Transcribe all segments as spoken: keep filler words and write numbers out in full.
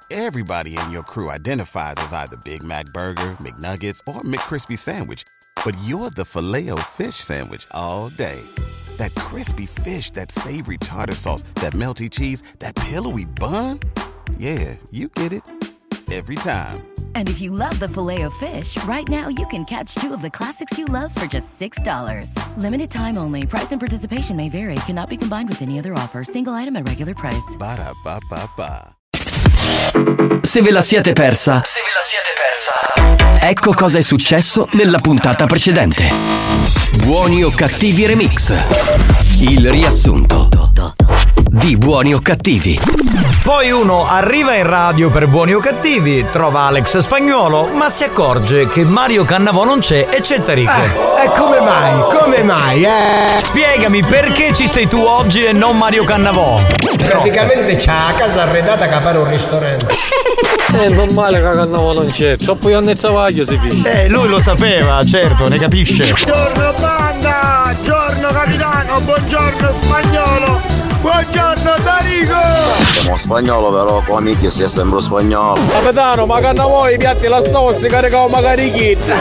Everybody in your crew identifies as either Big Mac Burger, McNuggets, or McCrispy Sandwich. But you're the Filet-O-Fish Sandwich all day. That crispy fish, that savory tartar sauce, that melty cheese, that pillowy bun. Yeah, you get it. Every time. And if you love the Filet-O-Fish, right now you can catch two of the classics you love for just six dollars. Limited time only. Price and participation may vary. Cannot be combined with any other offer. Single item at regular price. Ba-da-ba-ba-ba. Se ve la siete persa, Se ve la siete persa, ecco cosa è successo nella puntata precedente. Buoni o cattivi remix. Il riassunto di Buoni o cattivi. Poi uno arriva in radio per Buoni o cattivi, trova Alex Spagnuolo, ma si accorge che Mario Cannavò non c'è e c'è Tarico. E eh, come mai? Come mai? Eh? Spiegami perché ci sei tu oggi e non Mario Cannavò? Praticamente c'ha la casa arredata che pare un ristorante. È normale che Cannavò non c'è, troppo io ne travaglio si dice. Eh, lui lo sapeva, certo, ne capisce. Buongiorno banda, buongiorno capitano, buongiorno Spagnolo, buongiorno Tarico. Siamo spagnolo però come che sia sempre spagnolo. Capitano, ma Cannavò i piatti la sauce caricavo magari chit.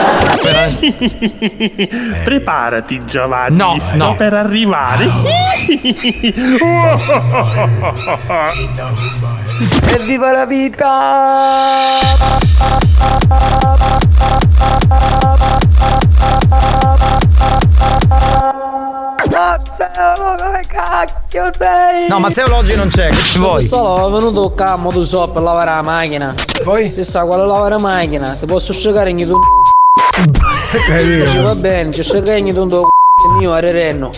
Preparati Giovanni, no, sto no. per arrivare. Evviva la vita! Mazzeo, come cacchio sei? No, Mazzeo oggi non c'è, che vuoi? Solo è venuto qua a modo so per lavare la macchina. Poi? Se sa quale lavare la macchina, ti posso scegare ogni tu. Va bene, ci scegare ogni tu il mio arerenno.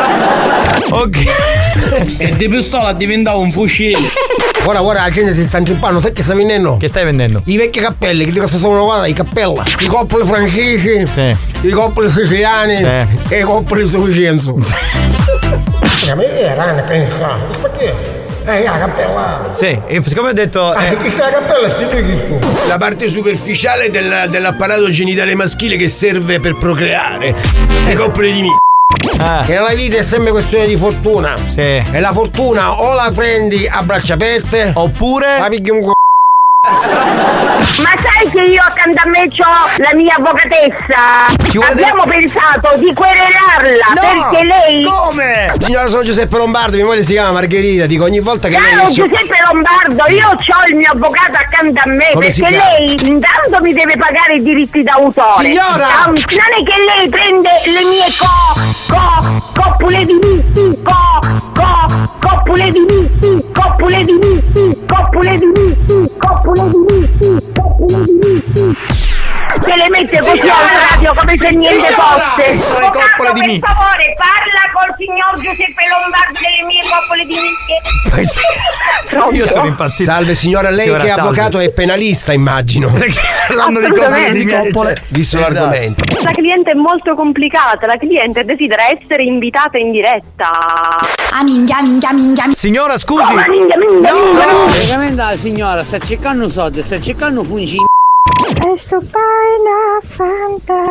Ok. E di pistola diventava un fucile. Ora, ora la gente si sta intrippando, sai che sta vendendo? Che stai vendendo? I vecchi cappelli, che di cosa sono, guarda, i cappella. I coppoli francesi, sì. I coppoli siciliani, sì. E i coppoli su Vicenzo. Ma che rana che perché? Eh, la cappella. Sì, e siccome ho detto. Eh, che la cappella spieghi tu. La parte superficiale del, dell'apparato genitale maschile che serve per procreare. Le coppole di mi. Ah. Che nella vita è sempre questione di fortuna. Sì. E la fortuna o la prendi a braccia aperte oppure la pigli un c***o. Ma sai che io accanto a me c'ho la mia avvocatessa? Abbiamo de... pensato di querelarla, no, perché lei... Come? Signora, sono Giuseppe Lombardo, mia moglie si chiama Margherita, dico ogni volta che Caro lei... Giuseppe Lombardo, io ho il mio avvocato accanto a me. Come perché lei intanto mi deve pagare i diritti d'autore. Signora! Non è che lei prende le mie co... co... coppole di misti, co... co... coppole di misti, coppole di misti, coppole di misti, coppole di misti, coppole di misti. Se le mette così alla radio come se niente fosse. Coppole di misti. Per favore, parla col signor Giuseppe Lombardo delle mie coppole di misti. Io sono impazzito. Salve signora, lei signora, che è salve. Avvocato è penalista, immagino. L'anno di coppole di coppole, visto esatto. L'argomento. La cliente è molto complicata, la cliente desidera essere invitata in diretta. Ah minchia, minchia, minchia. Signora, scusi. Oh, ma minchia, minchia, no, minchia. No, praticamente la signora sta cercando soldi, sta cercando fungi. E sto paina fanta.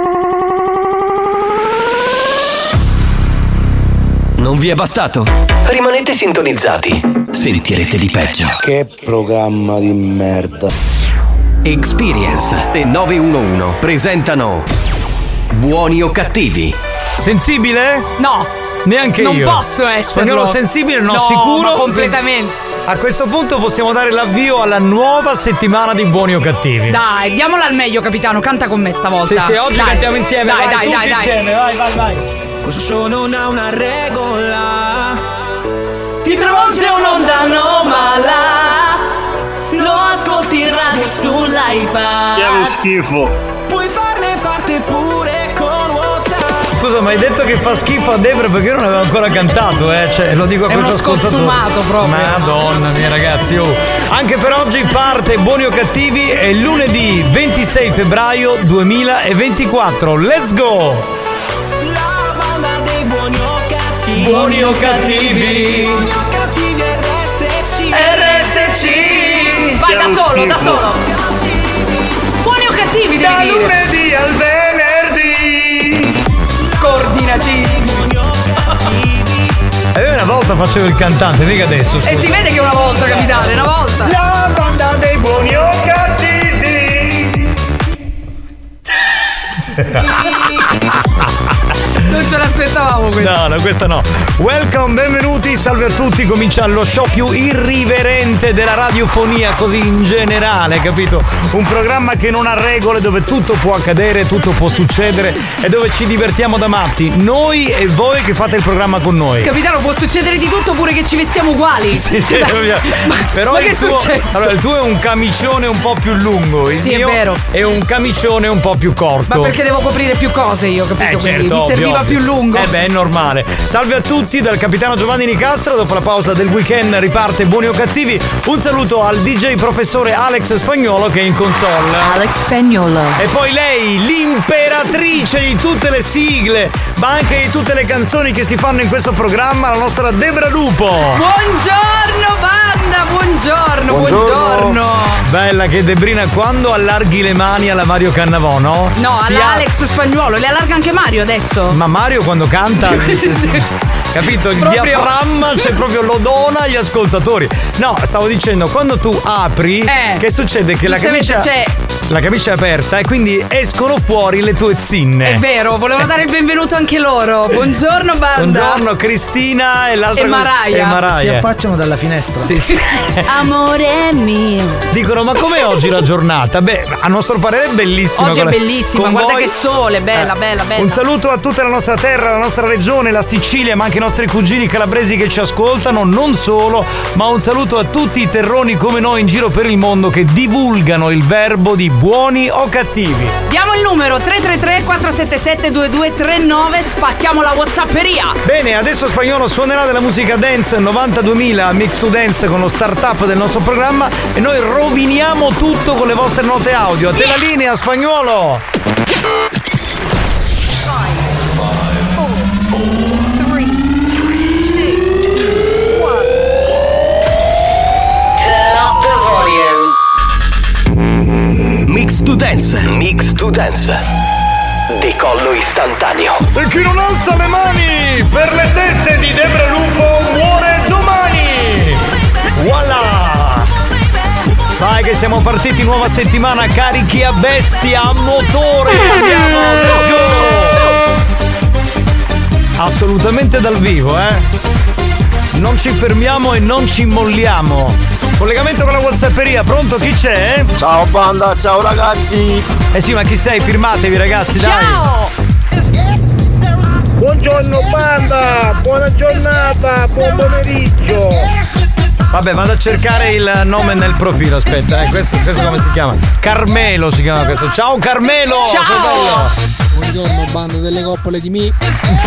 Non vi è bastato? Rimanete sintonizzati. Sentirete di peggio. Che programma di merda. Experience e nove uno uno presentano Buoni o cattivi. Sensibile? No. Neanche non io. Non posso esserlo. Spagnolo sensibile, non no, sicuro. Ma completamente. A questo punto possiamo dare l'avvio alla nuova settimana di Buoni o cattivi. Dai, diamola al meglio, capitano. Canta con me stavolta. Sì, sì, oggi dai. cantiamo insieme. Dai, vai, dai, tutti dai, insieme. dai. Vai, vai, vai. Questo show non ha una regola. Ti trovo se un lontano mala. Lo ascolti in radio sull'iPad. Che schifo. Puoi farne parte pure con WhatsApp. Scusa, ma hai detto che fa schifo a Debra perché io non avevo ancora cantato, eh? Cioè, lo dico a è questo ascoltatore. È uno scostumato proprio. Madonna mia, ragazzi, oh. Anche per oggi parte Buoni o cattivi, è lunedì ventisei febbraio duemilaventiquattro. Let's go! La banda dei buoni o cattivi. Buoni o cattivi. Buoni o cattivi R S C. R S C. Vai da solo, da solo. Buoni o cattivi, devi da dire. lunedì al venerdì. Scordinati. E io una volta facevo il cantante, mica adesso. E si vede che una volta, capitale, una volta. La banda No, no, questa no. Welcome, benvenuti, salve a tutti. Comincia lo show più irriverente della radiofonia, così in generale, capito? Un programma che non ha regole, dove tutto può accadere, tutto può succedere e dove ci divertiamo da matti. Noi e voi che fate il programma con noi. Capitano, può succedere di tutto, pure che ci vestiamo uguali. Sì, cioè, ma, però ma il che è tuo, successo? allora, il tuo è un camicione un po' più lungo, il sì, mio è vero. è un camicione un po' più corto. Ma perché devo coprire più cose io, capito? Eh, Quindi certo, mi ovvio, serviva ovvio. più lungo. Eh beh, è normale. Salve a tutti dal capitano Giovanni Nicastro. Dopo la pausa del weekend riparte Buoni o Cattivi. Un saluto al D J professore Alex Spagnuolo che è in console. Alex Spagnuolo. E poi lei, l'imperatrice di tutte le sigle, ma anche di tutte le canzoni che si fanno in questo programma, la nostra Debra Lupo. Buongiorno banda, buongiorno, buongiorno. buongiorno. Bella che Debrina, quando allarghi le mani alla Mario Cannavò, no? No, Si alla ha... Alex Spagnuolo, le allarga anche Mario adesso. Ma Mario quando canta capito? Il proprio... diaframma c'è proprio, lo dona agli ascoltatori. No, stavo dicendo, quando tu apri, eh, che succede? Che la camicia c'è... la camicia è aperta e quindi escono fuori le tue zinne. È vero, volevo dare il benvenuto anche loro. Buongiorno banda. Buongiorno Cristina e l'altra e Maraia. E Maraia. Si affacciano dalla finestra. Sì, sì. Amore mio. Dicono, ma com'è oggi la giornata? Beh, a nostro parere è bellissima. Oggi è bellissima, con guarda voi... che sole, bella, eh. bella, bella. Un saluto a tutta la nostra terra, la nostra regione, la Sicilia, ma anche i nostri cugini calabresi che ci ascoltano, non solo, ma un saluto a tutti i terroni come noi in giro per il mondo che divulgano il verbo di buoni o cattivi. Diamo il numero tre tre tre quattro sette sette due due tre nove, spacchiamo la WhatsApperia. Bene, adesso Spagnuolo suonerà della musica dance novantaduemila Mix to Dance con lo startup del nostro programma e noi roviniamo tutto con le vostre note audio. A te la linea, Spagnuolo. Mix to Dance. Mix to Dance. Decollo istantaneo. E chi non alza le mani per le tette di Debra Lupo muore domani. Voilà. Vai che siamo partiti, nuova settimana carichi a bestia, a motore. Andiamo, let's go. Assolutamente dal vivo, eh. Non ci fermiamo e non ci molliamo. Collegamento con la WhatsApperia, pronto? Chi c'è? Ciao banda, ciao ragazzi. Eh sì, ma chi sei? Firmatevi ragazzi, dai. Ciao. Buongiorno banda, buona giornata, buon pomeriggio. Vabbè, vado a cercare il nome nel profilo, aspetta, eh, questo, questo come si chiama? Carmelo si chiama questo. Ciao Carmelo! Ciao! Buongiorno banda delle coppole di mi.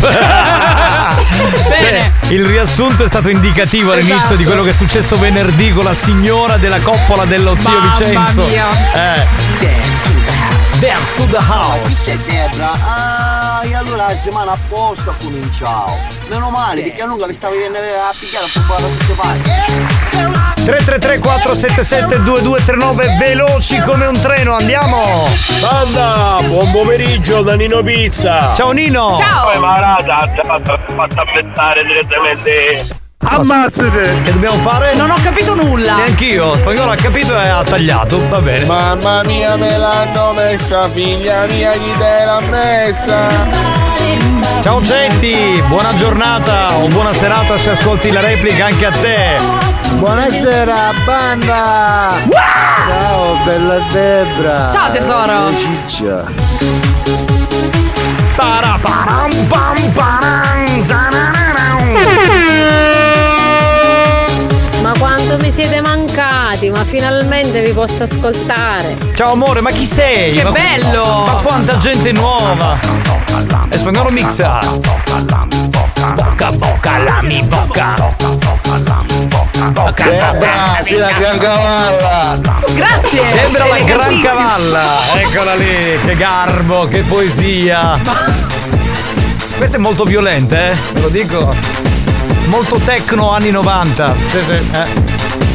Bene. Cioè, il riassunto è stato indicativo all'inizio esatto. di quello che è successo venerdì con la signora della coppola dello zio Mamma Vincenzo. Mia. Eh. Dance to the house. Che Debra? Ah, e allora la settimana apposta ho cominciato. Meno male, perché a lungo mi stavo venendo a picchiare a pompare da tutte parti. tre tre tre quattro sette sette due due tre nove, veloci come un treno, andiamo! Banda, buon pomeriggio da Nino Pizza. Ciao Nino! Ciao! Poi Marata ti ha fatto aspettare direttamente. Ammazzate! Che dobbiamo fare? Non ho capito nulla. Neanch'io, Spagnolo ha capito e ha tagliato, va bene. Mamma mia me l'hanno messa, figlia mia chi te l'ha messa. Ciao Cetti, buona giornata o buona serata se ascolti la replica anche a te. Buonasera banda. Wow! Ciao bella Debra. Ciao tesoro. Ciccia. Paraparam pam param, Ma quanto mi siete mancati, ma finalmente vi posso ascoltare. Ciao amore, ma chi sei? Che ma, bello! Ma quanta gente nuova! E Spagnolo mixa. Bocca bocca la mi bocca. Bocca Debra, sei la gran cavalla. Grazie! Debra la gran cavalla. Eccola lì, che garbo, che poesia. Questa è molto violenta, eh? Ve lo dico. Molto techno anni novanta. Sì, sì, eh.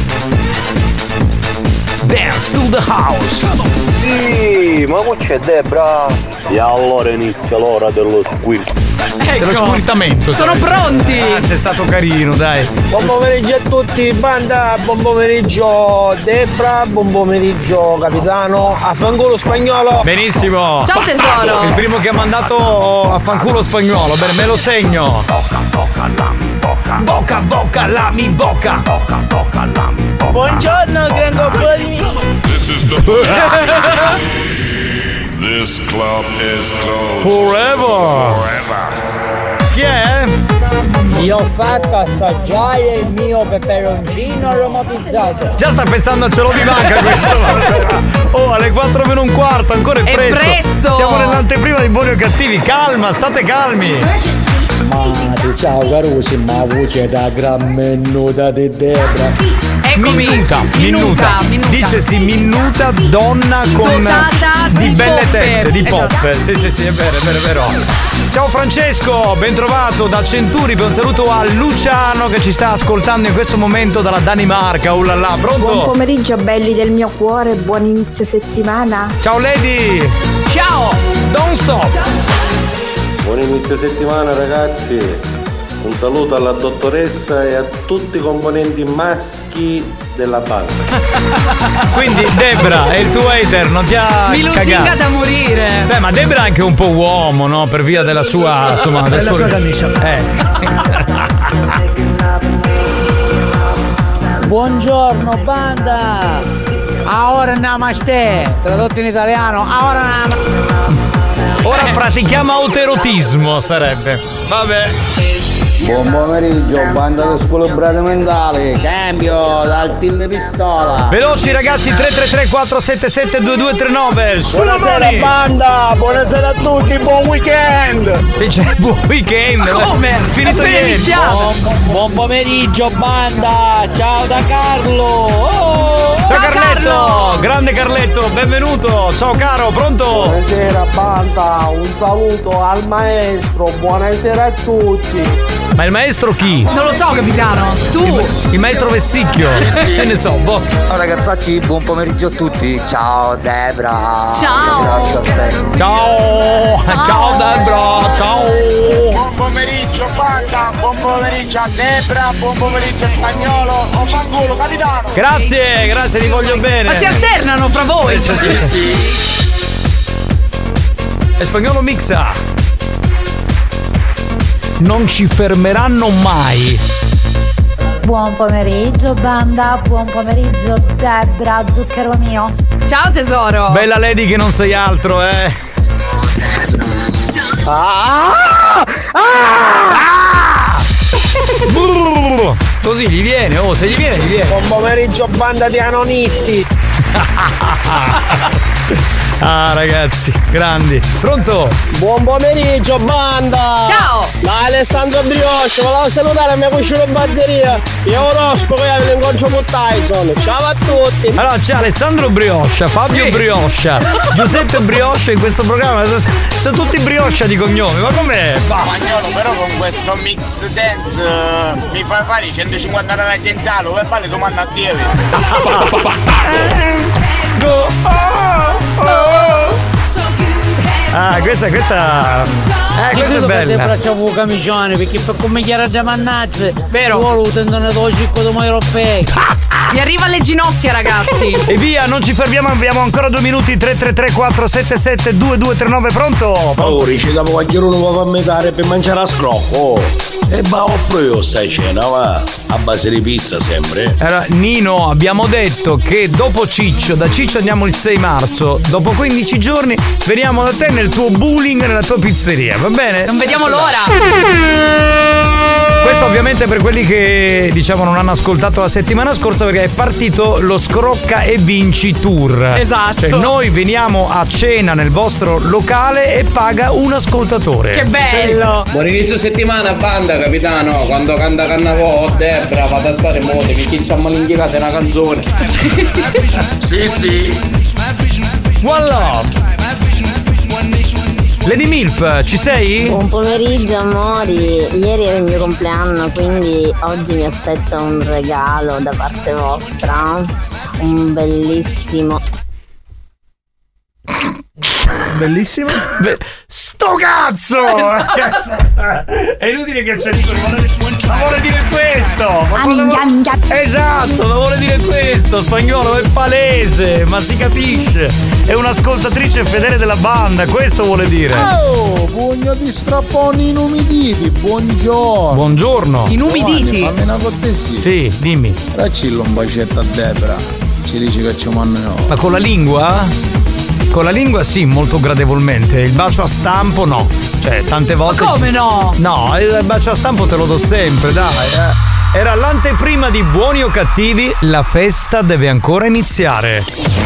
Dance to the house. Sì, ma qua c'è Debra. E allora inizia l'ora dello squirt. Ecco. Dello scuritamento. Sono sai. pronti. Ah, sei stato carino, dai. Buon pomeriggio a tutti, banda, buon pomeriggio Debra, buon pomeriggio capitano, a fanculo spagnolo. Benissimo. Ciao tesoro. Il primo che ha mandato a fanculo spagnolo, bene, me lo segno. Bocca, bocca, la mi bocca. Buongiorno, gran coppola di mi. This is the This club is closed Forever. Forever. Chi è? Io ho fatto assaggiare il mio peperoncino aromatizzato. Già sta pensando ce lo mi manca questo. Oh, alle quattro meno un quarto, ancora è, È presto. presto. Siamo nell'anteprima di Buoni o Cattivi. Calma, state calmi. Ma ciao carusi, ma voce da gran menuta di Debra. Eccomi. Minuta, minuta, minuta. Dicesi minuta donna con Dotata di di belle poppe. tette, di Esatto. poppe. Sì, sì, sì, è vero, è vero, è vero. Ciao Francesco, ben trovato da Centuri. Un saluto a Luciano che ci sta ascoltando in questo momento dalla Danimarca. Uh là là, pronto? Buon pomeriggio belli del mio cuore, buon inizio settimana. Ciao Lady. Ciao. Don't stop. Buon inizio settimana ragazzi. Un saluto alla dottoressa e a tutti i componenti maschi della banda. Quindi Debra è il tuo hater, non ti ha Mi lusinga cagato. da morire. Beh, ma Debra è anche un po' uomo, no? Per via della sua, insomma, del Della suo- sua camicia. Eh, sì. Buongiorno banda. Ahora namaste. Tradotto in italiano. Ahora namaste. Ora pratichiamo autoerotismo, sarebbe. Vabbè. Buon pomeriggio, banda di squilibrati mentali, cambio dal team pistola. Veloci ragazzi, tre tre tre quattro sette sette due due tre nove. Buonasera banda, buonasera a tutti, buon weekend. Sì, c'è buon weekend. Come? Finito Appena ieri. iniziato. Buon pomeriggio banda. Ciao da Carlo. Oh. Ciao Ciao, Carletto, Carlo. grande Carletto, benvenuto. Ciao caro, pronto? Buonasera banda, un saluto al maestro, buonasera a tutti. Ma il maestro chi? Non lo so, capitano. Tu. Il, il maestro Vessicchio. Che ne so, boss. Ciao ragazzacci, buon pomeriggio a tutti. Ciao Debra. Ciao. Grazie a te. Ciao. Ciao. Ciao Debra, ciao. Buon pomeriggio banda, buon pomeriggio a Debra, buon pomeriggio a Spagnolo, o fanculo capitano. Grazie, grazie, ti voglio bene. Ma si alternano fra voi. Sì, sì, sì. E Spagnolo mixa. Non ci fermeranno mai. Buon pomeriggio banda, buon pomeriggio Debra, zucchero mio. Ciao tesoro. Bella Lady che non sei altro, eh. Ah! Ah! Brrr. Così gli viene, oh, se gli viene, gli viene. Buon pomeriggio banda di anonisti. Ah ragazzi, grandi. Pronto? Buon pomeriggio banda. Ciao. Da Alessandro Brioche, volevo salutare la mia cucina in batteria. Io orospo che vi incontro con Tyson. Ciao a tutti. Allora c'è Alessandro Brioscia, Fabio Sì. Brioscia, Giuseppe Brioscia in questo programma. Sono tutti Brioscia di cognome, ma com'è? Spagnolo, però con questo mix dance uh, mi fai fare i centocinquanta anni di Zalo, per fare domanda a Dio. Ah, questa, questa. Eh, questa è Le bella. braccia con camicione perché per come chiara da mannazze. Vero. Vuole tendone do cicco do mai roppe. Mi arriva alle ginocchia, ragazzi. E via, non ci fermiamo, abbiamo ancora due minuti. Tre tre tre quattro sette sette due due tre nove. Pronto? Oh, riesci da qualcuno non va a mettere per mangiare a scrocco. E va offro io stai cena, va. A base di pizza sempre. Allora, Nino, abbiamo detto che dopo Ciccio, da Ciccio andiamo il sei marzo. Dopo quindici giorni veniamo da te nel tuo bowling, nella tua pizzeria, va bene? Non vediamo l'ora. Questo ovviamente per quelli che diciamo non hanno ascoltato la settimana scorsa, perché è partito lo Scrocca e Vinci Tour. Esatto. Cioè noi veniamo a cena nel vostro locale e paga un ascoltatore. Che bello. Buon inizio settimana banda capitano, quando canta Cannavò Debra vado a stare mote perché ci hanno l'indicato una canzone. Sì, sì. One love. Lady Milf, ci sei? Buon pomeriggio amori, ieri era il mio compleanno, quindi oggi mi aspetta un regalo da parte vostra, un bellissimo Bellissimo. Be- sto cazzo! È inutile che c'è dico, ma vuole dire questo! Ma ah, minchia, minchia. Esatto, ma vuole dire questo! Spagnolo è palese, ma si capisce! È un'ascoltatrice fedele della banda, questo vuole dire! Oh, pugno di strapponi inumiditi, buongiorno! Buongiorno! Inumiditi? Fammi una cortesia. Sì, dimmi. Raccillo un bacetto a Debra, ci dici che ci manno. Ma con la lingua? Con la lingua sì, molto gradevolmente. Il bacio a stampo no. Cioè, tante volte. Ma come no? No, il bacio a stampo te lo do sempre, dai. Eh. Era l'anteprima di Buoni o Cattivi, la festa deve ancora iniziare.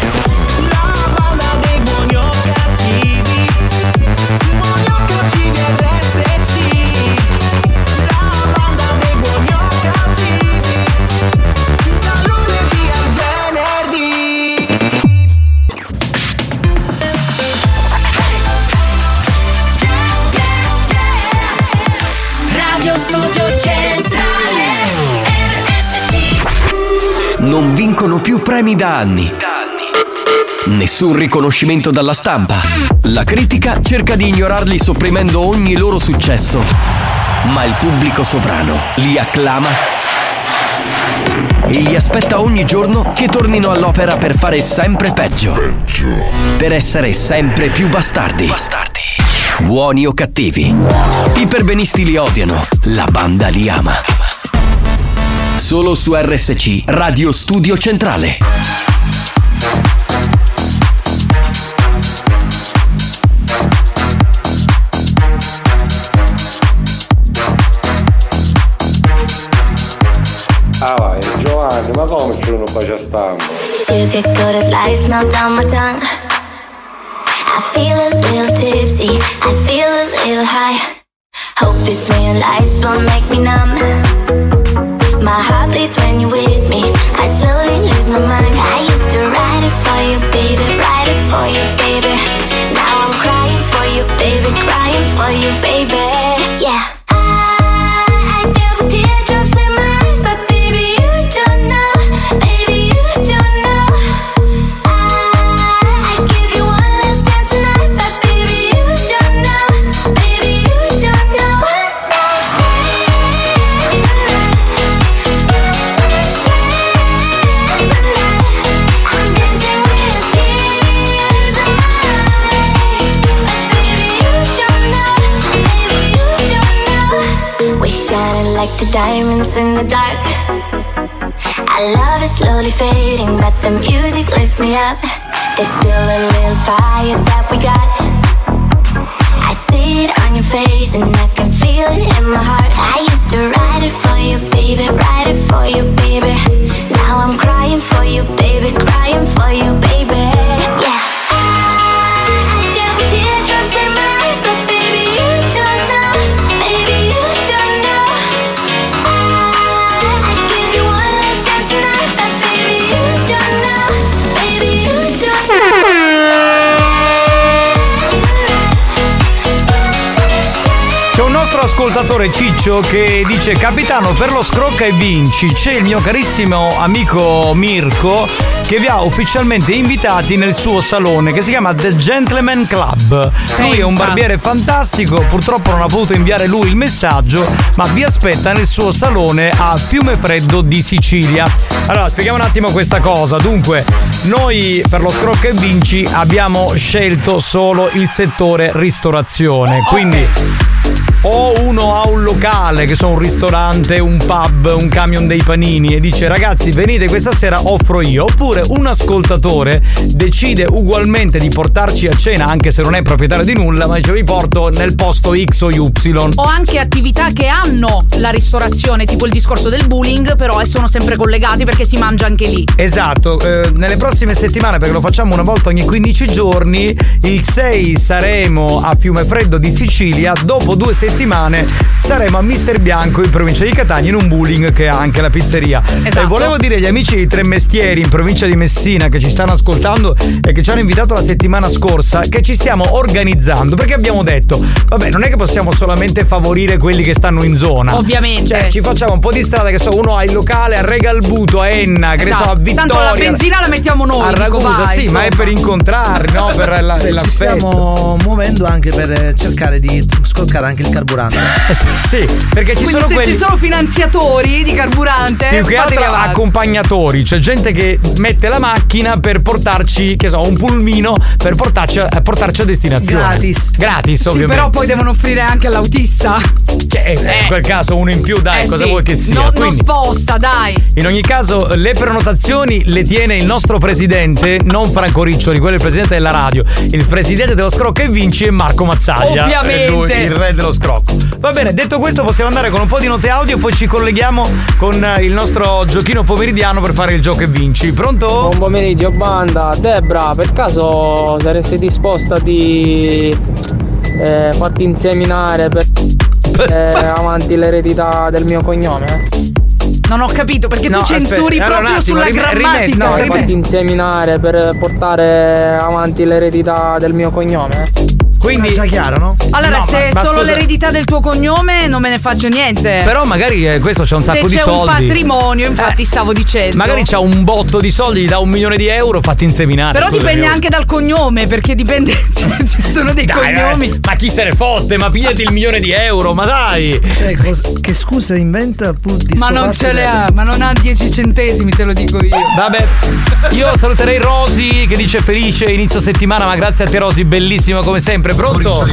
Studio Centrale R S C. Non vincono più premi da anni. Nessun riconoscimento dalla stampa. La critica cerca di ignorarli sopprimendo ogni loro successo. Ma il pubblico sovrano li acclama e li aspetta ogni giorno che tornino all'opera per fare sempre peggio. Per essere sempre più bastardi. Bastardi. Buoni o cattivi. I perbenisti li odiano, la banda li ama. Solo su R S C, Radio Studio Centrale. Ah vai, Giovanni, ma come c'è uno bacio a stampo? You get good as lights melt down my tongue. I feel a little tipsy, I feel a little high. Hope these neon lights won't make me numb. My heart beats when you're with me, I slowly lose my mind. I used to write it for you, baby, write it for you, baby. Now I'm crying for you, baby, crying for you, baby. Yeah. I, I deal with teardrops in my eyes, but baby, you don't know, baby, you don't know. I, I give you one last dance tonight, but baby, you don't know, baby, you don't know. One last dance tonight, I'm dancing with tears in my eyes, but baby, you don't know, baby, you don't know. We're shining like two diamonds in the dark. Our love is slowly fading, but the music lifts me up. There's still a little fire that we got. I see it on your face and I can feel it in my heart. I used to write it for you, baby, write it for you, baby. Now I'm crying for you, baby, crying for you, baby. Yeah. I deal with teardrops in my eyes, but baby, you don't know, baby, you don't know. I give you one last dance tonight, but baby, you don't know, baby, you don't know. C'è un nostro ascoltatore Ciccio che dice: capitano, per lo scrocca e vinci c'è il mio carissimo amico Mirko che vi ha ufficialmente invitati nel suo salone che si chiama The Gentleman Club. Lui è un barbiere fantastico, purtroppo non ha potuto inviare lui il messaggio, ma vi aspetta nel suo salone a Fiumefreddo di Sicilia. Allora, spieghiamo un attimo questa cosa. Dunque, noi per lo scrocca e vinci abbiamo scelto solo il settore ristorazione, quindi o uno ha un locale, che sono un ristorante, un pub, un camion dei panini, e dice: ragazzi, venite questa sera, offro io. Oppure un ascoltatore decide ugualmente di portarci a cena, anche se non è proprietario di nulla, ma dice: vi porto nel posto X o Y. O anche attività che hanno la ristorazione, tipo il discorso del bowling, però e sono sempre collegati perché si mangia anche lì. Esatto. eh, nelle prossime settimane, perché lo facciamo una volta ogni quindici giorni, il sei saremo a Fiumefreddo di Sicilia, dopo due settimane saremo a Mister Bianco in provincia di Catania in un bowling che ha anche la pizzeria. Esatto. E volevo dire agli amici di Tre Mestieri in provincia di Messina che ci stanno ascoltando e che ci hanno invitato la settimana scorsa che ci stiamo organizzando perché abbiamo detto vabbè non è che possiamo solamente favorire quelli che stanno in zona. Ovviamente. Cioè ci facciamo un po' di strada che so uno ha il locale a Regalbuto, a Enna, che Esatto. ne so, a Vittoria. Tanto la benzina la mettiamo noi. A Ragusa, dico, vai, sì, insomma. ma è per incontrarli, no? Per la, Beh, ci l'affetto. stiamo muovendo anche per cercare di scoccare anche il carburante. Sì, perché ci Quindi sono se quelli ci sono finanziatori di carburante, più che fatevi altro avanti. accompagnatori, c'è gente che mette la macchina per portarci, che so, un pulmino per portarci a, portarci a destinazione. Gratis. Gratis, Sì, ovviamente. però poi devono offrire anche all'autista. Cioè, eh, in quel caso uno in più, dai, Eh cosa sì. vuoi che sia? No, non Quindi, sposta, dai. in ogni caso, le prenotazioni le tiene il nostro presidente, non Franco Riccioli, quello è il presidente della radio. Il presidente dello Scrocco e Vinci è Marco Mazzaglia. Ovviamente. È lui, il re dello Scrocco. Va bene, detto questo, possiamo andare con un po' di note audio, poi ci colleghiamo con il nostro giochino pomeridiano per fare il gioco e vinci. Pronto? Buon pomeriggio, banda. Debra, per caso saresti disposta di eh, farti inseminare per eh, avanti l'eredità del mio cognome? Non ho capito perché No, tu censuri aspetta, allora, proprio un attimo, sulla rimet- grammatica. rimet- no, rimet- Farti inseminare per portare avanti l'eredità del mio cognome? Quindi è già chiaro, no? Allora, No, se ma- ma solo scusa. l'eredità del tuo cognome non me ne faccio niente. Però magari eh, questo c'ha un sacco se di c'è soldi. un patrimonio, infatti stavo dicendo. Magari c'ha un botto di soldi, gli dà un milione di euro, fatti inseminare. Però Scusami, dipende oh. anche dal cognome, perché dipende. Cioè, ci sono dei Dai, cognomi. eh, ma chi se ne fotte? Ma pigliati il milione di euro, ma dai! Cioè, cos- che scusa inventa pur di Ma non scoparsi ce le le- ha, ma non ha dieci centesimi, te lo dico io. Vabbè, io saluterei Rosy che dice felice inizio settimana, ma grazie a te Rosy, bellissima come sempre. Pronto?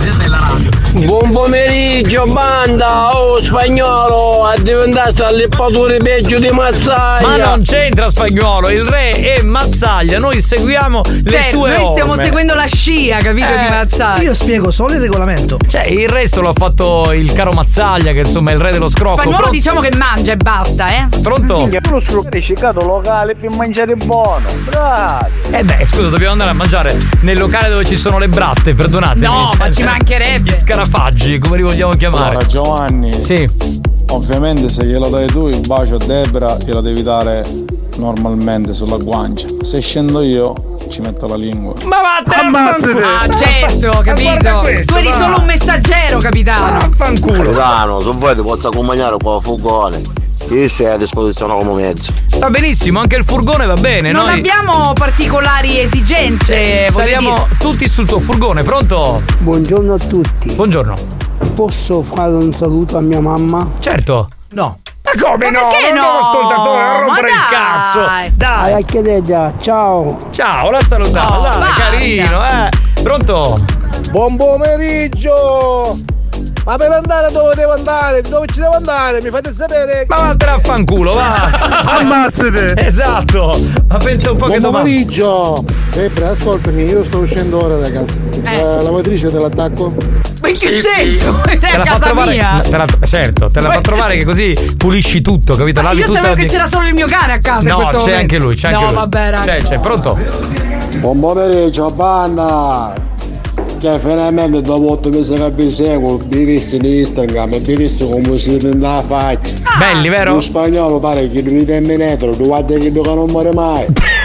Buon pomeriggio, banda! Oh, spagnolo! È diventato all'ippatore peggio di Mazzaglia! Ma non c'entra Spagnolo, il re è Mazzaglia, noi seguiamo le Cioè, sue noi stiamo orme. seguendo la scia, capito, Eh, di Mazzaglia. Io spiego solo il regolamento. Cioè, il resto l'ha fatto il caro Mazzaglia, che insomma è il re dello scrocco. Spagnolo Pronto? diciamo che mangia e basta, eh. Pronto? Uno scroccato locale per mangiare buono! Bravi! Eh beh, scusa, dobbiamo andare a mangiare nel locale dove ci sono le bratte, perdonatemi. No, Cioè, ma ci mancherebbe. Gli scarafaggi, come li vogliamo chiamare? Allora, Giovanni. Sì. Ovviamente se glielo dai tu il bacio a Debra glielo devi dare normalmente sulla guancia. Se scendo io ci metto la lingua. Ma vattene! Ah, certo, Ma capito. guarda questo, Tu eri va. solo un messaggero, capitano. Vaffanculo. Capitano, se vuoi ti posso accompagnare con il furgone. Io sei a disposizione come mezzo. Va benissimo, anche il furgone va bene. Non Noi abbiamo particolari esigenze, voglio saliamo dire. tutti sul tuo furgone, pronto? Buongiorno a tutti. Buongiorno. Posso fare un saluto a mia mamma? Certo. No. Ma come Ma no? perché Un no? nuovo ascoltatore, a rompere Ma il dai. cazzo. Dai. Alla chiedetta, ciao. Ciao, la salutiamo, Oh, dai, basta. carino, eh. Pronto? Buon pomeriggio! Ma per andare dove devo andare? Dove ci devo andare? Mi fate sapere? Ma vattene a fanculo, va. Ammazzate! Esatto. Ma pensa un po' che Buon domanda. pomeriggio! Debra, ascoltami, io sto uscendo ora da casa. Eh. La lavatrice te l'attacco? Ma in che senso? È Te a la fa casa trovare, mia. te la- certo, te la fa trovare che così pulisci tutto, capito? Ma Lavi io tutta sapevo la- che c'era solo il mio cane a casa in No, questo c'è momento. anche lui, c'è anche no, lui. vabbè, raga. C'è, c'è, pronto? Buon pomeriggio, banda! Cioè, finalmente dopo otto mesi che vi seguo, vi visto in Instagram e vi visto come siete nella faccia. Belli, vero? Lo spagnolo pare che lui è in metro, tu guarda che lui non muore mai.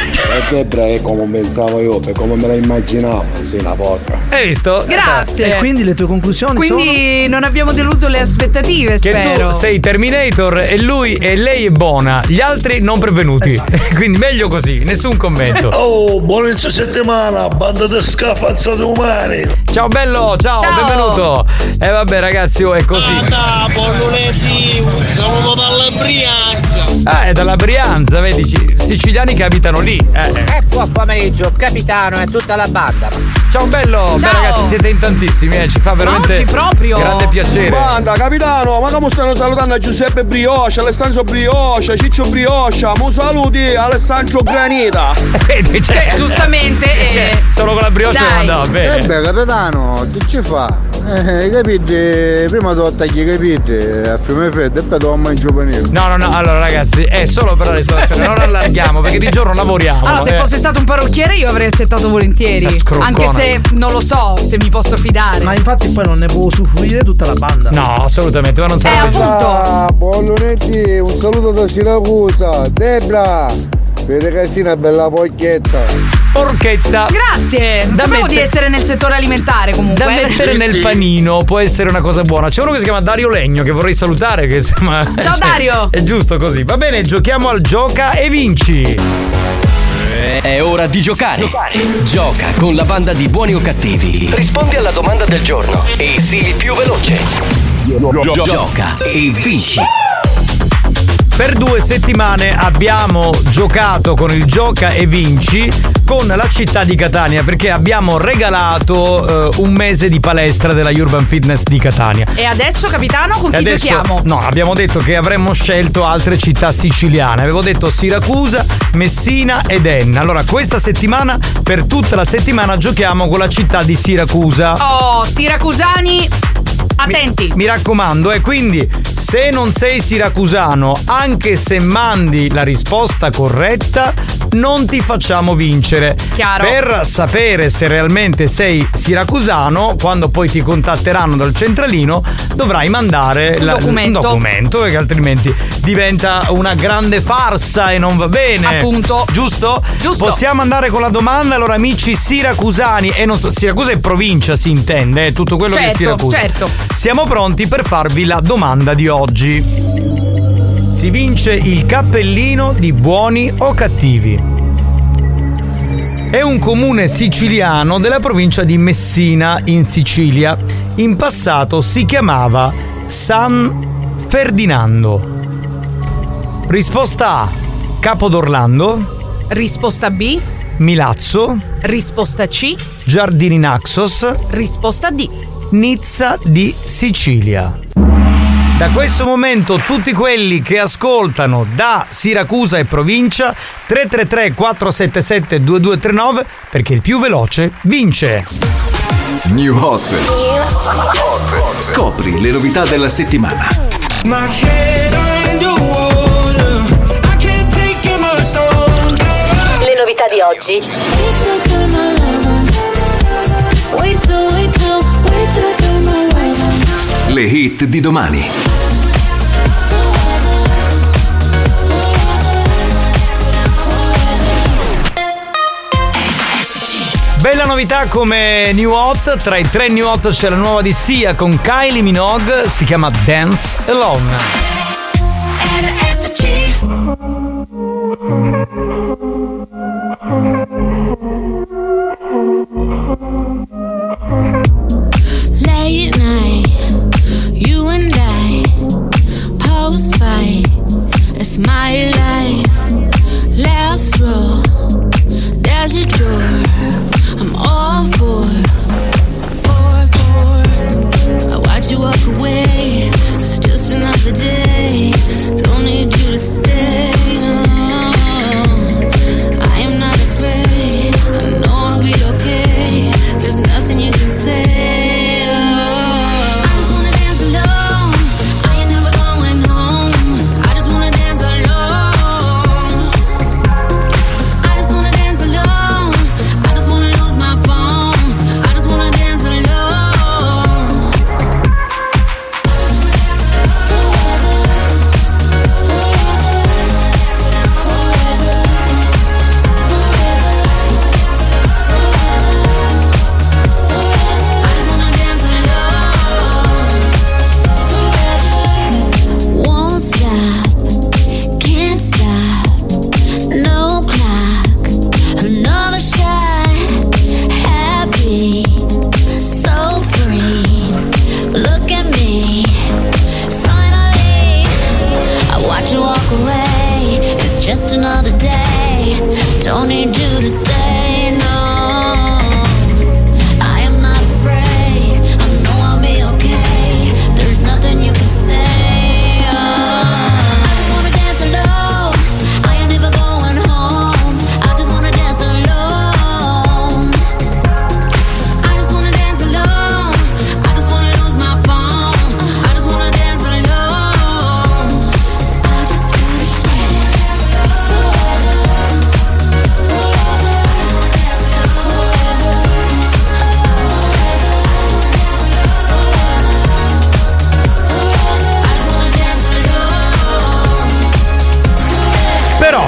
E Debra è come pensavo io, per come me la immaginavo, sì, una porca. Hai visto? Grazie. E quindi le tue conclusioni Quindi non abbiamo deluso le aspettative, Che spero. tu sei Terminator e lui e lei è buona, gli altri non pervenuti. Quindi meglio così, nessun commento. Oh, buon inizio settimana, banda di scafazzate umane. Ciao bello, ciao, Ciao. benvenuto. E eh, vabbè ragazzi, oh, è così. buon lunedì, un saluto dalla Brianza. Ah, è dalla Brianza, vedi, ci- siciliani che abitano lì. Eh, eh. E buon pomeriggio, capitano e tutta la banda. Ciao bello, beh ragazzi, siete in tantissimi, eh, ci fa veramente Oggi proprio. grande piacere. Banda, capitano, ma come stanno salutando Giuseppe Briocia, Alessandro Briocia, Ciccio Briocia, mo saluti Alessandro Granita. Vedi, cioè, Cioè, giustamente, eh, solo con la brioche non dai. andava bene. Eh beh, capitano, che ci fa? Eh, capite? Prima devo tagliare, capite? A fiume freddo e poi devo mangiare panino. No, no, no, allora ragazzi, è solo per la ristorazione, non allarghiamo perché di giorno lavoriamo. Allora, se eh. fosse stato un parrucchiere io avrei accettato volentieri. Anche se non lo so se mi posso fidare. Ma infatti poi non ne può usufruire tutta la banda. No, assolutamente, ma non sarebbe Eh, appunto. Ah, buon lunedì, un saluto da Siracusa. Debra, per ragazzina bella pocchietta. Porchetta. Grazie. Da Sapevo mette- di essere nel settore alimentare comunque. Da mettere nel panino può essere una cosa buona. C'è uno che si chiama Dario Legno che vorrei salutare. Che insomma, Ciao, Dario. È giusto così. Va bene, giochiamo al Gioca e Vinci. È ora di giocare. Gioca con la banda di Buoni o Cattivi. Rispondi alla domanda del giorno e sii il più veloce. Gioca e vinci. Per due settimane abbiamo giocato con il Gioca e Vinci con la città di Catania perché abbiamo regalato eh, un mese di palestra della Urban Fitness di Catania. E adesso, capitano, con E chi adesso, giochiamo? no, abbiamo detto che avremmo scelto altre città siciliane. Avevo detto Siracusa, Messina ed Enna. Allora, questa settimana, per tutta la settimana, giochiamo con la città di Siracusa. Oh, siracusani, attenti. Mi, mi raccomando, e quindi se non sei siracusano, anche se mandi la risposta corretta, non ti facciamo vincere. Chiaro. Per sapere se realmente sei siracusano, quando poi ti contatteranno dal centralino, dovrai mandare Un la- documento. un documento, perché altrimenti diventa una grande farsa e non va bene. Appunto. Giusto? Giusto. Possiamo andare con la domanda, allora amici siracusani, e non so, Siracusa è provincia, si intende, è tutto quello che è Certo, Siracusa. certo. Siamo pronti per farvi la domanda di oggi. Si vince il cappellino di Buoni o Cattivi. È un comune siciliano della provincia di Messina, in Sicilia. In passato si chiamava San Ferdinando. Risposta A: Capodorlando. Risposta B. Milazzo. Risposta C. Giardini Naxos. Risposta D. Nizza di Sicilia. Da questo momento tutti quelli che ascoltano da Siracusa e provincia tre tre tre quattro sette sette due due tre nove perché il più veloce vince. New Hot. Scopri le novità della settimana. Le novità di oggi. Le hit di domani. Bella novità come New Hot. Tra i tre New Hot c'è la nuova di Sia con Kylie Minogue, si chiama Dance Alone. Late night, you and I, post fight, it's my life. Last row, there's a door, I'm all for, for, for. I watch you walk away, it's just another day. Don't need you to stay, no. I am not afraid, I know I'll be okay. There's nothing you can say. Just another day. Don't need you to stay, no. I am not afraid. I know I'll be okay. There's nothing you can say. Oh. I just wanna dance alone. I ain't never going home. I just wanna dance alone. I just wanna dance alone. I just wanna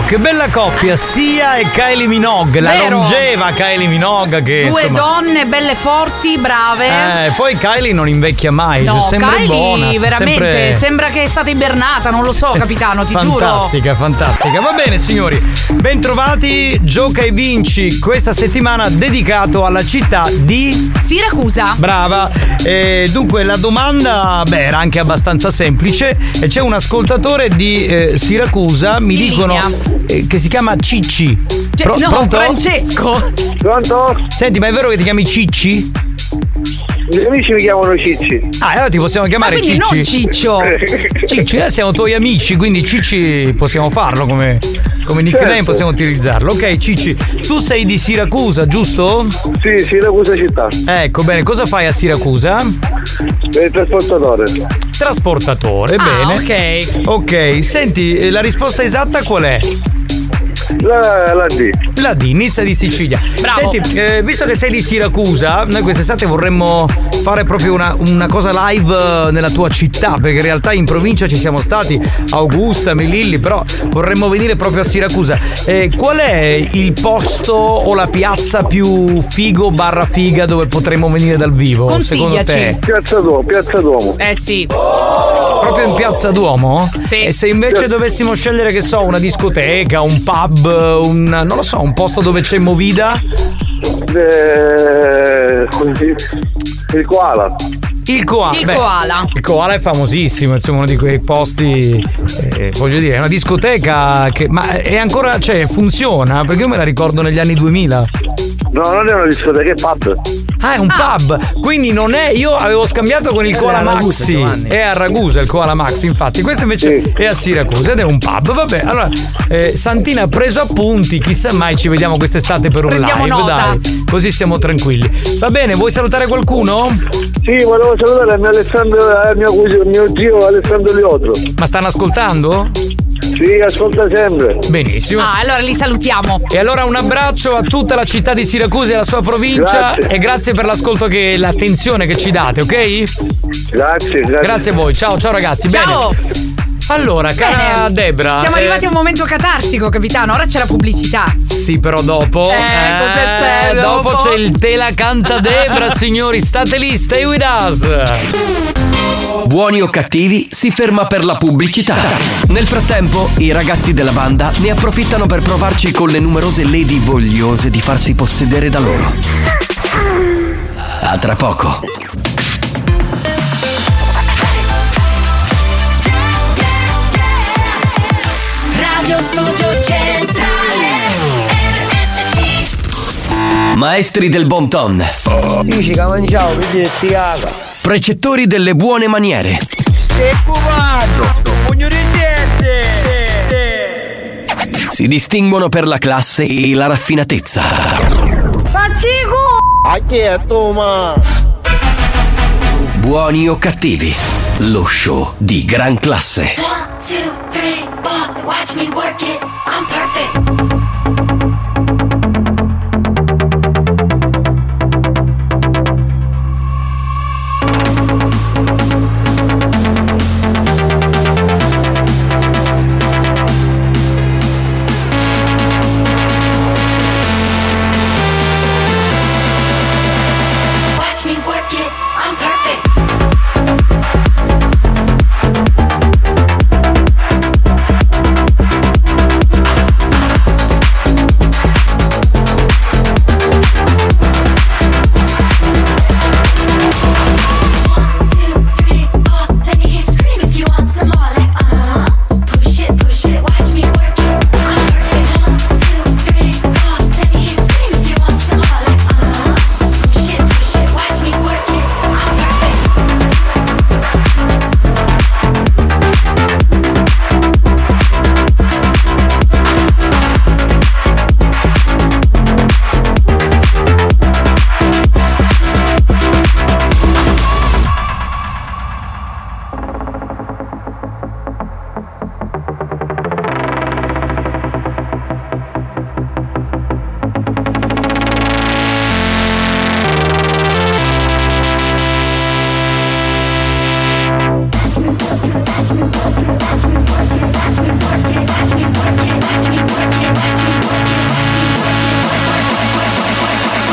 che bella coppia, Sia e Kylie Minogue, la Vero. longeva Kylie Minogue che Due insomma, donne belle forti, brave. Eh, poi Kylie non invecchia mai, No, è sempre Kylie buona, veramente sempre... sembra che è stata ibernata, non lo so, capitano, ti giuro. Fantastica, fantastica. Va bene, signori, bentrovati. Gioca e vinci questa settimana dedicato alla città di Siracusa. Brava. E dunque la domanda, beh, era anche abbastanza semplice. E c'è un ascoltatore di eh, Siracusa, mi In dicono eh, che si chiama Cicci. Cioè, Pro- no, pronto? Francesco. Pronto? Senti, ma è vero che ti chiami Cicci? I miei amici mi chiamano Cicci. Ah, allora ti possiamo chiamare Ma quindi Cicci. non Ciccio. Cicci, eh, siamo tuoi amici, quindi Cicci possiamo farlo come, come nickname, Certo. possiamo utilizzarlo. Ok, Cicci, tu sei di Siracusa, giusto? Sì, Siracusa città. Ecco, bene, cosa fai a Siracusa? Il trasportatore. Trasportatore, Ah, bene. ok. Ok, senti, eh, la risposta esatta qual è? La, la D. La D, Nizza di Sicilia. Bravo. Senti, eh, visto che sei di Siracusa, noi quest'estate vorremmo fare proprio una, una cosa live eh, nella tua città, perché in realtà in provincia ci siamo stati, Augusta, Melilli, però vorremmo venire proprio a Siracusa. Eh, qual è il posto o la piazza più figo barra figa dove potremmo venire dal vivo, secondo te? Piazza Duomo, Piazza Duomo. Eh sì. Proprio in Piazza Duomo? Sì. E se invece dovessimo scegliere, che so, una discoteca, un pub, un, non lo so, un posto dove c'è movida? Eh, il koala. Il koala. Il Beh, koala. il koala è famosissimo, insomma, uno di quei posti, eh, voglio dire, è una discoteca che, ma è ancora, cioè, funziona? Perché io me la ricordo negli anni duemila. No, non è una discoteca, è pub. Ah, è un Ah. pub, quindi non è. Io avevo scambiato con il È Koala a Ragusa, Maxi. Giovanni. È a Ragusa il Koala Maxi, infatti. Questo invece Sì. è a Siracusa ed è un pub. Vabbè, allora, eh, Santina ha preso appunti. Chissà mai ci vediamo quest'estate per un Prendiamo live, nota. dai. Così siamo tranquilli. Va bene, vuoi salutare qualcuno? Sì, volevo salutare il mio Alessandro, il mio, cugino, mio zio Alessandro Liotro. Ma stanno ascoltando? Sì, ascolta sempre. Benissimo. Ah, allora li salutiamo. E allora un abbraccio a tutta la città di Siracusa e alla sua provincia. Grazie. E grazie per l'ascolto e l'attenzione che ci date, ok? Grazie, grazie. Grazie a voi. Ciao, ciao ragazzi. Ciao. Bene. Allora, cara Bene. Debra. Siamo eh, arrivati a un momento catartico, capitano. Ora c'è la pubblicità. Sì, però dopo. Eh, cosa c'è dopo? dopo? c'è il Te la canta Debra, signori. State lì, stay with us. Buoni o cattivi si ferma per la pubblicità. Nel frattempo, i ragazzi della banda ne approfittano per provarci con le numerose lady vogliose di farsi possedere da loro. A tra poco. Radio Studio Centrale R S C. Maestri del bon ton. Dici che mangiavo, vedi ziaga. Precettori delle buone maniere. Stai cubando, pugno di gente. Si distinguono per la classe e la raffinatezza. Faccico! A chi è tu, ma? Buoni o cattivi, lo show di gran classe. One, two, three, four. Watch me work it. I'm perfect. Watch me work it. I'm perfect.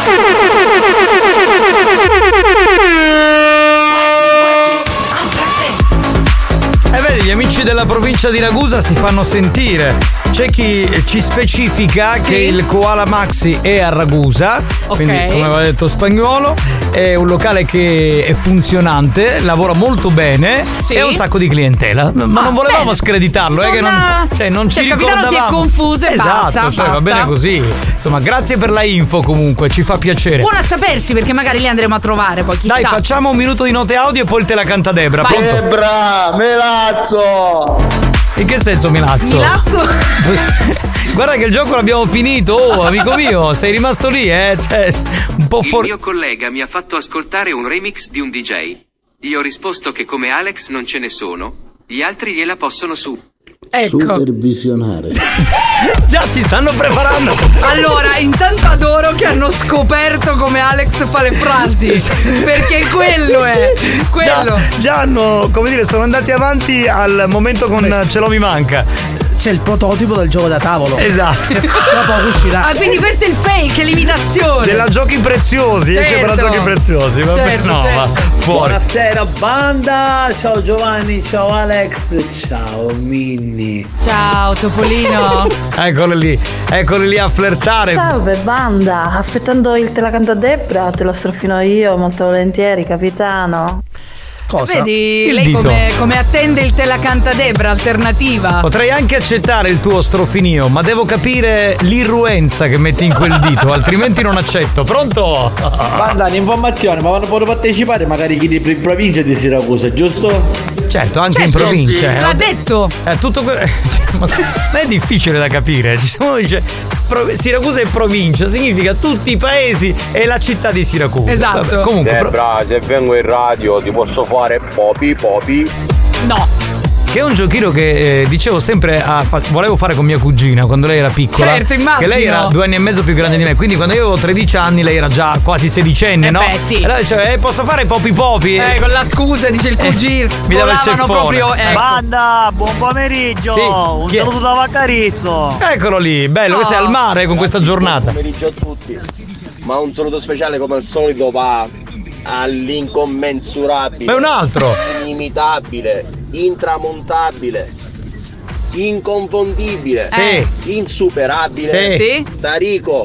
E vedi, gli amici della provincia di Ragusa si fanno sentire. C'è chi ci specifica Sì. che il Koala Maxi è a Ragusa, Ok. quindi come aveva detto Spagnuolo, è un locale che è funzionante, lavora molto bene Sì. e ha un sacco di clientela. Ma Ah, non volevamo bene. screditarlo, eh, che Non non, ha- cioè, non cioè, ci il capitano ricordavamo. si è confuso e esatto, basta, cioè, va basta. bene così. Insomma, grazie per la info comunque, ci fa piacere. Buono a sapersi perché magari li andremo a trovare poi chissà. Dai, facciamo un minuto di note audio e poi te la canta Debra. Vai. Pronto? Debra, melazzo! In che senso Milazzo? Milazzo? Guarda che il gioco l'abbiamo finito, oh amico mio, sei rimasto lì, eh? Cioè, un po' Il fuori. mio collega mi ha fatto ascoltare un remix di un D J. Gli ho risposto che come Alex non ce ne sono, gli altri gliela possono su. Ecco. Supervisionare. Già si stanno preparando. Allora, intanto adoro che hanno scoperto come Alex fa le frasi. Perché quello è. Quello. Già, già hanno, come dire, sono andati avanti al momento con Ce lo mi manca. C'è il prototipo del gioco da tavolo. Esatto. Tra poco uscirà. Ah, quindi questo è il fake, l'imitazione. Della giochi preziosi, esce per la Certo. giochi preziosi. Vabbè, Certo, no, certo. va fuori. Buonasera banda, ciao Giovanni, ciao Alex, ciao Minni. Ciao Topolino. Eccoli lì, eccoli lì a flirtare. Salve banda, aspettando il te la canta Debra, te lo strofino io molto volentieri, capitano. Cosa? Vedi Il lei dito. come, come attende il te la canta Debra, alternativa. Potrei anche accettare il tuo strofinio, ma devo capire l'irruenza che metti in quel dito, altrimenti non accetto. Pronto? Banda, un'informazione, ma vanno pure partecipare magari chi di in provincia di Siracusa, giusto? Certo, anche Cioè, in sì, provincia. sì, eh. l'ha detto. È tutto que- ma ma è difficile da capire. Ci sono, dice, pro- Siracusa è provincia, significa tutti i paesi e la città di Siracusa. Esatto. Vabbè, comunque, pro- Debra, se vengo in radio ti posso fare popi popi. No. che è un giochino che eh, dicevo sempre a, fa- volevo fare con mia cugina quando lei era piccola. Certo, immagino. Che lei era due anni e mezzo più grande di me, quindi quando io avevo tredici anni lei era già quasi sedicenne, Eh no? beh, sì. E allora diceva, eh, posso fare popi popi? Eh, con la scusa, dice il cugino. mi dava il volavano ceffone. proprio. Ecco. Banda, buon pomeriggio. Sì, Un chi è? saluto da Vaccarizzo. Eccolo lì, bello, questo è al mare con questa giornata. Buon pomeriggio a tutti. Ma un saluto speciale come al solito va all'incommensurabile. Ma è un altro. Inimitabile, intramontabile, inconfondibile, Sì. insuperabile. Sì. Tarico.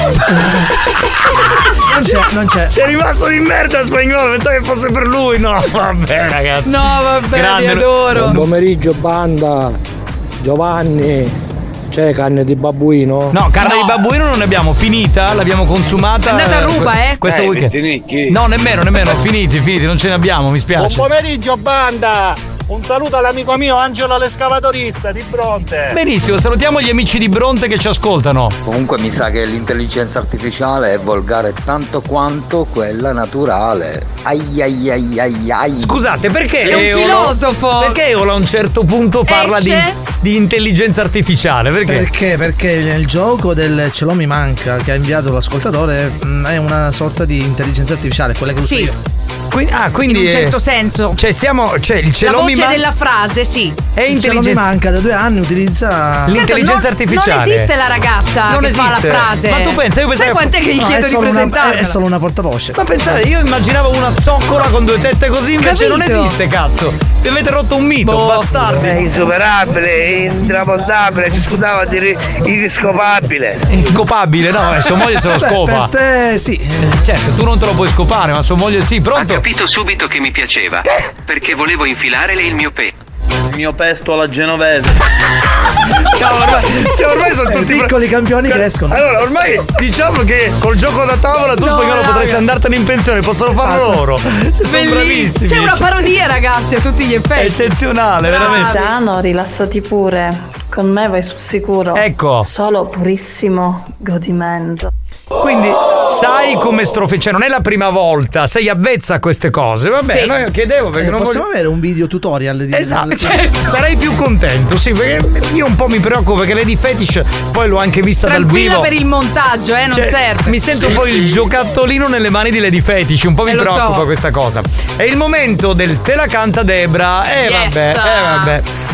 Non c'è, non c'è. Sei rimasto di merda spagnolo, pensavo che fosse per lui. No, vabbè ragazzi. No, vabbè, Grande. li adoro. Buon pomeriggio banda. Giovanni. C'è carne di babbuino? No, carne di babbuino non ne abbiamo, finita, l'abbiamo consumata. È andata a ruba, que- eh? Questo Eh, weekend. No, nemmeno, nemmeno, finiti, finiti, non ce ne abbiamo, mi Buon spiace. pomeriggio banda. Un saluto all'amico mio Angelo l'escavatorista di Bronte. Benissimo, salutiamo gli amici di Bronte che ci ascoltano. Comunque mi sa che l'intelligenza artificiale è volgare tanto quanto quella naturale. Ai ai ai ai ai. Scusate, perché È un Eolo- filosofo. Perché Eolo a un certo punto parla di, Esce? di intelligenza artificiale? Perché? Perché? Perché il gioco del Ce lo mi manca che ha inviato l'ascoltatore mh, è una sorta di intelligenza artificiale, quella che uso Sì. io. Quindi, ah, quindi In un è- certo senso. Cioè siamo, cioè il ce La lo mi voce man- della frase, sì. è Il Ce lo mi intelligenza manca da due anni utilizza l'intelligenza Certo, non- artificiale. Non esiste la ragazza Non che fa esiste. la frase. Ma tu pensa, io pensavo Sai quant'è che gli No, è chiedo di solo una- presentarla? è solo una portavoce. Ma pensate, io immaginavo una zoccola con due tette così, invece non Capito? esiste, cazzo. Vi avete rotto un mito, Boh. bastardi. È insuperabile, intramontabile, ci scusava di ri- irriscopabile. Inscopabile, no, eh, sua moglie se lo Beh, scopa. per te sì. Certo, tu non te lo puoi scopare, ma sua moglie sì, Ha pronto? capito subito che mi piaceva, perché volevo infilarele il mio pe. Il mio pesto alla genovese. No, ormai, cioè, ormai sono I tutti piccoli campioni crescono. Allora, ormai diciamo che col gioco da tavola tu No, spagnolo raga. potresti andartene in pensione, possono farlo Infatti. loro. Sono Bellissimo. bravissimi. C'è una parodia, ragazzi, a tutti gli È effetti. eccezionale, Bravi. veramente. Capitano, rilassati pure. Con me vai sul sicuro. Ecco. Solo purissimo godimento. Quindi sai come strofe, cioè non è la prima volta, sei avvezza a queste cose. Vabbè, Sì. noi chiedevo perché Eh, non possiamo voglio... avere un video tutorial di Esatto, di- cioè, sarei più contento, sì, perché io un po' mi preoccupo perché Lady Fetish poi l'ho anche vista dal Tranquilla vivo. per il montaggio, eh, non Cioè, serve. mi sento un po' il giocattolino nelle mani di Lady Fetish, un po' mi Eh, lo preoccupa so. questa cosa. È il momento del te la canta Debra. Eh Yes. vabbè, eh vabbè.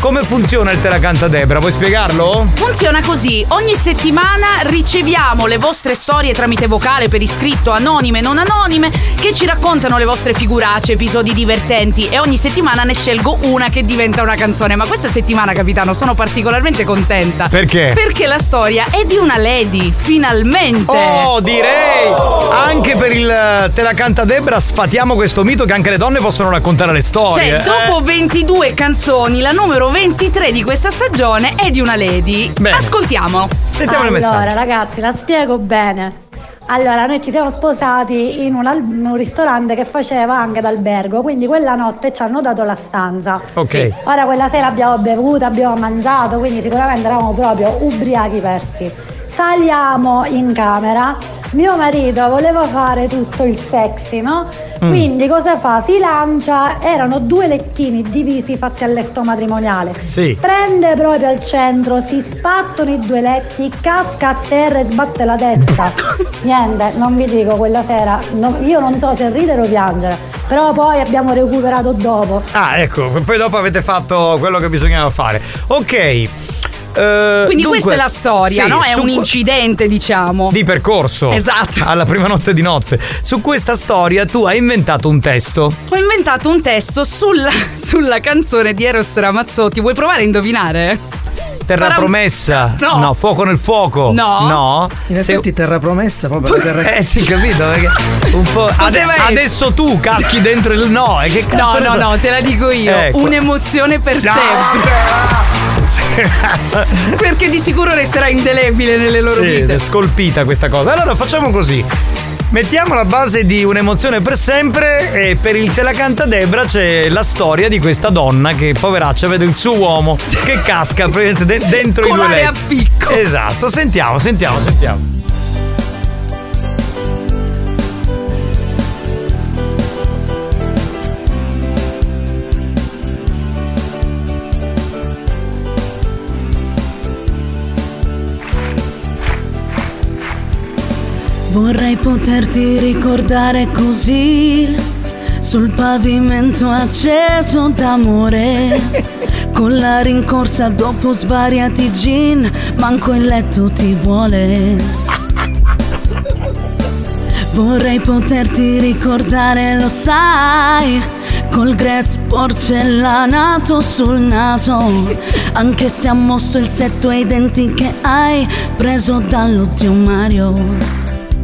come funziona il Te la canta Debra? Vuoi spiegarlo? Funziona così: ogni settimana riceviamo le vostre storie tramite vocale per iscritto, anonime e non anonime, che ci raccontano le vostre figuracce, episodi divertenti, e ogni settimana ne scelgo una che diventa una canzone. Ma questa settimana, capitano, sono particolarmente contenta. Perché? Perché la storia è di una lady, finalmente. Oh, direi! Anche per il Te la canta Debra sfatiamo questo mito che anche le donne possono raccontare le storie. Cioè, dopo eh. ventidue canzoni, la numero ventitré di questa stagione è di una lady. Bene. Ascoltiamo. Sentiamo il messaggio. Allora, ragazzi, la spiego bene. Allora, noi ci siamo sposati in un, al- in un ristorante che faceva anche d'albergo, quindi quella notte ci hanno dato la stanza. Ok. Sì. Ora quella sera abbiamo bevuto, abbiamo mangiato, quindi sicuramente eravamo proprio ubriachi persi. Saliamo in camera, mio marito voleva fare tutto il sexy, no? Mm. Quindi cosa fa? Si lancia, erano due lettini divisi fatti al letto matrimoniale. Sì. Prende proprio al centro, si sbattono i due letti, casca a terra e sbatte la testa. Niente, non vi dico, quella sera, no, io non so se ridere o piangere, però poi abbiamo recuperato dopo. Ah, ecco, poi dopo avete fatto quello che bisognava fare. Ok. Uh, Quindi dunque, questa è la storia, sì, no? È un incidente, diciamo. Di percorso. Esatto. Alla prima notte di nozze. Su questa storia tu hai inventato un testo. Ho inventato un testo sulla, sulla canzone di Eros Ramazzotti. Vuoi provare a indovinare? Terra Spara un- promessa? No. No, fuoco nel fuoco? No. No. In effetti terra promessa proprio la terra. Eh sì, capito? Perché un po'. Ade- Poteva essere. adesso tu caschi dentro il no. E che No, cazzo ne no, so? no, te la dico io. Ecco. Un'emozione per No. sempre. Perché di sicuro resterà indelebile nelle loro Sì, vite. è scolpita questa cosa. Allora facciamo così. Mettiamo la base di un'emozione per sempre e per il Te la canta Debra c'è la storia di questa donna che poveraccia vede il suo uomo che casca praticamente de- dentro i due Colare a letti. picco. Esatto, sentiamo, sentiamo, sentiamo. Vorrei poterti ricordare così, sul pavimento acceso d'amore, con la rincorsa dopo svariati gin, manco il letto ti vuole. Vorrei poterti ricordare, lo sai, col grass porcellanato sul naso, anche se ha mosso il setto ai denti che hai preso dallo zio Mario.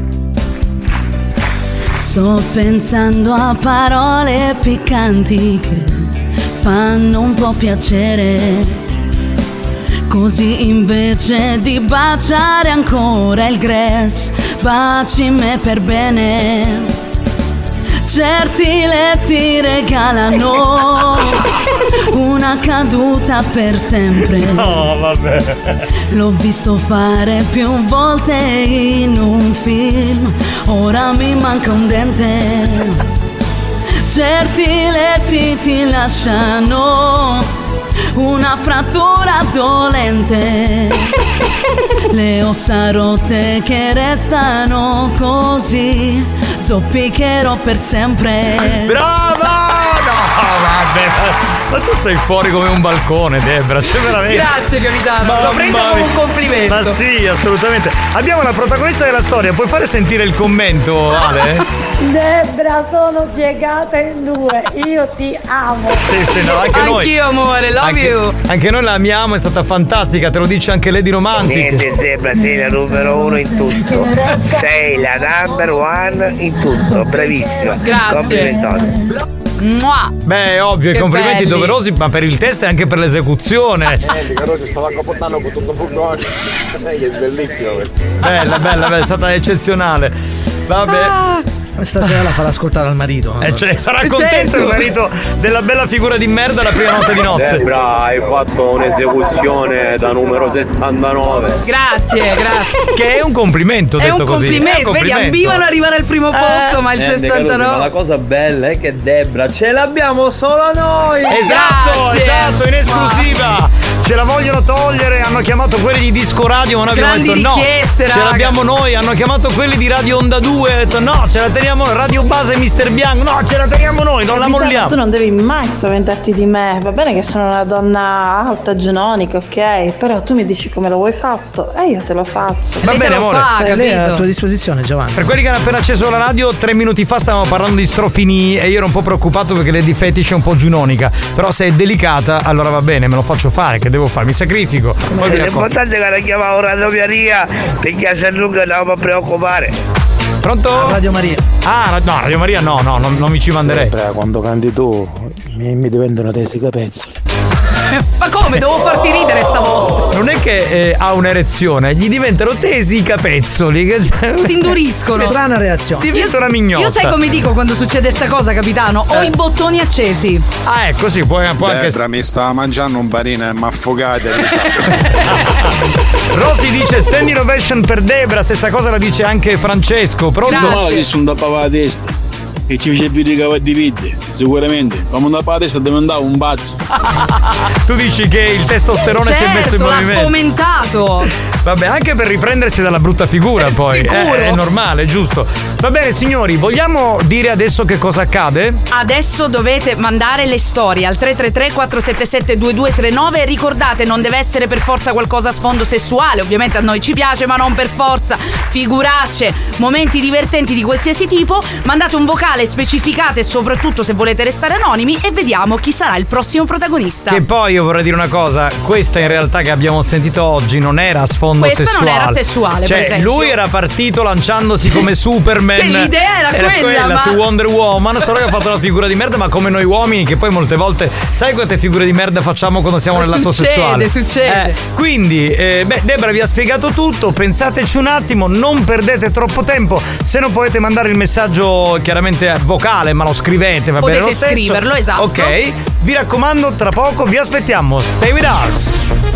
Sto pensando a parole piccanti che fanno un po' piacere, così invece di baciare ancora il grass, baci me per bene. Certi letti regalano una caduta per sempre. No, vabbè. L'ho visto fare più volte in un film, ora mi manca un dente. Certi letti ti lasciano una frattura dolente, le ossa rotte che restano così, zoppicherò per sempre. Brava! No, vabbè, ma tu sei fuori come un balcone, Debra, cioè veramente. Grazie, capitano. Mamma Lo prendo come mia. un complimento. Ma sì, assolutamente. Abbiamo la protagonista della storia, puoi fare sentire il commento, Ale? Debra, sono piegata in due, io ti amo. Sì, sì, no, anche noi. Anch'io, amore, love Anche, you. anche noi la amiamo, è stata fantastica, te lo dice anche Lady Romantic. Niente Zebra, sei la numero uno in tutto. Sei la number one in tutto, bravissima. Grazie. Complimentosa. Mua. Beh, ovvio, i Che complimenti belli. doverosi, ma per il test e anche per l'esecuzione. Eh, che si stava capottando con tutto il furgone. È bellissimo. Bella, bella, bella, è stata eccezionale. Vabbè. Ah. Stasera la farà ascoltare al marito. No? Eh, cioè, sarà Certo. contento il marito della bella figura di merda la prima notte di nozze. Debra, hai fatto un'esecuzione da numero sessantanove. Grazie, grazie. Che è un complimento, È detto un così. complimento, È un vedi, complimento. ambivano ad arrivare al primo posto, ma il Niente, Carusi, ma la sessantanove. cosa bella è che Debra ce l'abbiamo solo noi. Esatto, Grazie. esatto, in esclusiva. ce la vogliono togliere, hanno chiamato quelli di Disco Radio, ma noi abbiamo Grandi detto no. richieste, Ce raga. l'abbiamo noi, hanno chiamato quelli di Radio Onda due, ha detto no, ce la teniamo noi, Radio Base Mister Bianco, no, ce la teniamo noi, non la Capitano, molliamo. Tu non devi mai spaventarti di me. Va bene che sono una donna alta, genonica, ok? Però tu mi dici come lo vuoi fatto e io te lo faccio. Va bene, amore. Cioè, lei è a tua disposizione, Giovanni. Per quelli che hanno appena acceso la radio, tre minuti fa stavamo parlando di strofini e io ero un po' preoccupato perché Lady Fetish è un po' giunonica. Però se è delicata, allora va bene, me lo faccio fare, che devo fare? Mi sacrifico. Poi mi racconto. L'importante è che la chiamavo Radio Maria perché se lunga andiamo a preoccupare. Pronto? Radio Maria. Ah, no, Radio Maria no, no, non, non mi ci manderei. Beh, quando canti tu mi, mi diventano tesi capezzoli. Ma come? Devo farti ridere stavolta. Non è che eh, ha un'erezione, gli diventano tesi i capezzoli. Che... Si induriscono. Strana reazione. Diventa una mignotta. Io sai come dico quando succede sta cosa, capitano? Ho Eh. i bottoni accesi. Ah, ecco, sì, può, può anche. Debra mi stava mangiando un panino e mi affogate. Rosy dice standing ovation per Debra, stessa cosa la dice anche Francesco. Pronto? No, che sono da pava la testa. E ci fece vedere che va di vide, sicuramente. Quando da pava la testa deve andare un bazzo. Tu dici che il testosterone certo, si è messo in l'ha movimento. fomentato. Vabbè, anche per riprendersi dalla brutta figura Eh, poi. sicuro. È, è normale, giusto. Va bene, signori, vogliamo dire adesso che cosa accade? Adesso dovete mandare le storie al tre tre tre quattro sette sette due due tre nove. Ricordate, non deve essere per forza qualcosa a sfondo sessuale. Ovviamente a noi ci piace, ma non per forza. Figuracce, momenti divertenti di qualsiasi tipo. Mandate un vocale, specificate soprattutto se volete restare anonimi e vediamo chi sarà il prossimo protagonista. Che poi io vorrei dire una cosa, questa in realtà che abbiamo sentito oggi non era a sfondo Questa non sessuale. era sessuale, cioè, per esempio. lui era partito lanciandosi come Superman. Cioè, l'idea era quella, ma- su Wonder Woman, solo che ha fatto una figura di merda, ma come noi uomini che poi molte volte sai quante figure di merda facciamo quando siamo Ma nell'atto succede, sessuale. succede. Eh, quindi, eh, beh, Debra vi ha spiegato tutto, pensateci un attimo, non perdete troppo tempo. Se non potete mandare il messaggio chiaramente vocale, ma lo scrivete, va Potete bene lo stesso. scriverlo, esatto. Ok, vi raccomando, tra poco vi aspettiamo. Stay with us.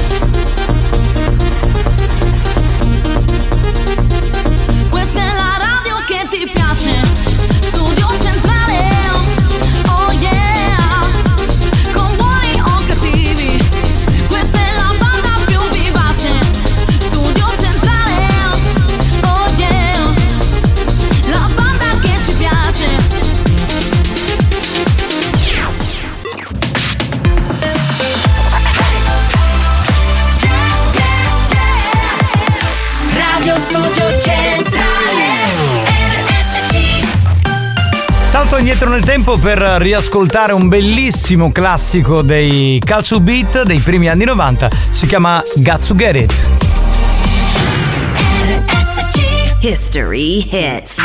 Questa è la radio che ti piace, Studio Centrale, oh yeah, con buoni o cattivi, questa è la banda più vivace, Studio Centrale, oh yeah, la banda che ci piace. Radio Studio Centrale R S C. Salto indietro nel tempo per riascoltare un bellissimo classico dei Calcio Beat dei primi anni novanta. Si chiama Got to Get It. History Hits.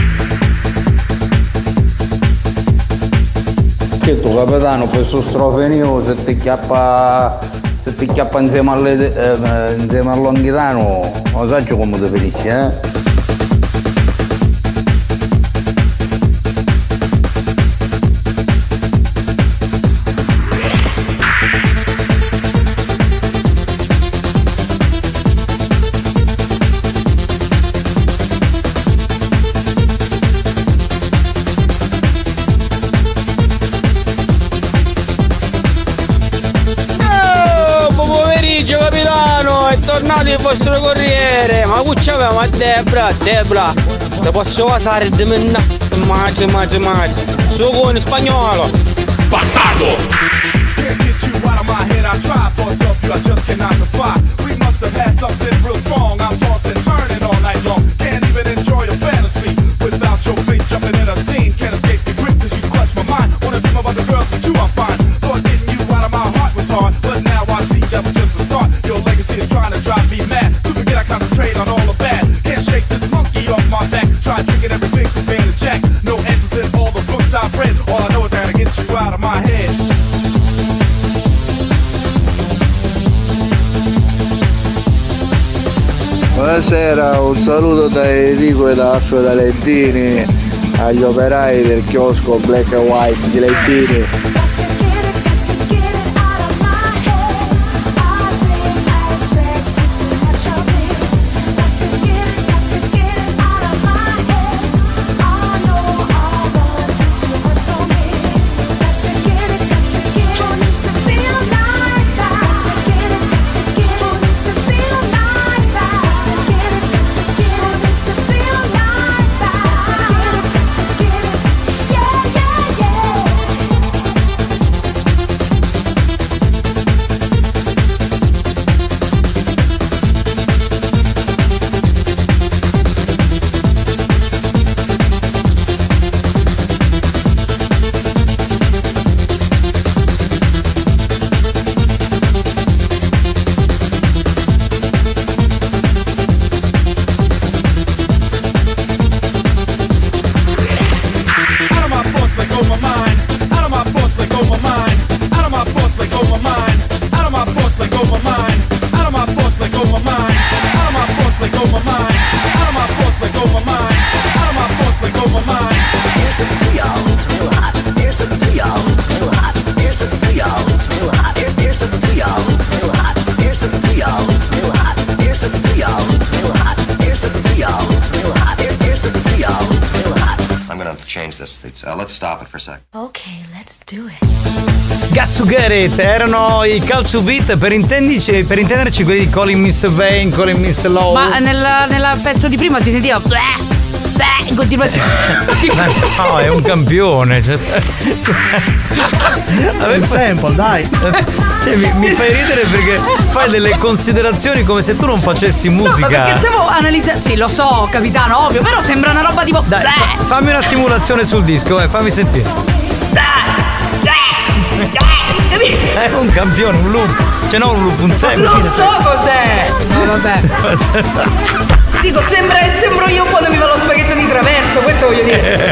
Che tu capitano, questo strofenio se ti chiappa se ti chiappa insieme alle eh, insieme all'onghitano, lo sai come ti finisci, eh? Tornate il vostro corriere, ma qui c'avevamo a Debra, Debra, ti posso passare di me, immagino, immagino, immagino, su con in spagnolo. Bastardo! Trying to drive me mad, so forget I concentrate on all the bad. Can't shake this monkey off my back. Try thinking everything's a fan of Jack. No answers in all the books I've read. All I know is how to get you out of my head. Buonasera, un saluto da Enrico e da Affio da Lentini agli operai del chiosco Black and White di Lentini. Got to get it, change this. Uh, let's stop it for a sec. Okay, let's do it. Got to get it, erano i Calcio Beat, per intenderci, per intenderci quelli di Calling mister Vane, Calling mister Lowe. Ma nella, nella pezzo di prima si sentiva bleh, bleh, in continuazione. No, è un campione. Cioè, un sample, dai. Cioè, mi, mi fai ridere perché fai delle considerazioni come se tu non facessi musica. No, ma perché stiamo analizzando. Sì, lo so, capitano, ovvio, però sembra una roba tipo. Dai, fa, fammi una simulazione sul disco, eh, fammi sentire. È un campione, un loop. Cioè no un loop, un sample. Non so cos'è. No, vabbè. Dico, sembra, sembro io quando mi va lo spaghetto di traverso, questo voglio dire.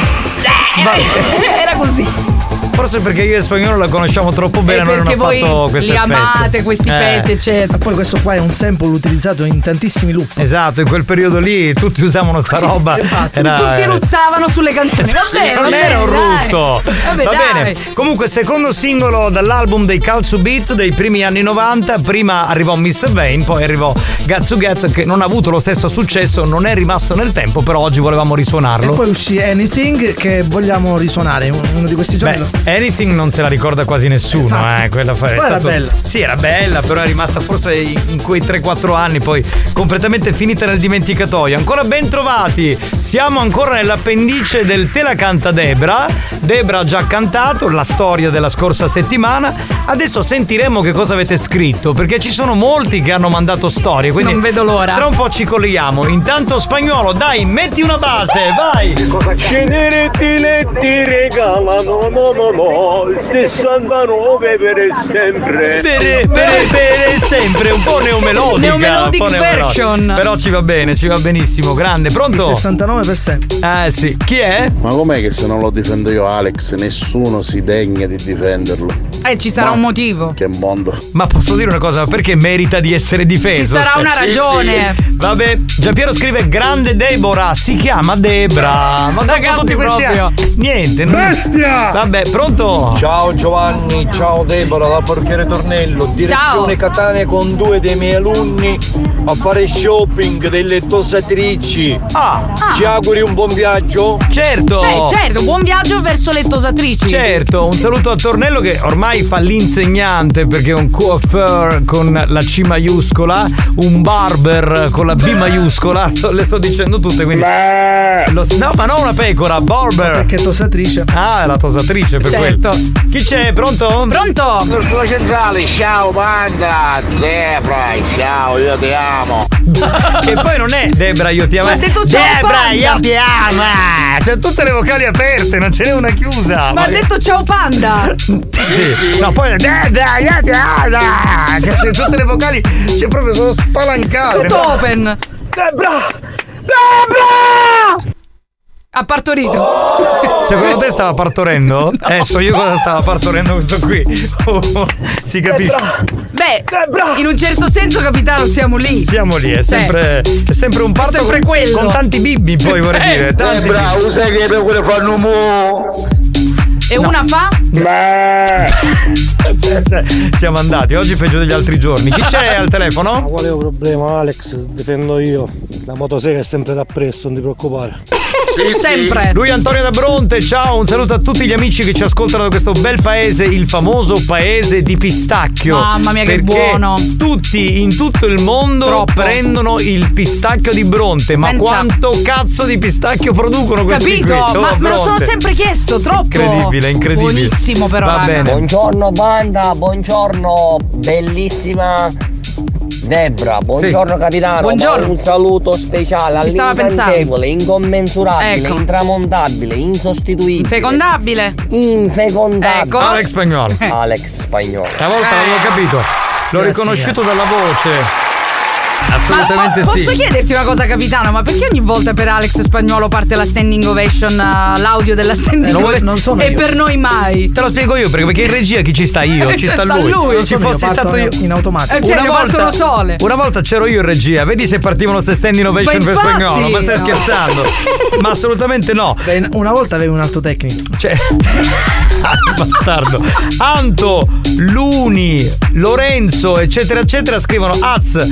Era così. Forse perché io e Spagnolo la conosciamo troppo bene, noi non ho fatto questo li effetto. amate questi eh. pezzi, eccetera. Poi questo qua è un sample utilizzato in tantissimi loop. Esatto, in quel periodo lì tutti usavano sta roba. Esatto. Era, tutti ruttavano sulle canzoni. Vabbè, non vabbè, era un dai. rutto. Vabbè, Va dai. bene. Comunque, secondo singolo dall'album dei Calcio Beat dei primi anni novanta. Prima arrivò mister Vane, poi arrivò Got to Get, che non ha avuto lo stesso successo, non è rimasto nel tempo, però oggi volevamo risuonarlo. E poi uscì Anything, che vogliamo risuonare uno di questi giorni. Beh, Anything non se la ricorda quasi nessuno, esatto. eh, quella fa- è Poi era stato... bella. Sì, era bella, però è rimasta forse in quei tre quattro anni, poi completamente finita nel dimenticatoio. Ancora ben trovati, siamo ancora nell'appendice del Te la canta Debra. Debra ha già cantato la storia della scorsa settimana. Adesso sentiremo che cosa avete scritto, perché ci sono molti che hanno mandato storie, quindi non vedo l'ora. Tra un po' ci colleghiamo. Intanto Spagnolo, dai, metti una base, vai. Ceneretti letti regalano, no no no, sessantanove per sempre. Per, per, per sempre, un po' neomelodica. Neomelodic un po' version. Però ci va bene, ci va benissimo. Grande, pronto? Il sessantanove per sempre. Eh sì, chi è? Ma com'è che se non lo difendo io Alex, nessuno si degna di difenderlo? Eh, ci sarà Ma un motivo. Che mondo. Ma posso dire una cosa? Perché merita di essere difeso? Ci sarà una ragione. Sì, sì. Vabbè, Giampiero scrive grande Deborah, si chiama Debra. Ma dopo tutti questi anni. Niente. Bestia! Vabbè, pronto? Ciao Giovanni, ciao Deborah da Porchiere Tornello, direzione Ciao. Catania con due dei miei alunni a fare shopping delle tosatrici. Ah, ah. Ci auguri un buon viaggio? Certo. Eh, certo, buon viaggio verso le tosatrici. Certo, un saluto a Tornello che ormai fa l'insegnante perché è un coiffeur con la C maiuscola, un barber con la B maiuscola, sto, le sto dicendo tutte, quindi lo, no, ma non una pecora, barber. Perché è tosatrice. Ah, è la tosatrice per Certo. quello. Chi c'è? Pronto? Pronto? Sulla centrale, ciao banda, Debra, ciao, io ti amo. Che poi non è Debra, io ti amo. Ma ha detto ciao, Debra, Panda. io ti amo. C'è tutte le vocali aperte, non ce n'è una chiusa. Ma ha detto ciao Panda. Sì. No, poi Debra, io ti amo. C'è tutte le vocali, c'è proprio sono spalancate. Tutto open. Debra! Debra! Ha partorito. Secondo te stava partorendo? No. Eh, so io cosa stava partorendo questo qui. Oh, si capisce. Beh, in un certo senso, capitano, siamo lì. Siamo lì, è sempre, è sempre un parto È sempre con, quello. con tanti bibbi, poi vorrei Eh, dire. Tanti Debra, lo sai che per quello fanno mo. E no. Una fa? Siamo andati, oggi peggio degli altri giorni. Chi c'è al telefono? Ma qual è il problema, Alex? Difendo io. La motosega è sempre da presso, non ti preoccupare. Sì, Sempre. sì. Lui Antonio da Bronte, ciao, un saluto a tutti gli amici che ci ascoltano da questo bel paese, il famoso paese di pistacchio. Mamma mia, che Perché buono. tutti in tutto il mondo Troppo. prendono il pistacchio di Bronte. Ma Pensa. quanto cazzo di pistacchio producono questi Capito? qui? Oh, Ma me lo sono Bronte. sempre chiesto, troppo. Incredibile, incredibile. Buonissimo però. Va raga. bene. Buongiorno banda, buongiorno bellissima Debra, buongiorno Sì. capitano, Buongiorno. un saluto speciale Ci stava all'incantevole, incommensurabile, Ecco. intramontabile, insostituibile, Fecondabile. infecondabile. Ecco. Alex Spagnolo. Alex Spagnolo. Stavolta l'avevo capito. L'ho Grazie, riconosciuto dalla voce. Ma Assolutamente po- sì. posso chiederti una cosa, capitano? Ma perché ogni volta per Alex Spagnolo parte la standing ovation, uh, l'audio della standing Eh, non- ovation? non sono e io. per noi mai? Te lo spiego io perché, perché in regia chi ci sta io, ci sta, Sta lui. lui. Se ci Sono io, fossi parto stato io in automatico. Eh, cioè, ne partono sole. una volta c'ero io in regia, vedi se partivano ste stand innovation Ma per infatti, Spagnolo, ma stai no. scherzando? Ma assolutamente no. Beh, una volta avevi un alto tecnico. Cioè, bastardo. Anto, Luni, Lorenzo, eccetera, eccetera, scrivono Az.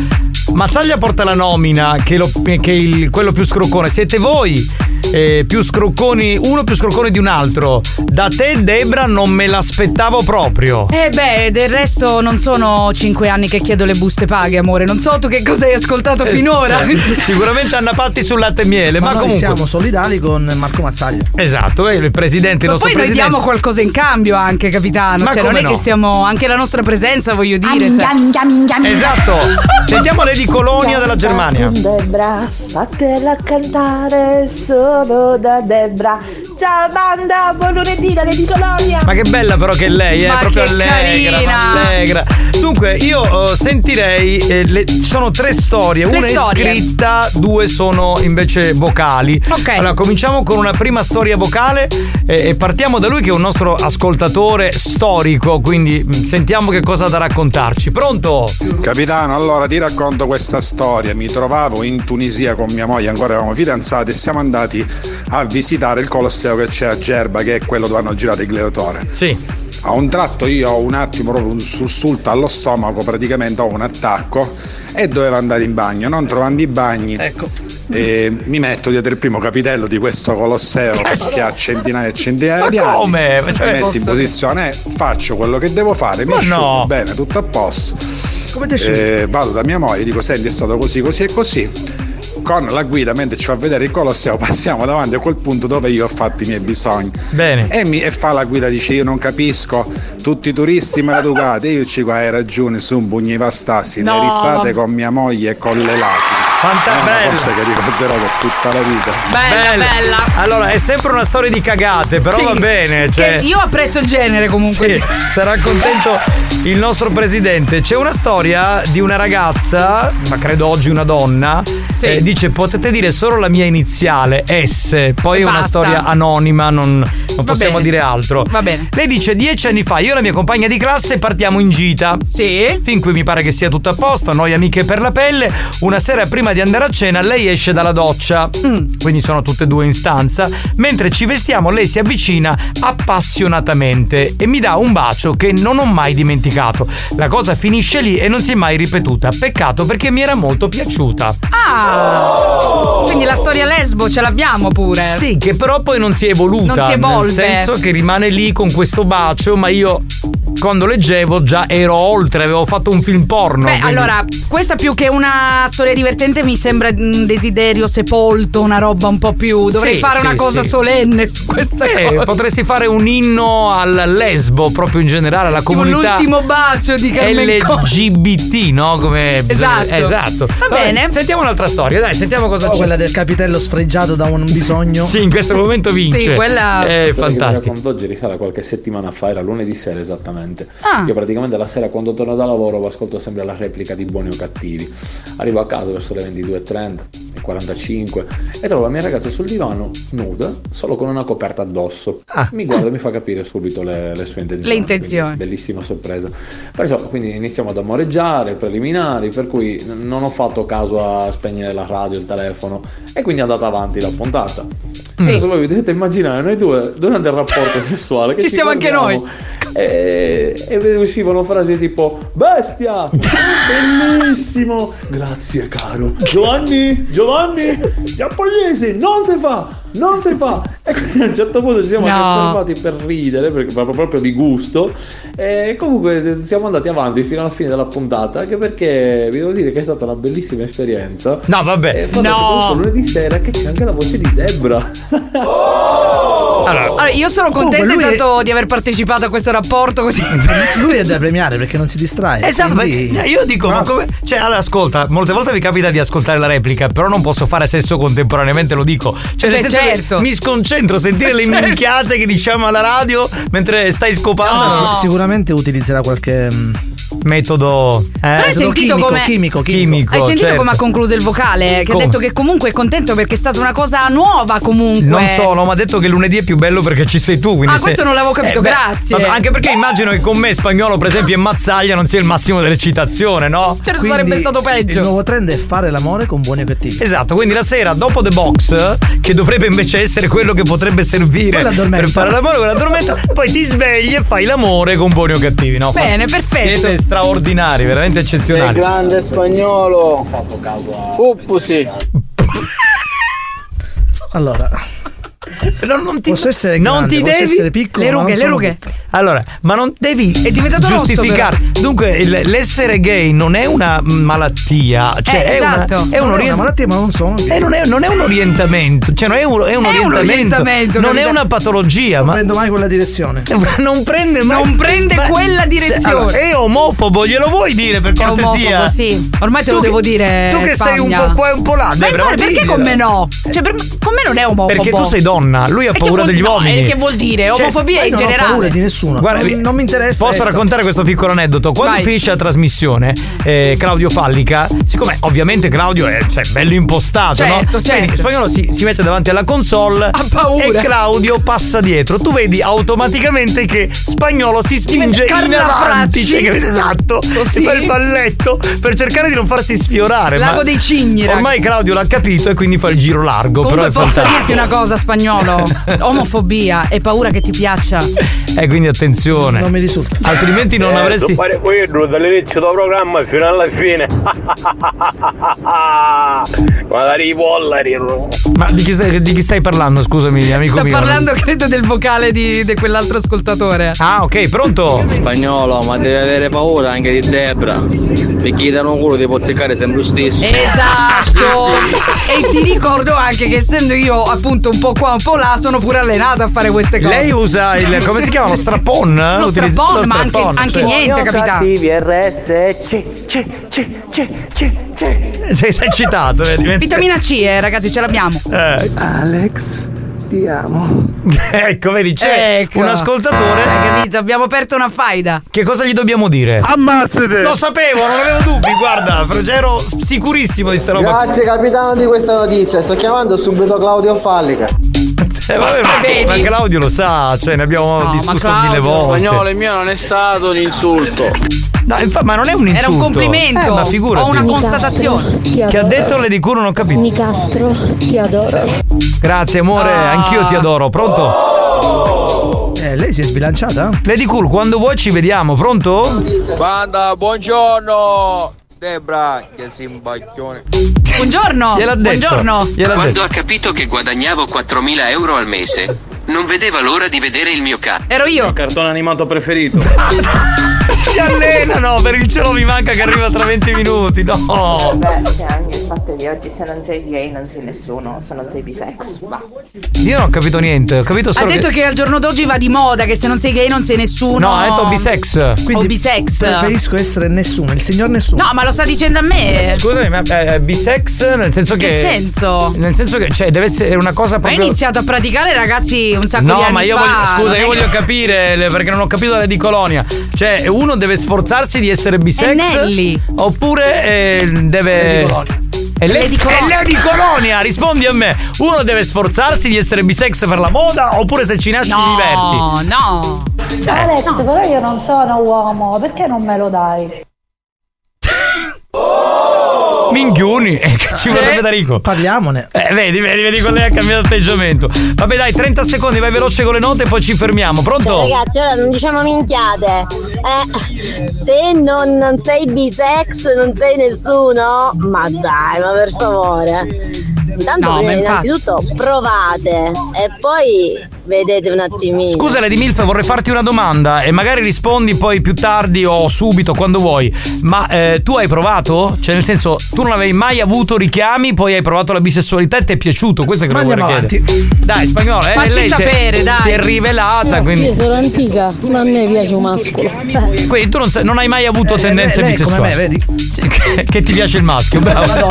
Mazzaglia porta la nomina che, lo, che il, quello più scroccone siete voi. Eh, più scrocconi, uno più scroccone di un altro. Da te, Debra, non me l'aspettavo proprio. Eh beh, del resto non sono cinque anni che chiedo le buste paghe, amore. Non so tu che cosa hai ascoltato Eh, finora. cioè, sicuramente Anna Patti sul latte e miele, ma, Ma, noi comunque siamo solidali con Marco Mazzaglia. esatto, eh, il presidente, il Ma nostro poi noi presidente. diamo qualcosa in cambio anche, capitano. Ma cioè, non come è no? che stiamo. Anche la nostra presenza, voglio dire. minchia, cioè. minchia, minchia, minchia. Esatto. Sentiamo Lady Colonia della Germania. Debra, fatela cantare solo da Debra. Ciao banda, buon lunedì da Lady Colonia. Ma che bella però che è lei, è Ma proprio che allegra, carina. ma allegra. Dunque, io eh, sentirei eh, le, ci sono tre storie, Le una storie. è scritta, due sono invece vocali. Ok. Allora, cominciamo con una prima storia vocale eh, e partiamo da lui che è un nostro ascoltatore storico, quindi mh, sentiamo che cosa ha da raccontarci. Pronto? Capitano, allora ti racconto questa storia. Mi trovavo in Tunisia con mia moglie, ancora eravamo fidanzati, e siamo andati a visitare il Colosseo che c'è a Gerba, che è quello dove hanno girato il gladiatore. Sì. A un tratto io ho un attimo proprio un sussulto allo stomaco, praticamente ho un attacco e dovevo andare in bagno. Non trovando i bagni, ecco. E mi metto dietro il primo capitello di questo Colosseo che ha centinaia e centinaia Ma di anni. come? Ma cioè, mi metto in posso- posizione, faccio quello che devo fare, mi Ma asciugo no. bene, tutto a posto. Come ti asciughi? Eh, vado da mia moglie, dico senti è stato così così e così. Con la guida mentre ci fa vedere il Colosseo passiamo davanti a quel punto dove io ho fatto i miei bisogni. Bene. E, mi, e fa la guida, dice io non capisco, tutti i turisti maleducati. E io ci dico hai ragione, su un pugni pastassi, No, le risate vabbè. con mia moglie e con le lacrime. Fanta- È una bella. cosa che ricorderò per tutta la vita. Bella, bella. Allora, è sempre una storia di cagate, però Sì. va bene. Cioè... Che io apprezzo il genere comunque. Sì, sarà contento il nostro presidente. C'è una storia di una ragazza, ma credo oggi una donna, Sì. eh, dice potete dire solo la mia iniziale S, poi è una Basta. storia anonima, non, non Va possiamo bene. dire altro. Va bene. Lei dice dieci anni fa io e la mia compagna di classe partiamo in gita. Sì. Fin qui mi pare che sia tutto a posto, noi amiche per la pelle. Una sera prima di andare a cena lei esce dalla doccia, Mm. quindi sono tutte e due in stanza. Mentre ci vestiamo lei si avvicina appassionatamente e mi dà un bacio che non ho mai dimenticato. La cosa finisce lì e non si è mai ripetuta. Peccato perché mi era molto piaciuta. Ah! Quindi la storia lesbo ce l'abbiamo pure. Sì, che però poi non si è evoluta. Non si evolve. Nel senso che rimane lì con questo bacio, ma io quando leggevo già ero oltre, avevo fatto un film porno. Beh, quindi- allora, questa più che una storia divertente mi sembra un desiderio sepolto, una roba un po' più. Dovrei Sì, fare sì, una cosa sì. solenne su questa Eh, cosa. potresti fare un inno al lesbo, proprio in generale, alla Tipo comunità l'ultimo bacio di Carmen Consoli. L G B T, no? Come bisogna- Esatto. esatto. Va Vabbè, bene. Sentiamo un'altra storia, dai, sentiamo cosa Oh, c'è. quella del capitello sfregiato da un bisogno. Sì, in questo momento vince. Sì, quella- È Quella che vi fantastico. racconto oggi risale a qualche settimana fa, era lunedì sera esattamente. Ah. Io praticamente la sera quando torno da lavoro ascolto sempre la replica di Buoni o Cattivi. Arrivo a casa verso le ventidue e trenta e quarantacinque e trovo la mia ragazza sul divano nuda, solo con una coperta addosso. Ah. Mi guarda e mi fa capire subito le, le sue intenzioni. Le intenzioni. Quindi, bellissima sorpresa. Perciò quindi iniziamo ad amoreggiare, preliminari, per cui n- non ho fatto caso a spegnere la radio, il telefono, e quindi è andata avanti la puntata. Sì. Adesso voi vi dovete immaginare noi due durante il rapporto sessuale che Ci siamo anche guardiamo noi. e, e uscivano frasi tipo bestia, bellissimo, grazie caro, Giovanni, Giovanni, giapponesi, non si fa, non si fa. E quindi a un certo punto ci siamo No. anche fermati per ridere, perché proprio, proprio di gusto, e comunque siamo andati avanti fino alla fine della puntata, anche perché vi devo dire che è stata una bellissima esperienza. No, vabbè. E fa No. lunedì sera che c'è anche la voce di Debra. Allora, Allora, io sono Comunque, contenta lui è- intanto di aver partecipato a questo rapporto così. Lui è da premiare perché non si distrae. Esatto, quindi- perché io dico, ma come. Cioè, allora, ascolta, molte volte mi capita di ascoltare la replica, però non posso fare sesso contemporaneamente, lo dico. Cioè, nel Beh, senso che certo. mi sconcentro, sentire le Certo. minchiate che diciamo alla radio mentre stai scopando. No. Sic- Sicuramente utilizzerà qualche mm, Metodo. Eh? Hai metodo sentito chimico, come- chimico, chimico. Chimico. Hai sentito certo. come ha concluso il vocale? Che Come? ha detto che comunque è contento perché è stata una cosa nuova comunque. Non solo, ma ha detto che lunedì è più bello perché ci sei tu. Quindi Ah, se- questo non l'avevo capito, beh, grazie. vabbè, anche perché immagino che con me Spagnolo, per esempio, e Mazzaglia non sia il massimo dell'eccitazione, no? Certo, Quindi sarebbe stato Il peggio. nuovo trend è fare l'amore con buoni o cattivi. Esatto, quindi la sera dopo The Box, che dovrebbe invece essere quello che potrebbe servire Quella addormenta. per fare l'amore, quella addormenta, poi ti svegli e fai l'amore con buoni o cattivi, no? Bene, perfetto. Siete straordinari, veramente eccezionali. Sei grande spagnolo. Uppusi. Allora, non, non ti, posso essere non grande, ti posso devi essere piccolo, le ma rughe, non le sono- rughe. Allora, ma non devi È diventato rosso, giustificare. Dunque, il- l'essere gay non è una malattia, cioè Eh, è, esatto. una, è un Non è orient- una malattia, ma non sono. eh, non, è, non è un orientamento, cioè non è un, è un È un orientamento, orientamento, non è capito? una patologia, Non ma prendo mai quella direzione. non prende mai. Non prende ma- quella se- direzione. allora, è omofobo, glielo vuoi dire per È cortesia? omofobo, sì. Ormai te lo Tu che- devo dire. Tu che sei un Spagna. po' qua e un po' là, Ma Debra, infatti, ma perché diglielo. con me no? Cioè, per- con me non è omofobo. Perché tu sei donna, lui ha E che paura vuol- degli no, uomini. e che vuol dire? Cioè, Omofobia Ma in io non ho generale. paura di nessuno. Guarda, non, non mi interessa. Posso essa. raccontare questo piccolo aneddoto? Quando Vai. finisce la trasmissione, eh, Claudio Fallica, siccome ovviamente Claudio è cioè, bello impostato, Certo, no? certo. Quindi Spagnolo si, si mette davanti alla console Ha paura. e Claudio passa dietro. Tu vedi automaticamente che Spagnolo si spinge Diventa in avanti, carnafracci. cioè, esatto, Così. si fa il balletto per cercare di non farsi sfiorare. Lago ma dei cigni, raga. ormai Claudio l'ha capito e quindi fa il giro largo. Comunque però è posso fantastico. dirti una cosa, Spagnolo. Omofobia e paura che ti piaccia. Eh, quindi attenzione. Non mi risulta. Altrimenti non Eh, avresti. devo fare quello dall'inizio del programma fino alla fine. Magari i pollari. Ma di chi, stai, di chi stai parlando, scusami, amico Sta mio? parlando, credo, del vocale di, di quell'altro ascoltatore. Ah, ok, pronto? Spagnolo, ma devi avere paura anche di Debra. Perché gli danno un culo ti può seccare sempre lo stesso. Esatto. E ti ricordo anche che essendo io appunto un po' qua un po' là, sono pure allenata a fare queste cose. Lei usa il, come si chiama, lo strappon? Lo Utilizza- strappon, lo ma anche, strappon, anche cioè. niente, capitano. R S C C C C C C. Sei, sei eccitato, vedi? Diventa- Vitamina C, eh, ragazzi, ce l'abbiamo. Eh, Alex, ti amo. ecco, vedi, c'è Ecco. un ascoltatore. Hai capito? Abbiamo aperto una faida. Che cosa gli dobbiamo dire? Ammazzate! Lo sapevo, non avevo dubbi, guarda, ero sicurissimo di sta roba. Grazie capitano di questa notizia, sto chiamando subito Claudio Fallica. Eh, vabbè, ma, Vedi? ma Claudio lo sa, cioè ne abbiamo No, ma discusso Claudio- mille volte. Spagnolo, il mio non è stato un insulto. No, infa- ma non è un insulto. Era un complimento. Eh, ma figurati. o una constatazione. Che ha detto Lady Q non ho capito. Nicastro, ti adoro. Grazie amore, Ah. anch'io ti adoro. Pronto? Eh, lei si è sbilanciata? Lady Cool, quando vuoi ci vediamo, pronto? Banda, buongiorno! Debra, che simpaglione. Buongiorno. Gliel'ha detto. Buongiorno. Gliel'ha Quando detto. ha capito che guadagnavo quattromila euro al mese, non vedeva l'ora di vedere il mio ca. Ero io. Cartone animato preferito. Si allenano per il cielo mi manca che arriva tra venti minuti. No. Beh, c'è anche il fatto di oggi, se non sei gay non sei nessuno, se non sei bisex. Va. Io non ho capito niente, ho capito Ha solo detto che al giorno d'oggi va di moda, che se non sei gay non sei nessuno. No, ha detto bisex. O bisex. Preferisco essere nessuno, il signor nessuno. No, ma lo sta dicendo a me. Scusami, ma eh, bisex nel senso che. Che senso? Nel senso che cioè deve essere una cosa Ma ho proprio. iniziato a praticare, ragazzi, un sacco di No, anni ma io fa. voglio, scusa, non è io che- voglio capire le- perché non ho capito la di Colonia. Cioè, uno deve sforzarsi di essere bisex È Nelly. oppure eh, deve. Lady Colonia. È le- Lady Colonia. è Lady Colonia, rispondi a me. Uno deve sforzarsi di essere bisex per la moda oppure se ci nasci ti diverti. No, no. Alex, però io non sono uomo, perché non me lo dai? Minchioni, eh, che ci vorrebbe da Rico. Parliamone. Eh, vedi, vedi, vedi, con lei ha cambiato atteggiamento. Vabbè, dai, trenta secondi, vai veloce con le note e poi ci fermiamo. Pronto? Cioè, ragazzi, ora non diciamo minchiate. Eh, se non, non sei bisex, non sei nessuno. Ma dai, ma per favore. Intanto, No, ma prima, infatti. innanzitutto provate e poi vedete un attimino. Scusa Lady Milf, vorrei farti una domanda e magari rispondi poi più tardi o subito quando vuoi. Ma eh, tu hai provato? Cioè nel senso, tu non avevi mai avuto richiami, poi hai provato la bisessualità e ti è piaciuto? Questo è che Ma lo andiamo vorrei chiedere. Dai, spagnolo, eh, Facci lei si è- sapere, dai. si è rivelata, quindi, sono antica, ma a me piace un mascolo. quindi tu non, sei- non hai mai avuto Eh, tendenze lei è bisessuali. come me, vedi? Che, che ti piace il maschio, bravo.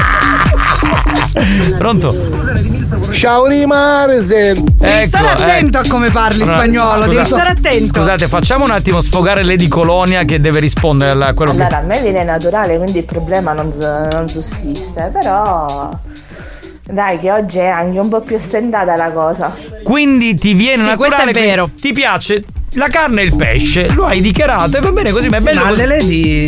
Pronto? Ciao Rimarse. Devi Ecco, stare attento ecco. a come parli Allora, spagnolo, scusa- devi stare attento. Scusate, facciamo un attimo sfogare Lady Colonia che deve rispondere a quello Allora, a me viene naturale, quindi il problema non, non sussiste, però dai che oggi è anche un po' più stendata la cosa. che. Quindi ti viene Sì, naturale. questo è quindi vero. Ti piace la carne e il pesce, lo hai dichiarato e va bene così, ma è bello Ma così. le lady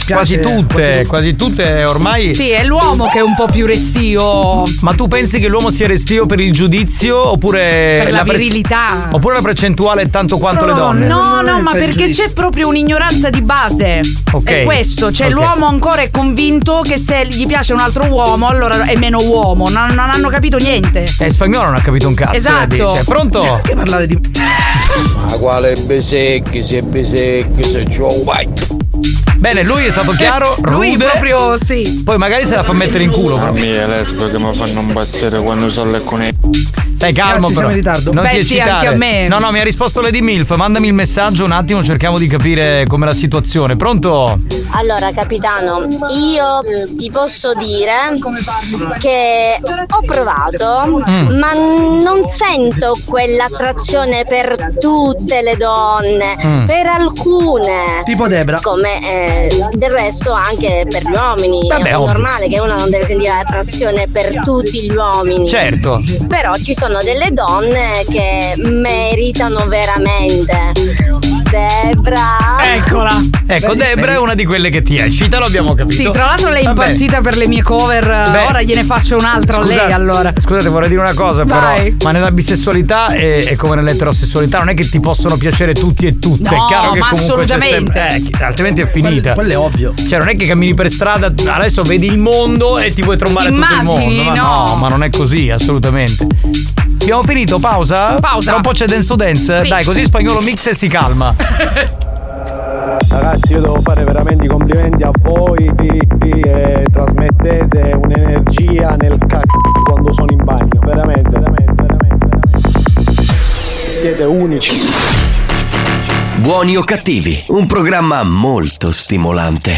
quasi tutte, quasi tutte ormai. Sì, è l'uomo che è un po' più restio. Ma tu pensi che l'uomo sia restio per il giudizio oppure Per la pre- virilità. oppure la percentuale è tanto quanto no, le donne? No, no, ma perché c'è proprio un'ignoranza di base. Ok. È questo, cioè Ok. l'uomo ancora è convinto che se gli piace un altro uomo allora è meno uomo, non, non hanno capito niente. Eh, spagnolo non ha capito un cazzo. Esatto. eh, dice. Pronto? Che parlare di. Ma quale besecchi, se besecchi, se c'ho guai. Bene, lui è stato chiaro, Lui rude. proprio sì. Poi magari se la fa mettere in culo. A però. me è lesbo che mi fanno impazzire quando sono le coniglie. Stai calmo, Ragazzi, però. siamo in ritardo. Non Beh, ti sì, eccitare. anche a me. No, no, mi ha risposto Lady Milf. Mandami il messaggio un attimo, cerchiamo di capire com'è la situazione. Pronto? Allora, capitano, io ti posso dire che ho provato, Mm. ma non sento quell'attrazione per tutte le donne, Mm. per alcune. Tipo Debra. Come eh, del resto anche per gli uomini. Vabbè, è ovvio. normale che uno non deve sentire l'attrazione per tutti gli uomini. Certo. Però ci sono delle donne che meritano veramente. Debra. Eccola. Ecco, Debra è una di quelle che ti eccita, lo abbiamo capito. Sì, tra l'altro lei è Vabbè. impazzita per le mie cover. Beh. Ora gliene faccio un'altra a Scusa- lei allora. Scusate, vorrei dire una cosa, Vai. però. Ma nella bisessualità è, è come nell'eterosessualità, non è che ti possono piacere tutti e tutte. No, è chiaro che ma comunque c'è assolutamente. sempre. Eh, chi- altrimenti è finita. Quello è ovvio. Cioè, non è che cammini per strada, adesso vedi il mondo e ti vuoi trombare tutto il Immagini, mondo. Ma no. ma non è così, assolutamente. Abbiamo finito, pausa? Pausa. Tra un po' c'è Dance to Dance? Sì. Dai, così Spagnolo mix e si calma. Ragazzi, io devo fare veramente i complimenti a voi e trasmettete un'energia nel c***o quando sono in bagno. Veramente, veramente, veramente, veramente. Siete unici. Buoni o cattivi, un programma molto stimolante.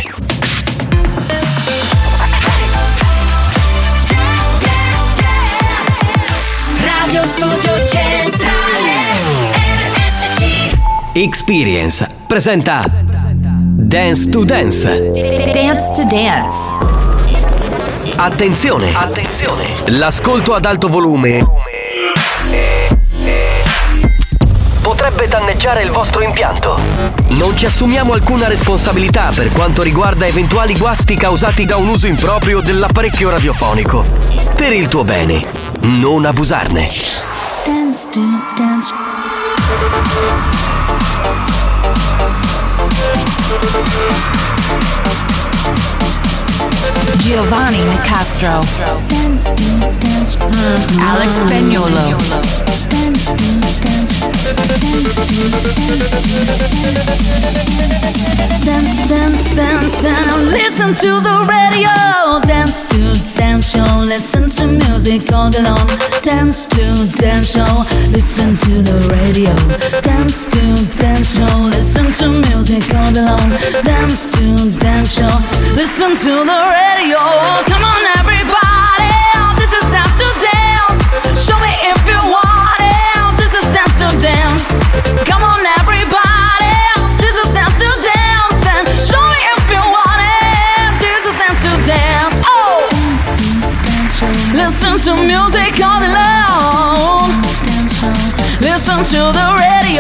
Radio Studio Centrale R S C. Experience presenta Dance to Dance. Dance to Dance. Attenzione, attenzione. L'ascolto ad alto volume potrebbe danneggiare il vostro impianto. Non ci assumiamo alcuna responsabilità per quanto riguarda eventuali guasti causati da un uso improprio dell'apparecchio radiofonico. Per il tuo bene, non abusarne. Dance to dance. Giovanni Nicastro. Dance to dance. Mm, Alex Spagnolo. Dance to dance. Dance, dance, dance, and listen to the radio. Dance to dance show, listen to music all day long. Dance to dance show, listen to the radio. Dance to dance show, listen to music all day long. Dance to dance show, listen to the radio. Come on everybody, this is dance to dance. Show me if you want it, this is dance to dance. Come on everybody, this is dance to dance. And show me if you want it, this is dance to dance. Oh! Listen to music all day long. Listen to the radio.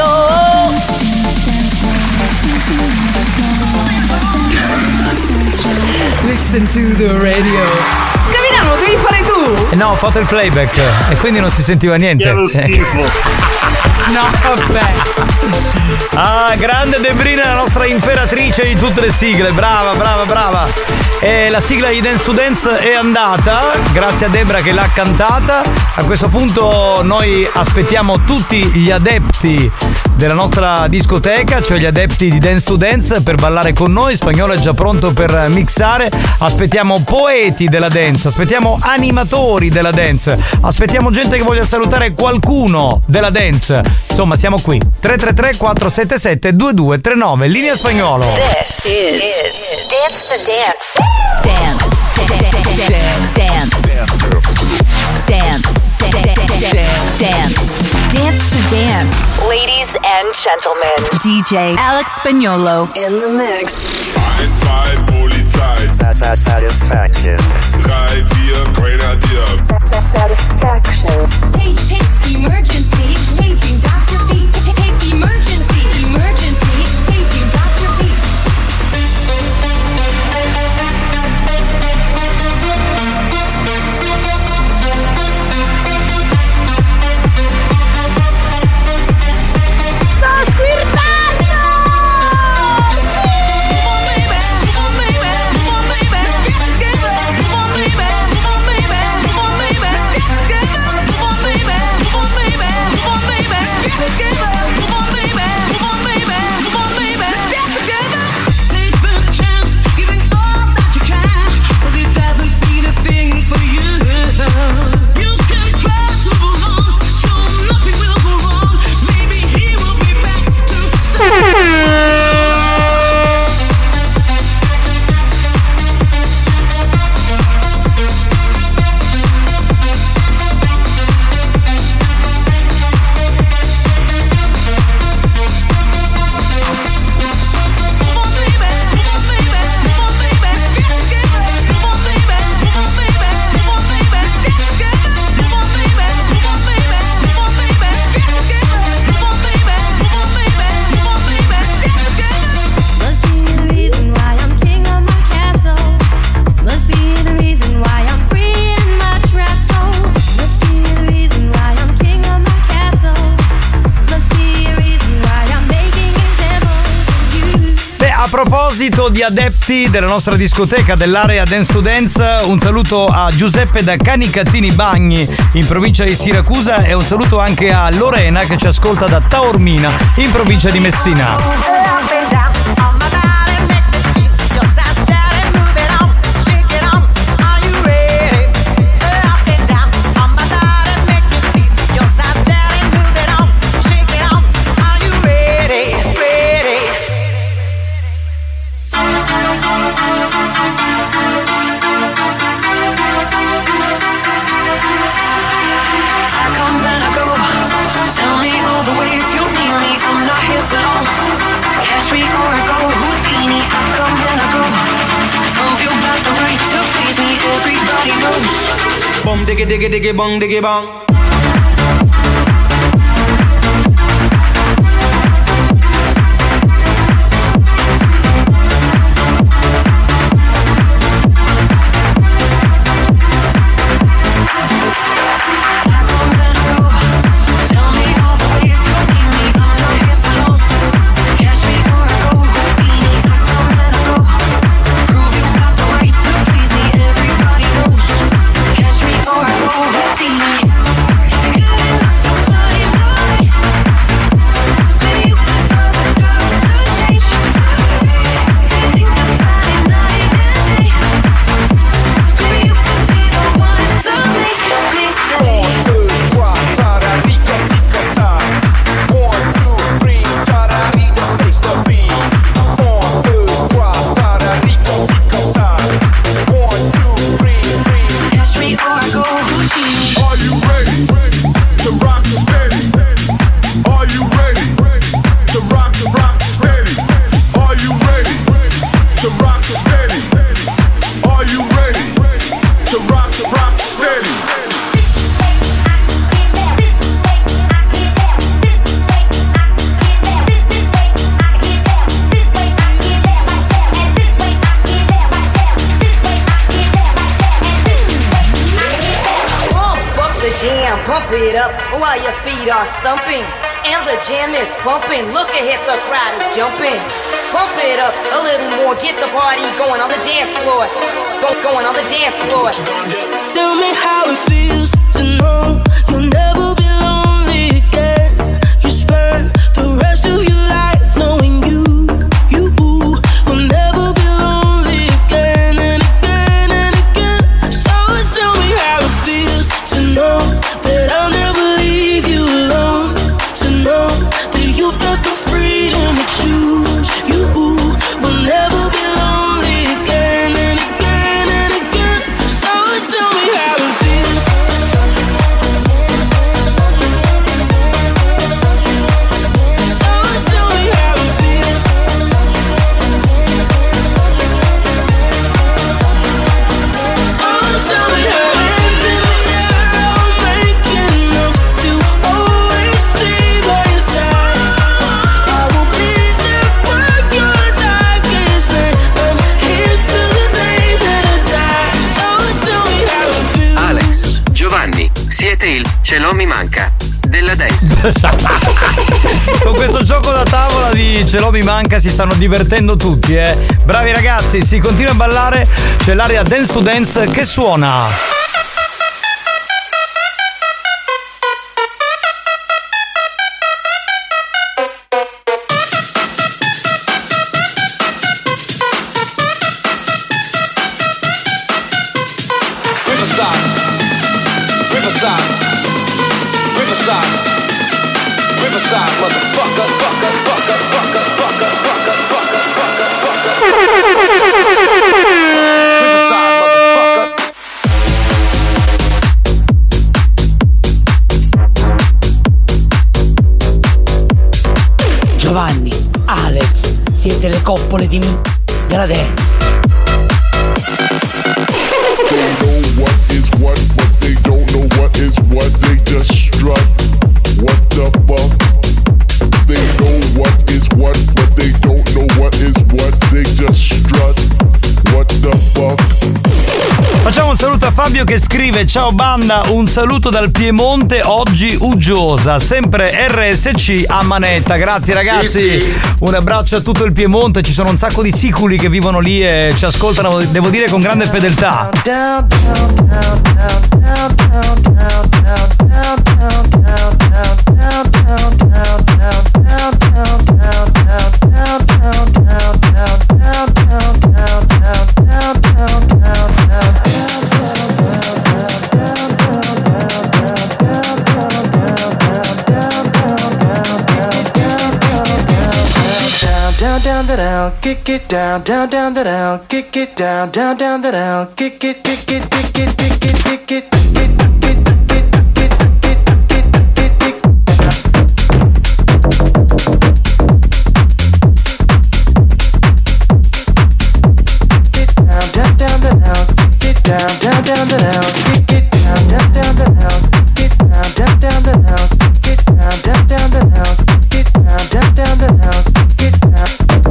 Listen to the radio. Capitano, lo devi fare tu? Eh no, ho fatto il playback e quindi non si sentiva niente. Che lo schifo. No, vabbè. Ah, grande Debrina, la nostra imperatrice di tutte le sigle. Brava, brava, brava. E la sigla di Dance to Dance è andata. Grazie a Debra che l'ha cantata. A questo punto noi aspettiamo tutti gli adepti della nostra discoteca, cioè gli adepti di Dance to Dance, per ballare con noi. Spagnolo è già pronto per mixare. Aspettiamo poeti della dance, aspettiamo animatori della dance, aspettiamo gente che voglia salutare qualcuno della dance. Insomma, siamo qui. tre tre tre quattro sette sette due due tre nove, linea Spagnolo. This is Dance to Dance. Dance. Dance. Dance. Dance. Dance to dance. Ladies and gentlemen, D J Alex Spagnolo in the mix. Zwei Polizei. Satisfaction. Drei, vier, Grenadier. Satisfaction. Hey, hey, emergency. Paging Doctor B. Hey, emergency. Emergency. Paging Doctor B. proposito di adepti della nostra discoteca dell'area Dance to Dance, un saluto a Giuseppe da Canicattini Bagni in provincia di Siracusa e un saluto anche a Lorena che ci ascolta da Taormina in provincia di Messina. Bum diggy diggy diggy bong diggy bong. Pump it up while your feet are stumping. And the jam is pumping. Look ahead, the crowd is jumping. Pump it up a little more. Get the party going on the dance floor. Go, going on the dance floor. Tell me how it feels to know you'll never be lonely again. You spend the rest of your life knowing you, you will never be lonely again and again and again. So tell me how it feels to know that I'll never leave you alone. To know that you've got the freedom to choose. You will never be lonely again and again and again. So tell me how it feels. So tell me how it feels. So tell me how it ends in the air. I'll make enough to always stay by your side. I will be there for your darkest night. I'm here till the day that I die. So tell me how it feels. Alex, Giovanni, siete il Ce l'ho mi manca della dance. Con questo gioco da tavola di Ce l'ho mi manca si stanno divertendo tutti, eh. Bravi ragazzi, si continua a ballare, c'è l'area Dance to Dance che suona. Riverside, Riverside, Riverside, Riverside, motherfucker, fucker, fucker, fucker, fucker, fucker, fucker, fucker, fucker. Riverside, motherfucker. Giovanni, Alex, siete le coppole di m- della dance. Don't know what is what, but they don't know what is what. They just strut. What the fuck? They know what is what, but they don't know what is what. They just strut. What the fuck? Facciamo un saluto a Fabio Fabio che scrive: ciao banda, un saluto dal Piemonte, oggi uggiosa, sempre R S C a manetta. Grazie ragazzi, Sì, sì. un abbraccio a tutto il Piemonte, ci sono un sacco di siculi che vivono lì e ci ascoltano, devo dire, con grande fedeltà. Down, down, the down, kick it down, down, down, the down, kick it down, down, down, the down, kick it, kick it, kick it, kick it, kick it, kick it. Down, down, down, the down, kick it down, down, down, the down, kick it down, down, down, the down, kick it down, down, down, the down, kick it down, down, down, the down, kick it down.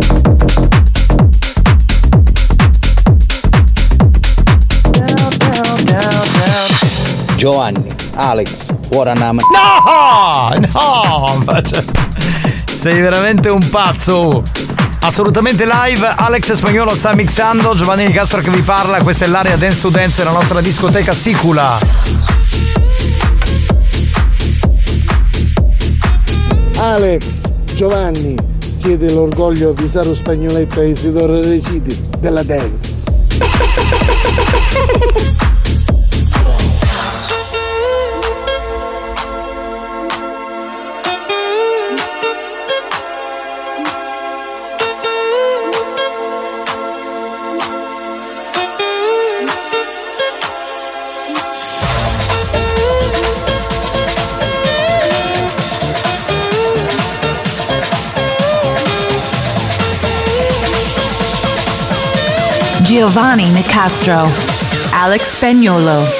Down, down, down, down. Giovanni, Alex, ora andiamo. No! No! Sei veramente un pazzo! Assolutamente live, Alex Spagnuolo sta mixando, Giovanni Nicastro che vi parla, questa è l'area Dance to Dance della nostra discoteca Sicula. Alex, Giovanni, siete l'orgoglio di Saro Spagnoletto e Isidoro Reciti della dance. Giovanni Nicastro, Alex Spagnuolo.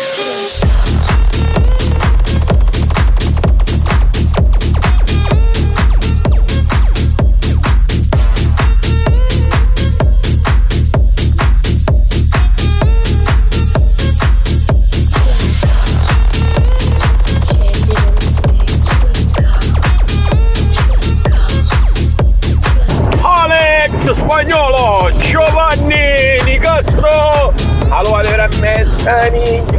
Alex Spagnuolo, Giovanni Nicastro, allora vera messani.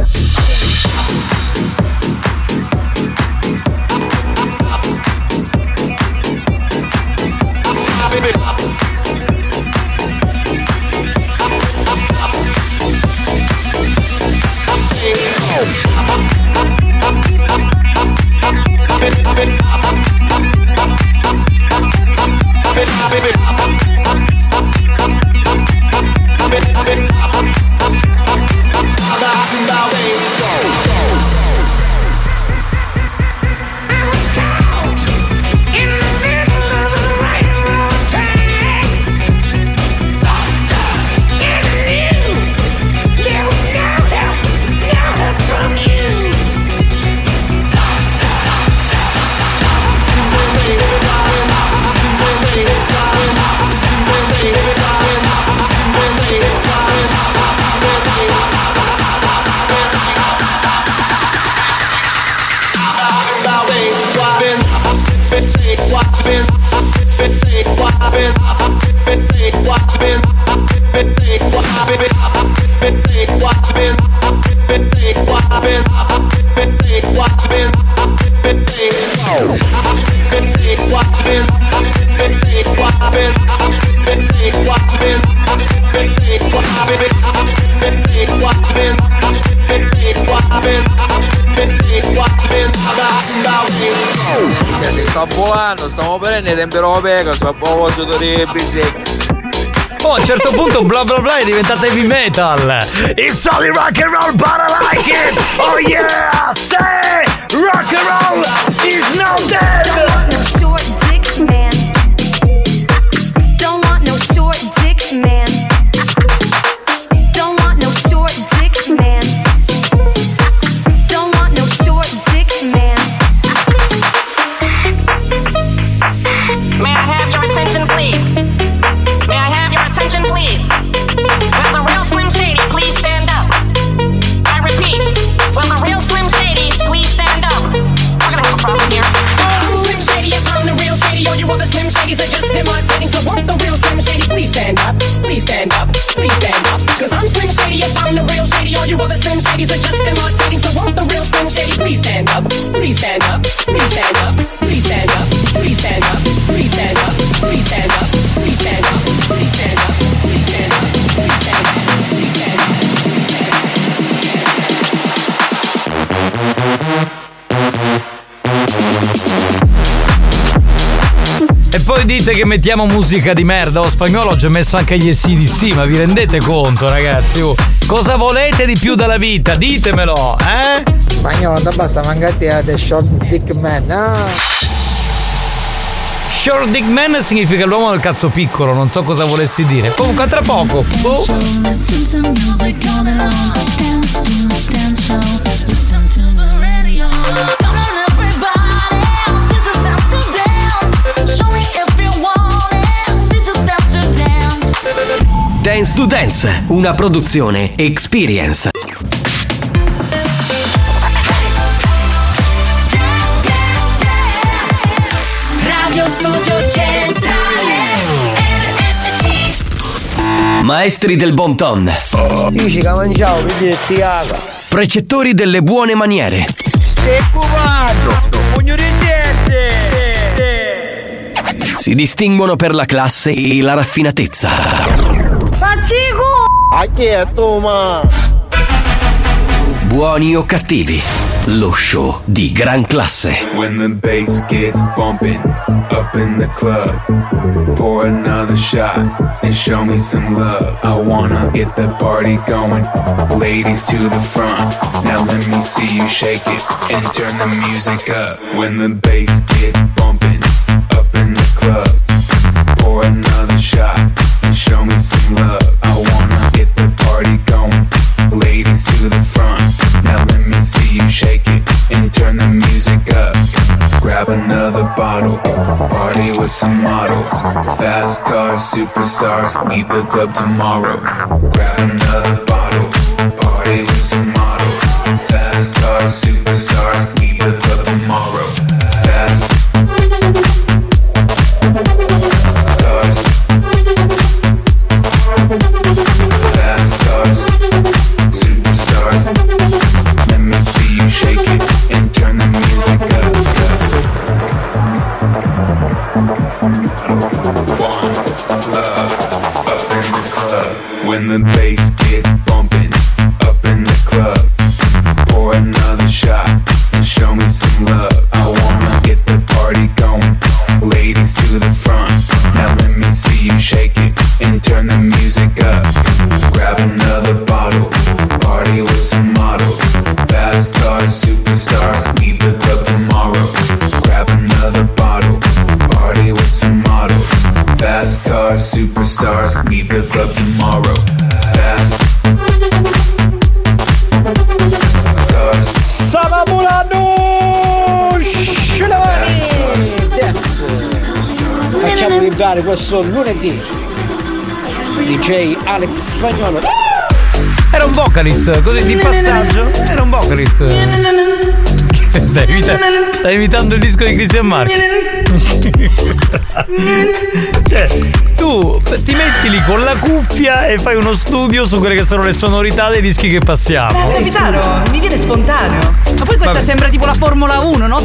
Che sto volando, stiamo prendendo tempo europeo, sto a proposito di B sei. Oh, a un certo punto bla bla bla è diventata heavy metal. It's only rock and roll, but I like it. Oh yeah, say rock and roll is not dead. Don't want no short dick man. Don't want no short dick man. Don't want no short dick man. Don't want no short dick man. May I have your attention, please? May I have your attention, please? Will the real Slim Shady please stand up? I repeat, please stand up, please stand up, please stand up, please stand up, please stand up, please stand up, please stand up, please stand up, please stand up, please stand up, please stand up. E poi dite che mettiamo musica di merda. Lo Spagnolo ho già messo anche gli A C D C, ma vi rendete conto, ragazzi? Oh, cosa volete di più dalla vita? Ditemelo, eh? Spagnolo, non basta mancate a The Short Dick Man, no? Short Dick Man significa l'uomo del cazzo piccolo, non so cosa volessi dire. Comunque, tra poco. Oh. Dance to Dance, una produzione Experience. Radio Studio Centrale R S C. Maestri del bon ton. Dici che mangiavo, vedi ziaga. Precettori delle buone maniere. Stai cubando. Pugno di gente. Si distinguono per la classe e la raffinatezza. Pazzico! A chi è tu, ma? Buoni o cattivi, lo show di gran classe. When the bass gets bumping up in the club, pour another shot and show me some love. I wanna get the party going, ladies to the front. Now let me see you shake it and turn the music up. When the bass gets bumping up in the club, pour another shot and show me some love. I wanna get the party going, ladies to the front. Now let me see you shake it and turn the music up. Grab another bottle, party with some models. Fast cars, superstars, leave the club tomorrow. Grab another bottle, party with some models. Fast cars, superstars, leave the club tomorrow. Fast cars, fast cars, superstars. Let me see you shake it and turn the music up. One love up in the club. When the bass gets bumping up in the club, pour another shot and show me some love. I wanna get the party going, ladies to the front. Now let me see you shake it and turn the music up. Grab another bottle, party with some models. Fast cars, superstars, leave the club tomorrow. Grab another bottle, party with some models. Fast cars, superstars, leave the club tomorrow. Fast cars. Savamulano Scelani! Adesso facciamo vibrare questo lunedì D J Alex Spagnolo. Era un vocalist, così di passaggio. Era un vocalist. Stai, imita- stai imitando il disco di Cristian Marchi. Cioè, tu ti metti lì con la cuffia e fai uno studio su quelle che sono le sonorità dei dischi che passiamo. Eh, capitano, mi viene spontaneo. Ma poi questa Vabbè. sembra tipo la Formula uno, no?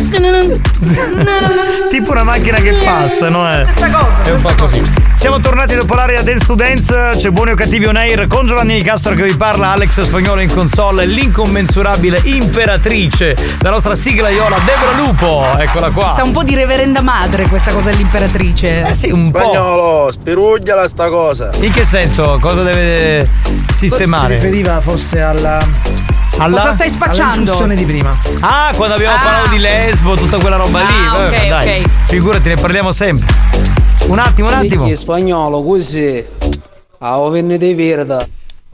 Tipo una macchina che passa, no? È, Stessa cosa. È un po' così. Siamo tornati dopo l'area Dance to Dance. C'è Buoni o Cattivi on air con Giovanni Nicastro che vi parla, Alex Spagnolo in console, l'incommensurabile imperatrice, la nostra sigla iola Deborah Lupo. Eccola qua. Sa un po' di reverenda madre questa cosa dell'imperatrice. Eh sì, un Spagnolo, spirugliala sta cosa. In che senso? Cosa deve sistemare? Si riferiva forse alla... Alla... Cosa stai spacciando? Alla discussione di prima. Ah, quando abbiamo Ah. parlato di Lesbo, tutta quella roba Ah, lì. ok, Vabbè, dai, ok. figurati, ne parliamo sempre. Un attimo, un attimo. Perché Spagnolo così a ovenne dei verda.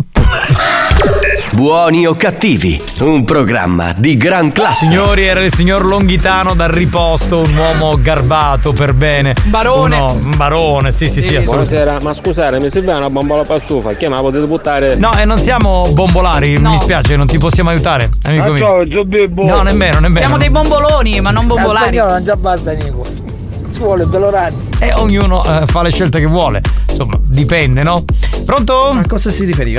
Buoni o cattivi, un programma di gran classe. Signori, era il signor Longhitano dal riposto, un uomo garbato per bene. Barone. Uno, un barone, sì, sì, sì, assolutamente. Buonasera, ma scusate, mi serve una bombola pastufa, che ma potete buttare? No, e non siamo bombolari, No. mi spiace, non ti possiamo aiutare, amico mio. No, nemmeno, nemmeno. Siamo dei bomboloni, ma non bombolari. Spagnolo non già basta, Nico. Ci vuole Belorani. E ognuno eh, fa le scelte che vuole. Insomma, dipende, no? Pronto? A cosa si riferiva?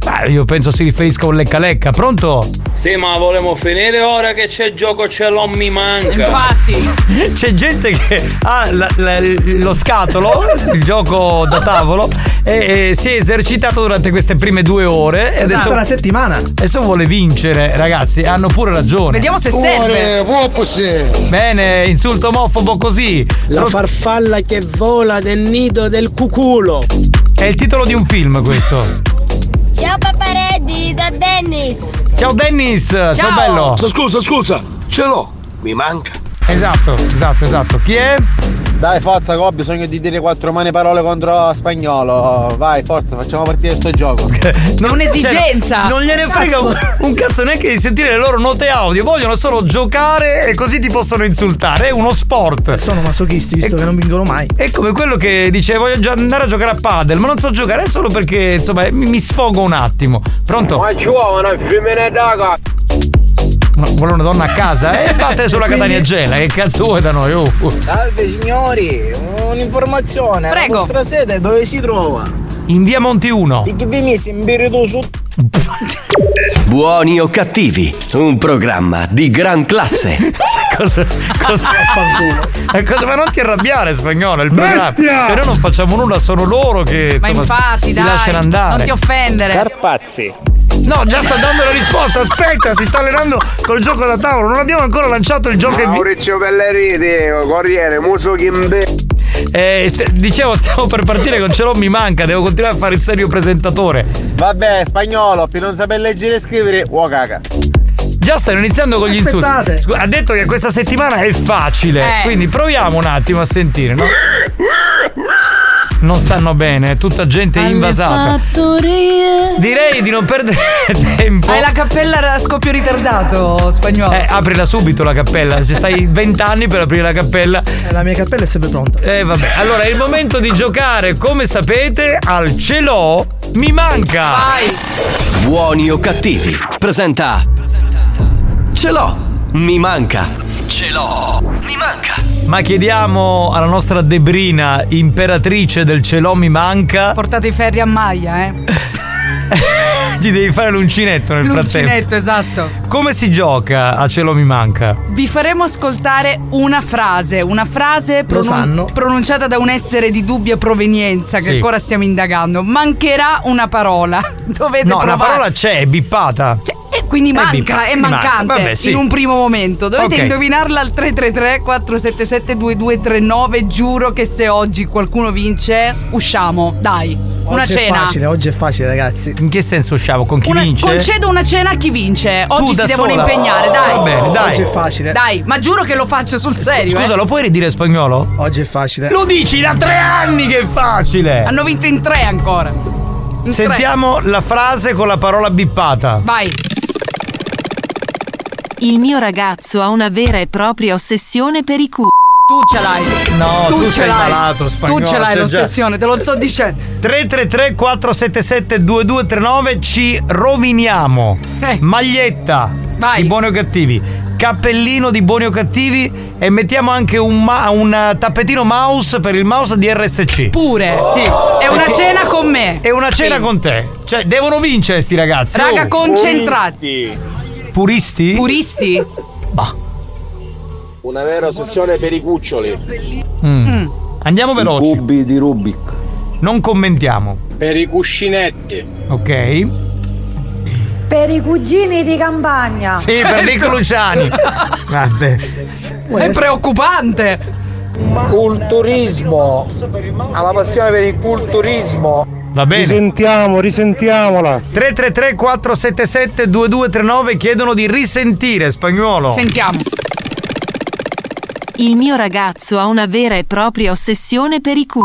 Beh, io penso si riferisca a un lecca lecca. Pronto? Sì, ma volevamo finire ora che c'è il gioco ce l'ho mi manca. Infatti. C'è gente che ha la, la, lo scatolo, il gioco da tavolo, e, e si è esercitato durante queste prime due ore. E adesso la settimana. Adesso vuole vincere, ragazzi. Hanno pure ragione. Vediamo se serve. Bene, insulto omofobo così. La Ro- farfalla che vola del nido del cuculo. È il titolo di un film questo. Ciao papareddi, da Dennis. Ciao Dennis, ciao, ciao bello. Scusa, scusa, ce l'ho, mi manca. Esatto, esatto, esatto. Chi è? Dai, forza, che ho bisogno di dire quattro mani parole contro Spagnolo. Vai, forza, facciamo partire sto gioco. È un'esigenza. Cioè, non gliene frega un, un cazzo neanche di sentire le loro note audio. Vogliono solo giocare e così ti possono insultare. È uno sport. Sono masochisti, visto è, che non vincono mai. È come quello che dice voglio già andare a giocare a padel, ma non so giocare, è solo perché insomma mi, mi sfogo un attimo. Pronto? Ma ci vuole una femmina d'aga. No, vuole una donna a casa? E eh, batte sulla Catania Gela, che cazzo vuoi da noi? Uh. Salve signori, un'informazione. Prego. La vostra sede dove si trova? In via Monti uno. E che vi messi in birito su. Buoni o cattivi, un programma di gran classe. cosa, cosa, cosa, ma non ti arrabbiare, Spagnolo, il programma. Cioè noi non facciamo nulla, sono loro che ma insomma, infatti, si dai, lasciano andare. Non ti offendere. Carpazzi. No, già sta dando la risposta, aspetta, si sta allenando col gioco da tavolo, non abbiamo ancora lanciato il gioco. Maurizio Pellerini, Corriere, Muso Kimbe. Eh, st- dicevo, stiamo per partire con Ce l'ho mi manca, devo continuare a fare il serio presentatore. Vabbè, Spagnolo, per non saper leggere e scrivere, uo caca. Già stanno iniziando con gli Aspettate. insulti. Ha detto che questa settimana è facile, eh. quindi proviamo un attimo a sentire, no? Non stanno bene, è tutta gente Alle invasata. fattorie. Direi di non perdere tempo. Hai la cappella a scoppio ritardato, Spagnolo. Eh, aprila subito la cappella. Se stai vent'anni per aprire la cappella. La mia cappella è sempre pronta. Eh vabbè, allora è il momento di giocare, come sapete, al Ce l'ho mi manca. Vai. Buoni o cattivi, presenta Ce l'ho mi manca. Ce l'ho mi manca. Ma chiediamo alla nostra Debrina, imperatrice del Ce l'ho mi manca. Portato i ferri a maglia, eh. Ti devi fare l'uncinetto nel L'uncinetto, frattempo. esatto. Come si gioca a Ce l'ho mi manca? Vi faremo ascoltare una frase, una frase pronun- pronunciata da un essere di dubbia provenienza che Sì. ancora stiamo indagando. Mancherà una parola. Dovete No, provare. la parola c'è, è bippata. Cioè, e quindi È manca, bippa- è quindi manca. mancante Vabbè, sì. in un primo momento. Dovete Ok. indovinarla al tre tre tre quattro sette sette due due tre nove. Giuro che se oggi qualcuno vince, usciamo. Dai. Una oggi cena. è facile, oggi è facile, ragazzi. In che senso usciamo? Con chi Una- vince? concedo una cena a chi vince. Oggi Tu si da devono sola? impegnare, dai. Va bene, dai. Oggi è facile. Dai, ma giuro che lo faccio sul serio. Scusa, eh. lo puoi ridire Spagnolo? Oggi è facile. Lo dici da tre anni che è facile. Hanno vinto in tre ancora. In Sentiamo la frase con la parola bippata. tre. Vai. Il mio ragazzo ha una vera e propria ossessione per i cu. Tu ce l'hai. No, tu, ce sei l'hai. malato, Spagnolo. Tu ce l'hai c'è l'ossessione, te lo sto dicendo. tre tre tre quattro sette sette due due tre nove, ci roviniamo. Eh. Maglietta Vai. di Buoni o Cattivi, cappellino di Buoni o Cattivi e mettiamo anche un, ma- un tappetino mouse per il mouse di R S C. Pure. Sì. È una Perché cena con me. È una cena Sì. con te. Cioè, devono vincere sti ragazzi. Raga, oh. concentrati. Puristi? Puristi? Bah. Una vera ossessione per i cuccioli. Mm. Mm. Andiamo veloci. Cubi di Rubik. Non commentiamo. Per i cuscinetti. Ok. Per i cugini di campagna. Sì, per Nico Luciani. Vabbè. È preoccupante. Culturismo. Ha la passione per il culturismo. Va bene. Risentiamo, risentiamola. tre tre tre quattro sette sette due due tre nove chiedono di risentire Spagnolo. Sentiamo. Il mio ragazzo ha una vera e propria ossessione per i cu.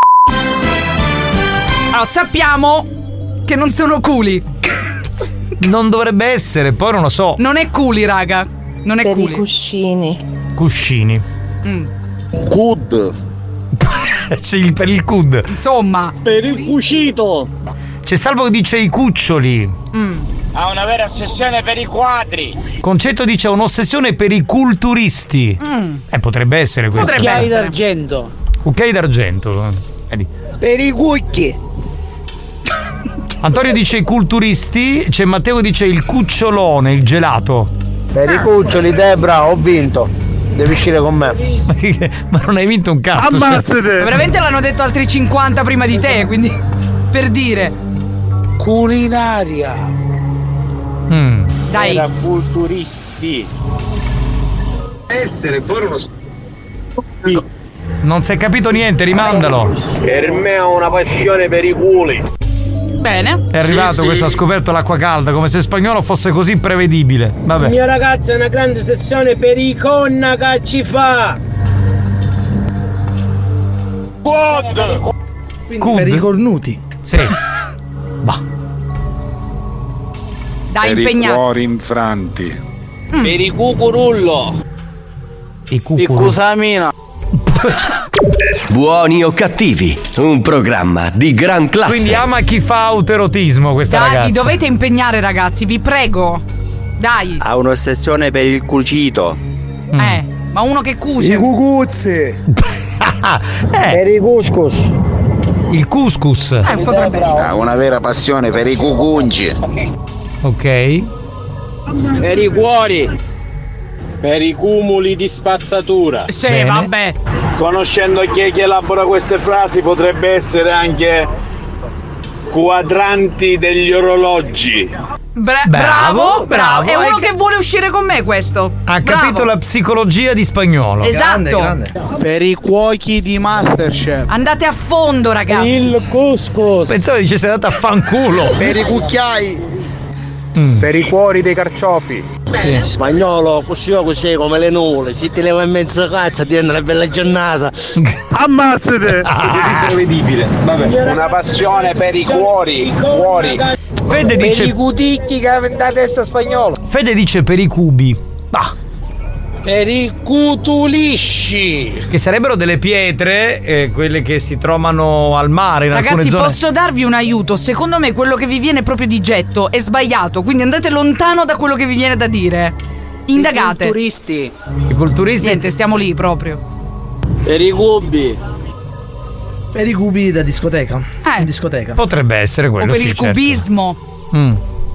Allora, sappiamo che non sono culi. Non dovrebbe essere, poi non lo so. Non è culi, raga. Non è Per culi. i cuscini. Cuscini. Mm. Cud. Sì, per il C U D. Insomma. Per il cucito. C'è Salvo che dice i cuccioli. Mm. Ha una vera ossessione per i quadri. Concetto dice un'ossessione per i culturisti. Mm. Eh, potrebbe essere questo. Potrebbe Cucchiai essere. d'argento. Cucchiai d'argento. Vedi. Per i cucchi. Antonio dice i culturisti, c'è Matteo dice il cucciolone, il gelato. Per i cuccioli, Debra, ho vinto. Devi uscire con me. Ma, che, ma non hai vinto un cazzo. Ammazzate. Veramente l'hanno detto altri cinquanta prima di te, quindi per dire. Culinaria. Mm. Dai. Era culturisti. Essere pure uno Non si è capito niente, rimandalo. Per me ho una passione per i culi. Bene. È arrivato Sì, questo, sì. ha scoperto l'acqua calda, come se Spagnolo fosse così prevedibile. Vabbè. Il mio ragazzo è una grande sessione per i conna che ci fa. Quod! Quindi per i cornuti. Sì. Bah. Dai, per impegnato. i cuori infranti. Mm. Per i cucurullo. I I cusamina. Buoni o cattivi, un programma di gran classe. Quindi ama chi fa autoerotismo questa Dai, ragazza. vi dovete impegnare, ragazzi, vi prego. Dai. Ha un'ossessione per il cucito. Eh, ma uno che cuce. I cucuzzi. eh. Per i couscous. Il couscous. Eh, potrebbe. Ha una vera passione per i cucunci. Ok. Per i cuori. Per i cumuli di spazzatura. Sì, Bene. vabbè. Conoscendo chi è che elabora queste frasi, potrebbe essere anche quadranti degli orologi. Bra- Bravo, bravo, bravo. È uno Hai che vuole uscire con me questo. Ha Bravo. capito la psicologia di Spagnolo. Esatto. Per i cuochi di Masterchef. Andate a fondo, ragazzi. Il couscous. Pensavo dicesse andata a fanculo. Per i cucchiai. Mm. Per i cuori dei carciofi. Sì. Spagnolo, così così come le nuvole. Si ti leva in mezzo cazzo, diventa una bella giornata. Ammazzate! Ah. Prevedibile. Vabbè. Una passione per i cuori. Cuori. Fede Per dice i cuticchi che avete da testa spagnolo. Fede dice per i cubi. Bah. Per i cutulisci. Che sarebbero delle pietre, eh, quelle che si trovano al mare in alcune Ragazzi, zone. posso darvi un aiuto? Secondo me quello che vi viene proprio di getto è sbagliato, quindi andate lontano da quello che vi viene da dire. Indagate. I culturisti. I culturisti. Niente, stiamo lì proprio. Per i cubi. Per i cubi da discoteca. Eh. In discoteca. Potrebbe essere O quello, per sì, il certo. cubismo. Mm.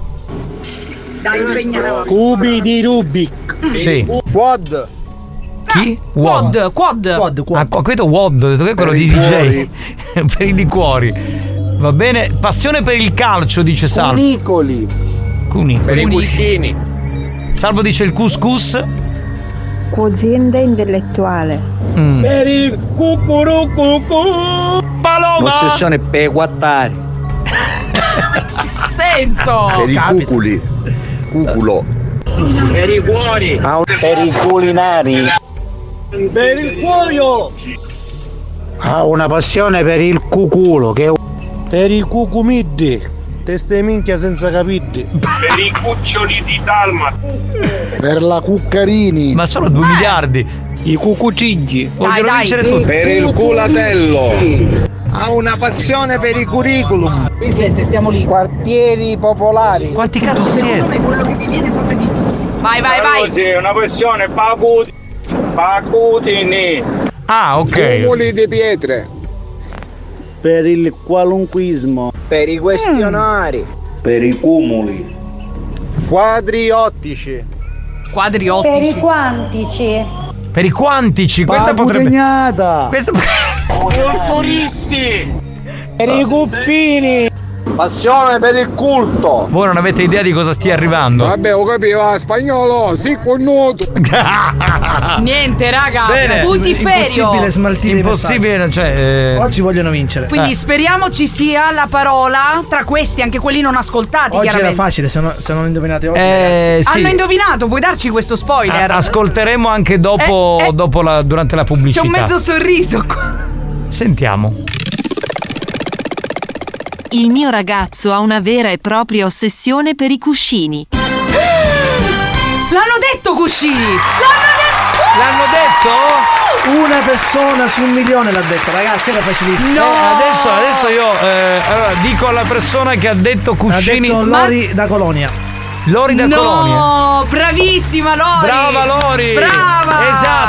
Dai, impegnate. Cubi di Rubik. Sì. Quad. Chi? Quad, quad. Quad, quad. Ah, ho capito Wad, ho detto che è quello Per di i D J. cuori. Per i liquori. Va bene. Passione per il calcio, dice Salvo. Cunicoli. Cunicoli. Per i cuscini. Salvo dice il couscous. Quoziente intellettuale. Mm. Per il cucurucucu. Paloma. Ossessione per i quattari. Senso. Per i cuculi. Cuculo. Per i cuori. Per i culinari. Per il cuoio. Ha una passione per il cuculo. Che... Per i cucumiddi. Teste minchia senza capiddi. Per i cuccioli di Dalma. Per la cuccarini. Ma sono due miliardi. I cucucigli. Vogliono dai. vincere tutti. Per il culatello. Ha una passione per i curriculum. Presidente, stiamo lì. Quartieri popolari. Quanti cazzo siete? Vai, vai, vai. Così, una passione pacuti. Pacutini. Ah, ok. Cumuli di pietre. Per il qualunquismo. Per i questionari. Per i cumuli. Quadri ottici. Quadri Per i ottici. quantici. Per i quantici, questa potrebbe. Pagudegnata. Questa... Culturisti. Per i cuppini. Passione per il culto. Voi non avete idea di cosa stia arrivando. Vabbè, ho capito, ah, spagnolo, sì, connuto. Niente, raga. Bene. Putiferio. Impossibile smaltire i messaggi. Impossibile, cioè. eh, Oggi vogliono vincere. Quindi Eh. speriamo ci sia la parola tra questi, anche quelli non ascoltati, Oggi era chiaramente. facile, se, no, se non indovinate oggi, eh, sì. Hanno indovinato, puoi darci questo spoiler? A- ascolteremo anche dopo, Eh, eh. dopo la, durante la C'è pubblicità. un mezzo sorriso qua. Sentiamo. Il mio ragazzo ha una vera e propria ossessione per i cuscini. L'hanno detto cuscini! L'hanno detto! L'hanno detto? Una persona su un milione l'ha detto, ragazzi, era facilissimo. No! Eh, adesso, adesso io eh, allora, dico alla persona che ha detto Ha cuscini. detto Lori da Colonia. Lori da no, Colonia. bravissima Lori! Brava Lori! Brava! Esatto,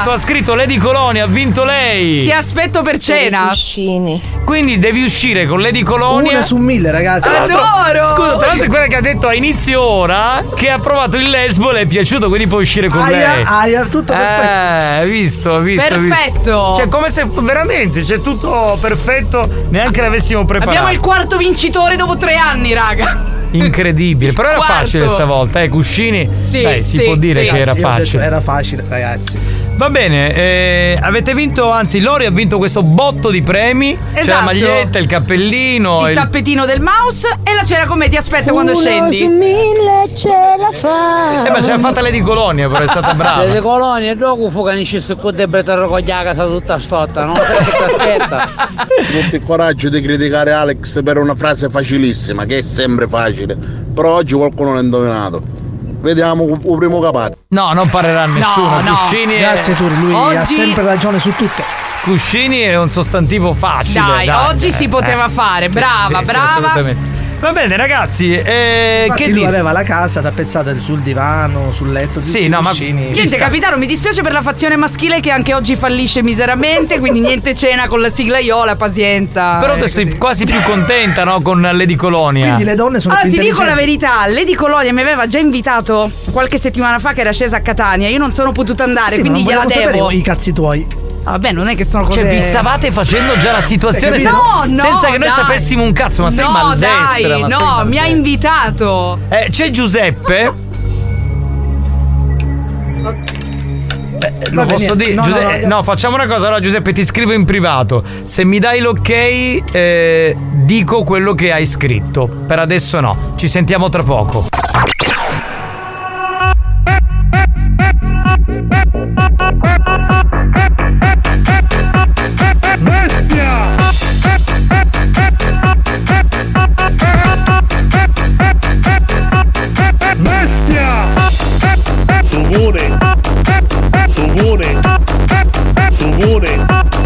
Esatto, ha scritto Lady Colonia, ha vinto lei. Ti aspetto per cena. Quindi devi uscire con Lady Colonia. Una su mille, ragazzi. Adoro. Scusa, tra l'altro è quella che ha detto a inizio ora che ha provato il lesbo, le è piaciuto, quindi può uscire con Aia, lei. aia, tutto perfetto. Eh, hai visto, hai visto. hai visto. Perfetto. Cioè, come se veramente c'è tutto perfetto, neanche l'avessimo preparato. Abbiamo il quarto vincitore dopo tre anni, raga. Incredibile, però era Quarto. facile stavolta, eh, cuscini. Sì, Dai, si sì, può dire sì. che era Ragazzi, io ho detto, facile. era facile, ragazzi. Va bene, eh, avete vinto, anzi Lori ha vinto questo botto di premi. C'è la Esatto. maglietta, il cappellino, Il il- tappetino del mouse e la cena con me ti aspetta quando Uno scendi. su mille ce la fa. Eh, ma ce l'ha fatta Lady Colonia, però è stata brava. Le colonie, dopo fu che nisci su quel debretore con la casa tutta stotta, non sai che ti aspetta. Tutti il coraggio di criticare Alex per una frase facilissima, che è sempre facile. Però oggi qualcuno l'ha indovinato. Vediamo il primo capace. No, non parlerà nessuno. no. Cuscini è- Grazie Turi, lui ha Oggi- sempre ragione su tutto. Cuscini è un sostantivo facile. Dai, oggi si poteva fare. Sì, Brava, sì, sì, brava. assolutamente. Va bene, ragazzi. Eh, Infatti che lui dire? aveva la casa tappezzata sul divano, sul letto, Sì, tutti no, i ma- cuscini. Niente, capitano, mi dispiace per la fazione maschile che anche oggi fallisce miseramente, quindi niente cena con la sigla Iola, pazienza. Però tu sei quasi più contenta, no? Con Lady Colonia. Quindi le donne sono Allora più ti dico la intelligenti. verità, Lady Colonia mi aveva già invitato qualche settimana fa che era scesa a Catania, io non sono potuta andare, Sì, ma quindi non gliela vogliamo devo. sapere i cazzi tuoi. Ah, vabbè, non è che sono cose. Cioè, vi stavate facendo già la situazione Hai senza, capito? No, no, senza che noi dai. sapessimo un cazzo, ma sei no, maldestra. dai, ma sei no, mi ha maldestra. invitato. Eh, c'è Giuseppe. Eh, lo Vabbè, posso niente. dire? No, Giuseppe- no, no. no, facciamo una cosa. Allora, Giuseppe, ti scrivo in privato. Se mi dai l'ok, eh, dico quello che hai scritto. Per adesso no. Ci sentiamo tra poco. Sugone, sugone, sugone,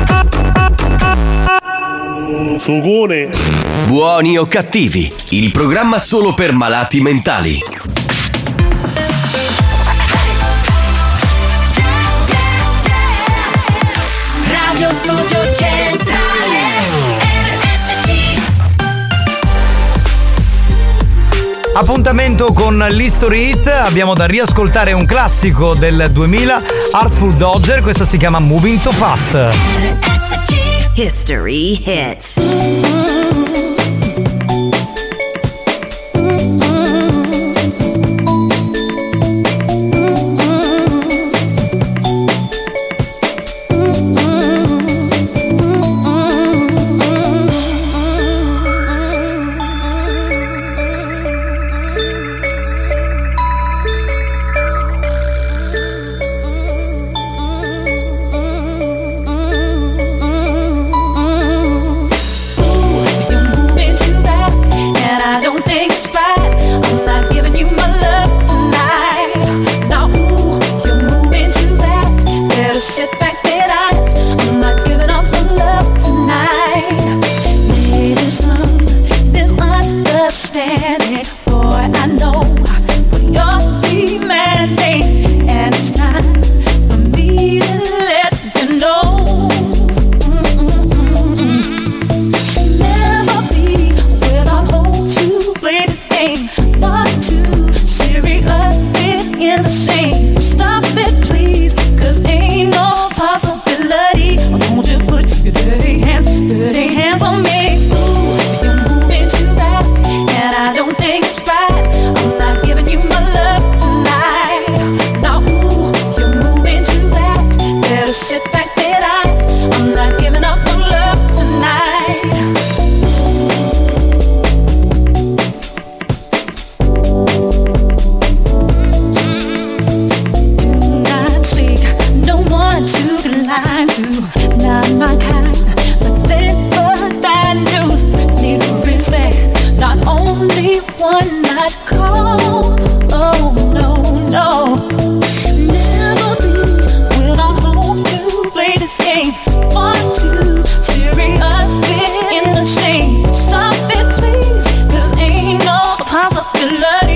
sugone. Buoni o cattivi, il programma solo per malati mentali. Radio Studio Centrale R S C. Appuntamento con l'History Hit. Abbiamo da riascoltare un classico del duemila, Artful Dodger. Questa si chiama Moving Too Fast. History Hits.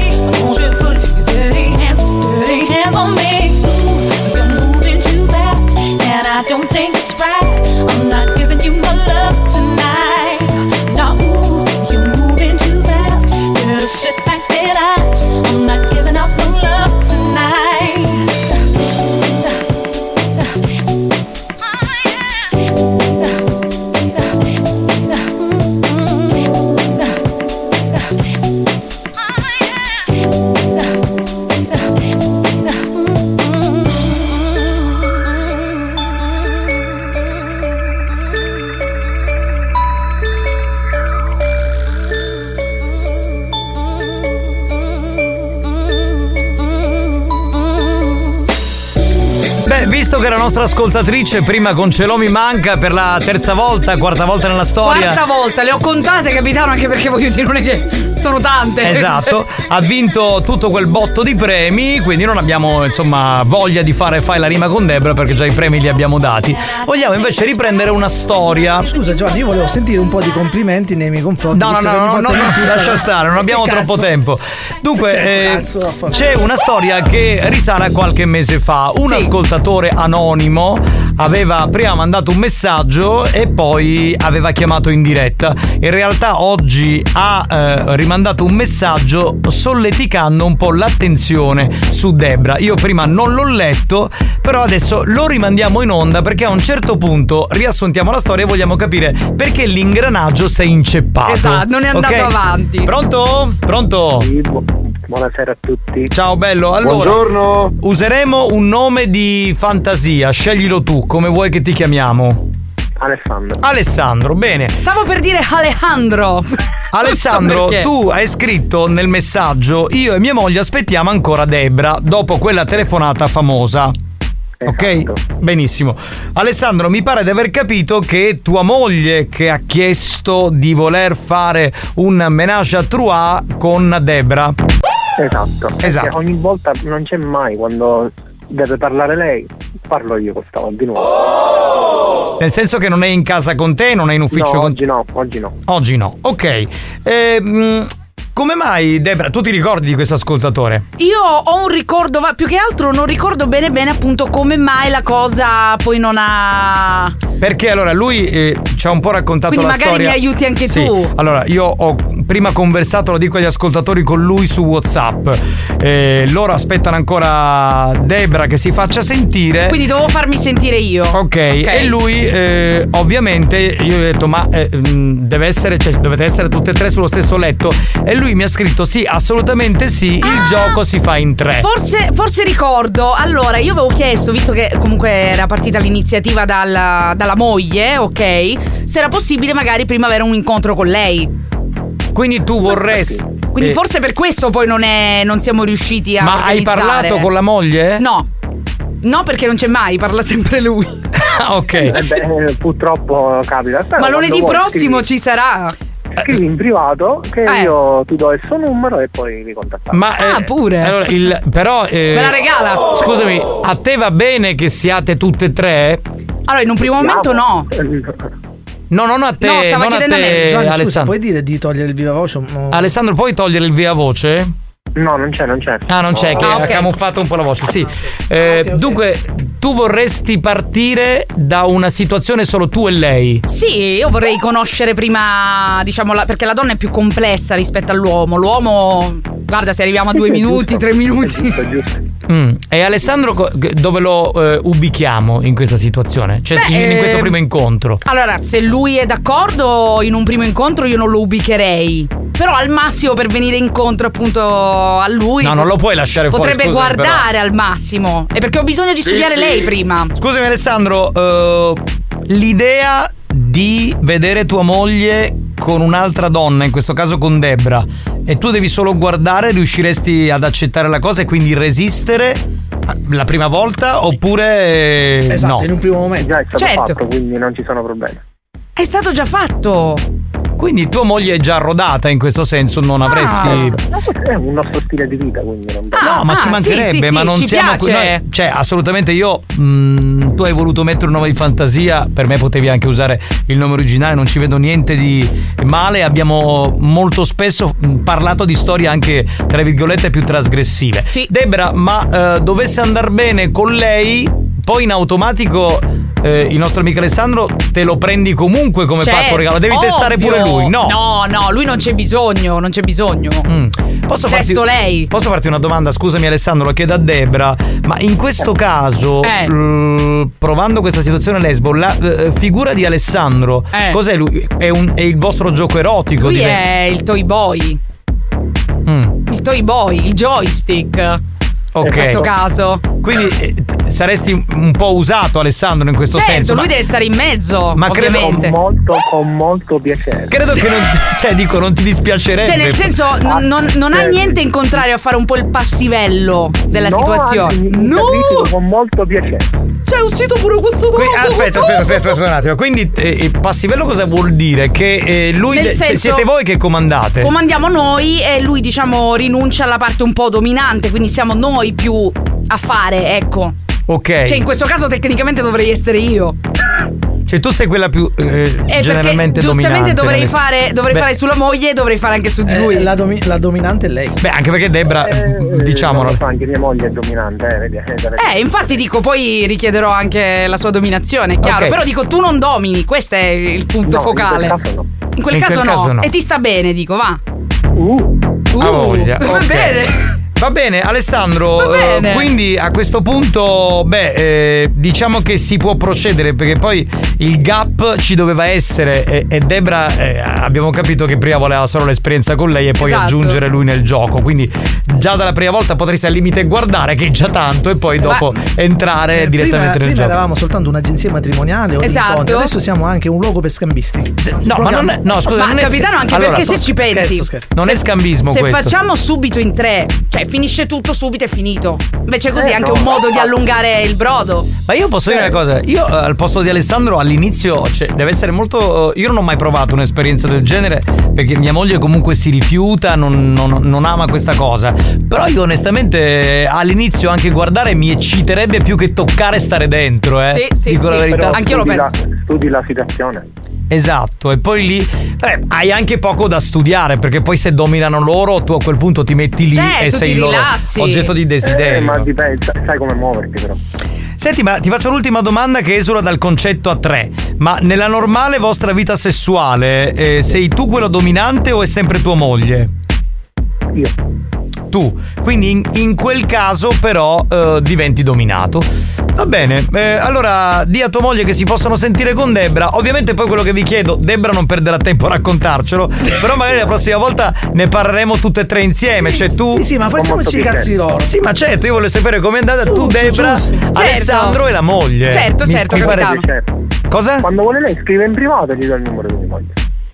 Won't you put your dirty hands, dirty hands on me? You're moving too fast. nostra ascoltatrice, prima con Ce l'ho mi manca per la terza volta, quarta volta nella storia. Quarta volta, le ho contate, capitano, anche perché voglio dire, non è che sono tante. Esatto, ha vinto tutto quel botto di premi, quindi non abbiamo insomma voglia di fare Fai la rima con Debra perché già i premi li abbiamo dati. Vogliamo invece riprendere una storia. Scusa Giovanni, io volevo sentire un po' di complimenti nei miei confronti. No, no, no, no, no, no, lascia stare, non abbiamo troppo tempo. Dunque, eh, cazzo, c'è una storia che risale a qualche mese fa. Un sì. ascoltatore anonimo aveva prima mandato un messaggio e poi aveva chiamato in diretta. In realtà oggi ha eh, rimandato un messaggio solleticando un po' l'attenzione su Debra. Io prima non l'ho letto, però adesso lo rimandiamo in onda perché a un certo punto riassuntiamo la storia e vogliamo capire perché l'ingranaggio si è inceppato. Esatto, non è andato okay? avanti. Pronto? Pronto? Sì, bu- buonasera a tutti. Ciao bello, allora buongiorno. Useremo un nome di fantasia, sceglilo tu, come vuoi che ti chiamiamo? Alessandro. Alessandro, bene. Stavo per dire Alejandro. Alessandro, so tu hai scritto nel messaggio: io e mia moglie aspettiamo ancora Debra dopo quella telefonata famosa. Esatto. Ok? Benissimo. Alessandro, mi pare di aver capito che tua moglie che ha chiesto di voler fare un ménage à trois con Debra. Esatto. Esatto. Perché ogni volta non c'è mai, quando deve parlare lei, parlo io questa volta di nuovo. Nel senso che non è in casa con te, non è in ufficio no, con te? No, oggi no. Oggi no, ok. Ehm... Come mai, Debra, tu ti ricordi di questo ascoltatore? Io ho un ricordo, più che altro non ricordo bene bene appunto come mai la cosa poi non ha... Perché allora lui eh, ci ha un po' raccontato Quindi la storia. Quindi magari mi aiuti anche sì. tu. Allora, io ho prima conversato, lo dico agli ascoltatori, con lui su WhatsApp. Eh, loro aspettano ancora Debra che si faccia sentire. Quindi dovevo farmi sentire io. Ok, okay. E lui eh, ovviamente, io gli ho detto ma eh, deve essere, cioè, dovete essere tutte e tre sullo stesso letto. E lui mi ha scritto sì, assolutamente sì, ah, il gioco si fa in tre. Forse, forse ricordo. Allora, io avevo chiesto, visto che comunque era partita l'iniziativa dalla, dalla moglie, ok, se era possibile magari prima avere un incontro con lei. Quindi tu vorresti... Quindi eh, forse per questo poi non è non siamo riusciti a Ma organizzare. Hai parlato con la moglie? No. No, perché non c'è mai, parla sempre lui. Ok. Eh beh, purtroppo capita. Però ma lunedì prossimo scrivi, ci sarà. Scrivi in privato che eh. io ti do il suo numero e poi vi contattate. Ma ah, eh, pure. Allora, il, però eh, me la regala. Scusami, a te va bene che siate tutte e tre? Allora, in un primo momento no. No, non a te, no, stava non a te, a me. Gianni, Alessandro. Scusa, puoi dire di togliere il viva voce? No. Alessandro, puoi togliere il via voce? No, non c'è, non c'è. Ah, non c'è, che ah, ha okay. camuffato un po' la voce, sì. Eh, okay, okay. Dunque, tu vorresti partire da una situazione solo tu e lei? Sì, io vorrei conoscere prima, diciamo, la, perché la donna è più complessa rispetto all'uomo. L'uomo, guarda, se arriviamo a due minuti, tre minuti. Mm. E Alessandro, dove lo eh, ubichiamo in questa situazione? Cioè, Beh, in, in questo eh, primo incontro? Allora, se lui è d'accordo, in un primo incontro io non lo ubicherei. Però al massimo per venire incontro appunto a lui. No, non lo puoi lasciare fuori. Potrebbe scusami, guardare però. al massimo. E perché ho bisogno di sì, studiare sì. lei prima. Scusami Alessandro, uh, l'idea di vedere tua moglie con un'altra donna, in questo caso con Debra, e tu devi solo guardare, riusciresti ad accettare la cosa e quindi resistere la prima volta oppure esatto, no? In un primo momento. Già è stato certo. fatto, quindi non ci sono problemi. È stato già fatto. Quindi tua moglie è già rodata in questo senso, non avresti. Ah, è un nostro stile di vita, quindi non ah, no, ma ah, ci mancherebbe, sì, sì, ma sì, non ci siamo qui. Noi, cioè, assolutamente io. Mh, tu hai voluto mettere un nome di fantasia, per me potevi anche usare il nome originale, non ci vedo niente di male. Abbiamo molto spesso parlato di storie anche, tra virgolette, più trasgressive. Sì. Debra, ma eh, dovesse andar bene con lei, poi in automatico eh, il nostro amico Alessandro te lo prendi comunque come certo, pacco regalo. Devi ovvio. testare pure lui. No, no, no, lui non c'è bisogno, non c'è bisogno. Mm. Posso farti, lei. posso farti una domanda? Scusami Alessandro, lo chiedo a Debra. Ma in questo caso, eh. l- provando questa situazione lesbo, la uh, figura di Alessandro, eh. cos'è lui? È, un, è il vostro gioco erotico? Lui diventa... è il toy boy. Mm. Il toy boy, il joystick. Ok. In questo caso. Quindi eh, saresti un po' usato Alessandro in questo certo, senso. lui ma... deve stare in mezzo. Ma credo ovviamente. Con molto, con molto piacere. Credo che non, cioè dico, non ti dispiacerebbe. Cioè nel senso Ah, non, non, non hai niente in contrario a fare un po' il passivello della no, situazione. Anzi, No, con molto piacere. Cioè è uscito pure questo Que- dopo, aspetta, questo aspetta, aspetta, aspetta un attimo. Quindi eh, passivello cosa vuol dire? Che eh, lui Nel de- cioè, senso- siete voi che comandate? Comandiamo noi e lui diciamo rinuncia alla parte un po' dominante, quindi siamo noi più a fare, ecco. Ok. Cioè in questo caso tecnicamente dovrei essere io. Cioè tu sei quella più eh, Eh, generalmente perché giustamente dominante dovrei nelle- fare dovrei Beh, fare sulla moglie e dovrei fare anche su di lui. Eh, la, domi- la dominante è lei. Beh, anche perché Debra, diciamolo. Non lo so, anche mia moglie è dominante, eh, vedi, eh, deve- Eh, infatti dico, poi richiederò anche la sua dominazione, è chiaro. Ok. Però dico, tu non domini, questo è il punto No, in quel focale. caso no. In quel, In caso, quel no. caso no. E ti sta bene, dico, va. Uh. A voglia. Va ok. bene. Va bene, Alessandro, Va bene. eh, quindi a questo punto, beh, eh, diciamo che si può procedere perché poi il gap ci doveva essere e, e Debra eh, abbiamo capito che prima voleva solo l'esperienza con lei e poi Esatto. aggiungere lui nel gioco, quindi già dalla prima volta potresti al limite guardare che è già tanto e poi dopo entrare Eh, direttamente prima, nel prima gioco. eravamo soltanto un'agenzia matrimoniale o di Esatto. incontri, adesso siamo anche un luogo per scambisti. No, ma non è, no, scusa, Ma non è capitano, anche allora, perché se so- ci pensi, scherzo, scherzo. non è scambismo se questo. facciamo subito in tre, cioè finisce tutto subito e finito. Invece così è Eh, anche no. un modo di allungare il brodo. Ma io posso dire una cosa, io eh, al posto di Alessandro all'inizio cioè, deve essere molto. Io non ho mai provato un'esperienza del genere perché mia moglie comunque si rifiuta, non, non- non ama questa cosa. Però io onestamente eh, all'inizio anche guardare mi ecciterebbe più che toccare e stare dentro, eh. Sì, sì, Dico la sì, verità. Però Anch'io lo studi penso. La, studi la situazione. Esatto, e poi lì eh, hai anche poco da studiare perché poi se dominano loro tu a quel punto ti metti lì Certo, e sei ti il loro rilassi. oggetto di desiderio. Eh, ma dipende, sai- sai come muoverti però. Senti, ma ti faccio l'ultima domanda che esula dal concetto a tre. Ma nella normale vostra vita sessuale eh, sei tu quello dominante o è sempre tua moglie? Io. Tu. Quindi in, in quel caso però eh, diventi dominato. Va bene, eh, allora di a tua moglie che si possono sentire con Debra. Ovviamente poi quello che vi chiedo, Debra non perderà tempo a raccontarcelo, però magari la prossima volta ne parleremo tutte e tre insieme. Cioè tu. Sì, sì, ma facciamoci i cazzi loro. Sì, ma certo, io voglio sapere com'è andata tu, Giusto, Debra, giusto. Alessandro e la moglie. Certo, Mi- certo, mi pare- capitano. Certo. Cosa? Quando vuole lei scrive in privato e gli do il numero di mia moglie.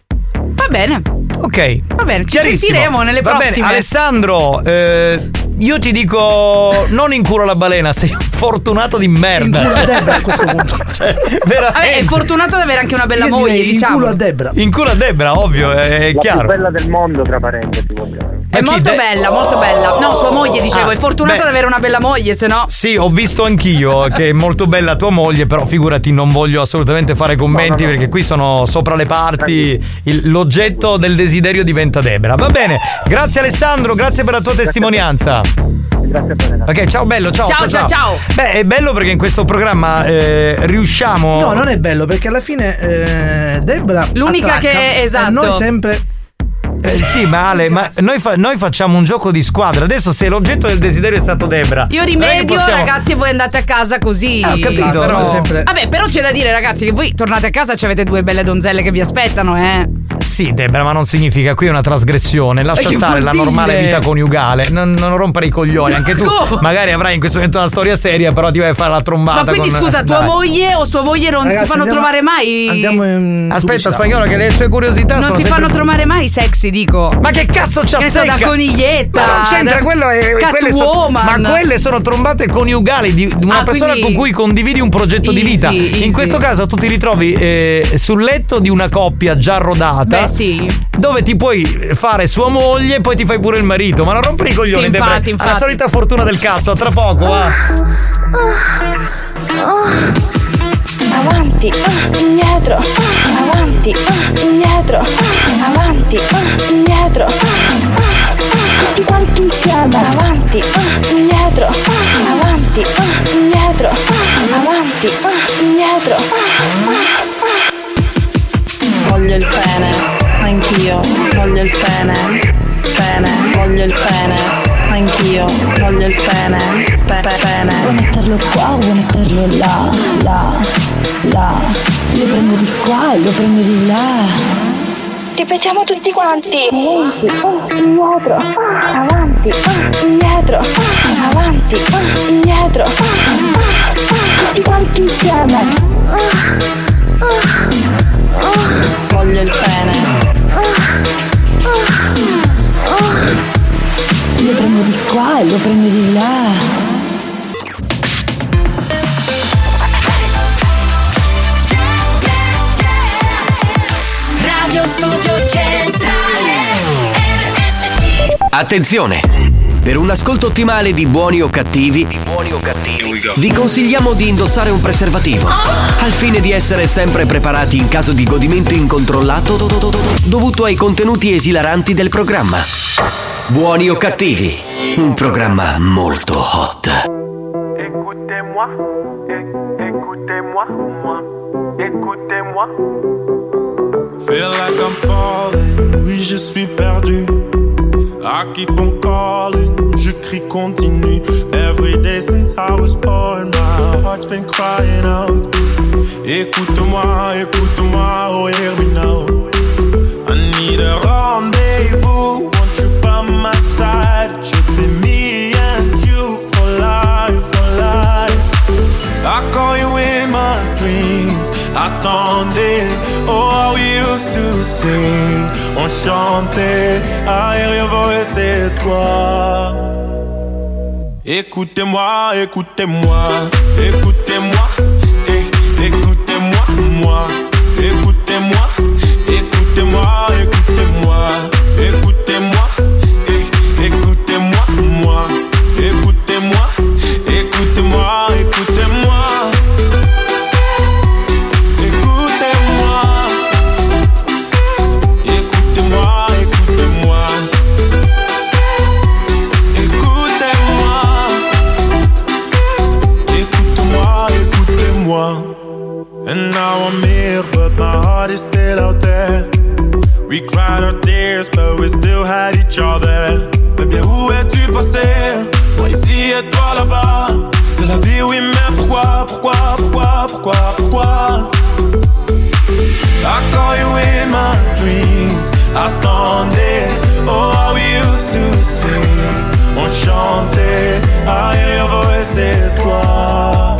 Va bene. Ok. Va bene, ci Chiarissimo. sentiremo nelle Va prossime. bene, Alessandro, eh, io ti dico non in culo alla balena, sei un fortunato di merda. In culo a Debra a questo punto. Cioè, Vabbè, è fortunato ad avere anche una bella Io moglie, direi in diciamo. culo a Debra. In culo a Debra, ovvio, è La chiaro. più bella del mondo, tra parentesi, voglio. È Ma chi, molto De- bella, molto bella. No, sua moglie, dicevo, Ah, è fortunato beh. ad avere una bella moglie, se no. Sì, ho visto anch'io che è molto bella tua moglie, però figurati, non voglio assolutamente fare commenti No, no, no. perché qui sono sopra le parti, il- l'oggetto del desiderio diventa Debra. Va bene, grazie Alessandro, grazie per la tua testimonianza. Grazie a te. Ok, ciao bello, ciao. Ciao, ciao, ciao. Beh, è bello perché in questo programma eh, riusciamo. No, non è bello perché alla fine eh, Debra L'unica attracca, che- esatto. e noi sempre Eh, sì, ma Ale, ma noi, fa- noi facciamo un gioco di squadra. Adesso se l'oggetto del desiderio è stato Debra. Io non è che rimedio, possiamo- ragazzi, e voi andate a casa così. Eh, ho capito, Però... noi sempre- Vabbè, però c'è da dire, ragazzi, che voi tornate a casa e avete due belle donzelle che vi aspettano, eh. Sì, Debra, ma non significa qui è una trasgressione. Lascia Ma che stare vuol la dire? normale vita coniugale. Non, non rompere i coglioni. Anche tu Come? magari avrai in questo momento una storia seria, però ti vai a fare la trombata. Ma quindi con- scusa, tua Dai. moglie o sua moglie non Ragazzi, si fanno andiamo- trovare mai. andiamo in Aspetta, pubblicità. Spagnolo, che le sue curiosità Non sono si sempre- fanno trovare mai sexy, dico. Ma che cazzo c'ha Che ne so, da zecca? coniglietta. Ma non c'entra, da quello è quelle sono, Catwoman. ma quelle sono trombate coniugali di di una Ah, persona quindi- con cui condividi un progetto di Easy, vita. easy. In questo caso tu ti ritrovi eh, sul letto di una coppia già rodata. Beh, sì. Dove ti puoi fare sua moglie e poi ti fai pure il marito. Ma non rompere i coglioni, Sì, Debra. infatti, infatti. La solita fortuna del cazzo, a tra poco, va. Avanti, ah, indietro, ah, avanti, ah, indietro, ah, avanti, ah, indietro, ah, tutti quanti insieme, avanti, ah, indietro, ah, avanti, ah, indietro, ah, avanti, ah, indietro. Voglio il pene, anch'io, voglio il pene, pene, voglio il pene, anch'io, voglio il pene, pe- pe- pene. Vuoi metterlo qua, vuoi metterlo là, là, là. Lo prendo di qua e lo prendo di là. Ripetiamo tutti quanti. Avanti, ah, indietro, ah, avanti, ah, indietro, ah, avanti, ah, indietro, ah, ah, tutti quanti insieme. Ah, ah, ah. Voglio il pene, Lo prendo di qua e lo prendo di là. Attenzione! Per un ascolto ottimale di Buoni o Cattivi, di Buoni o Cattivi, vi consigliamo di indossare un preservativo, al fine di essere sempre preparati in caso di godimento incontrollato dovuto ai contenuti esilaranti del programma. Buoni o Cattivi, un programma molto hot. Écoutez-moi, écoutez-moi, moi, écoutez-moi. Feel like I'm falling, oui je suis perdu. I keep on calling, je crie continue. Every day since I was born, my heart's been crying out. Écoute-moi, écoute-moi, oh hear me now. I need a rendezvous, want you by my side. Should be me and you for life, for life. I call you in my dreams, attendez, oh how we used to sing. On chantait, aérien voix c'est toi. Écoutez-moi, écoutez-moi, écoutez-moi, eh, écoutez-moi, moi, écoutez-moi, écoutez-moi, écoutez-moi, écoutez-moi, eh, écoutez-moi, moi, écoutez-moi, écoutez-moi, écoutez-moi. And now I'm here, but my heart is still out there. We cried our tears, but we still had each other. Mais bien où es-tu passé? Moi ici et toi là-bas. C'est la vie, oui, mais pourquoi, pourquoi, pourquoi, pourquoi, pourquoi? I call you in my dreams. Attendez, oh how we used to sing. On chantait, aérien voix c'est toi.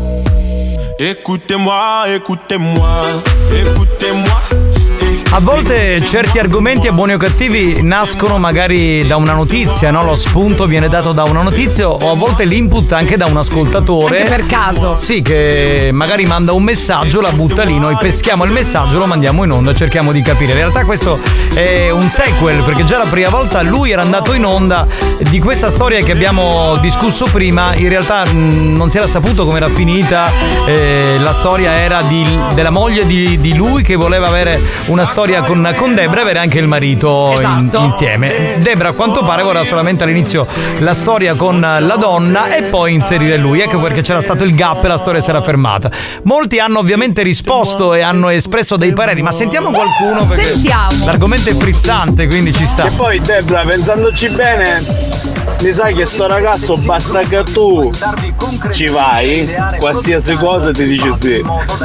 Écoutez-moi, écoutez-moi, écoutez-moi. A volte certi argomenti a Buoni o Cattivi nascono magari da una notizia, no? Lo spunto viene dato da una notizia o a volte l'input anche da un ascoltatore. Anche per caso. Sì, che magari manda un messaggio, la butta lì, noi peschiamo il messaggio, lo mandiamo in onda, cerchiamo di capire. In realtà questo è un sequel, perché già la prima volta lui era andato in onda di questa storia che abbiamo discusso prima. In realtà mh, non si era saputo come era finita, eh, la storia era di, della moglie di, di lui che voleva avere una storia con, con Debra e avere anche il marito in, insieme. Debra a quanto pare voleva solamente all'inizio la storia con la donna e poi inserire lui, ecco perché c'era stato il gap e la storia si era fermata. Molti hanno ovviamente risposto e hanno espresso dei pareri, ma sentiamo qualcuno perché sentiamo. L'argomento è frizzante, quindi ci sta. E poi Debra, pensandoci bene, mi sai che sto ragazzo basta che tu ci vai, qualsiasi cosa ti dice sì.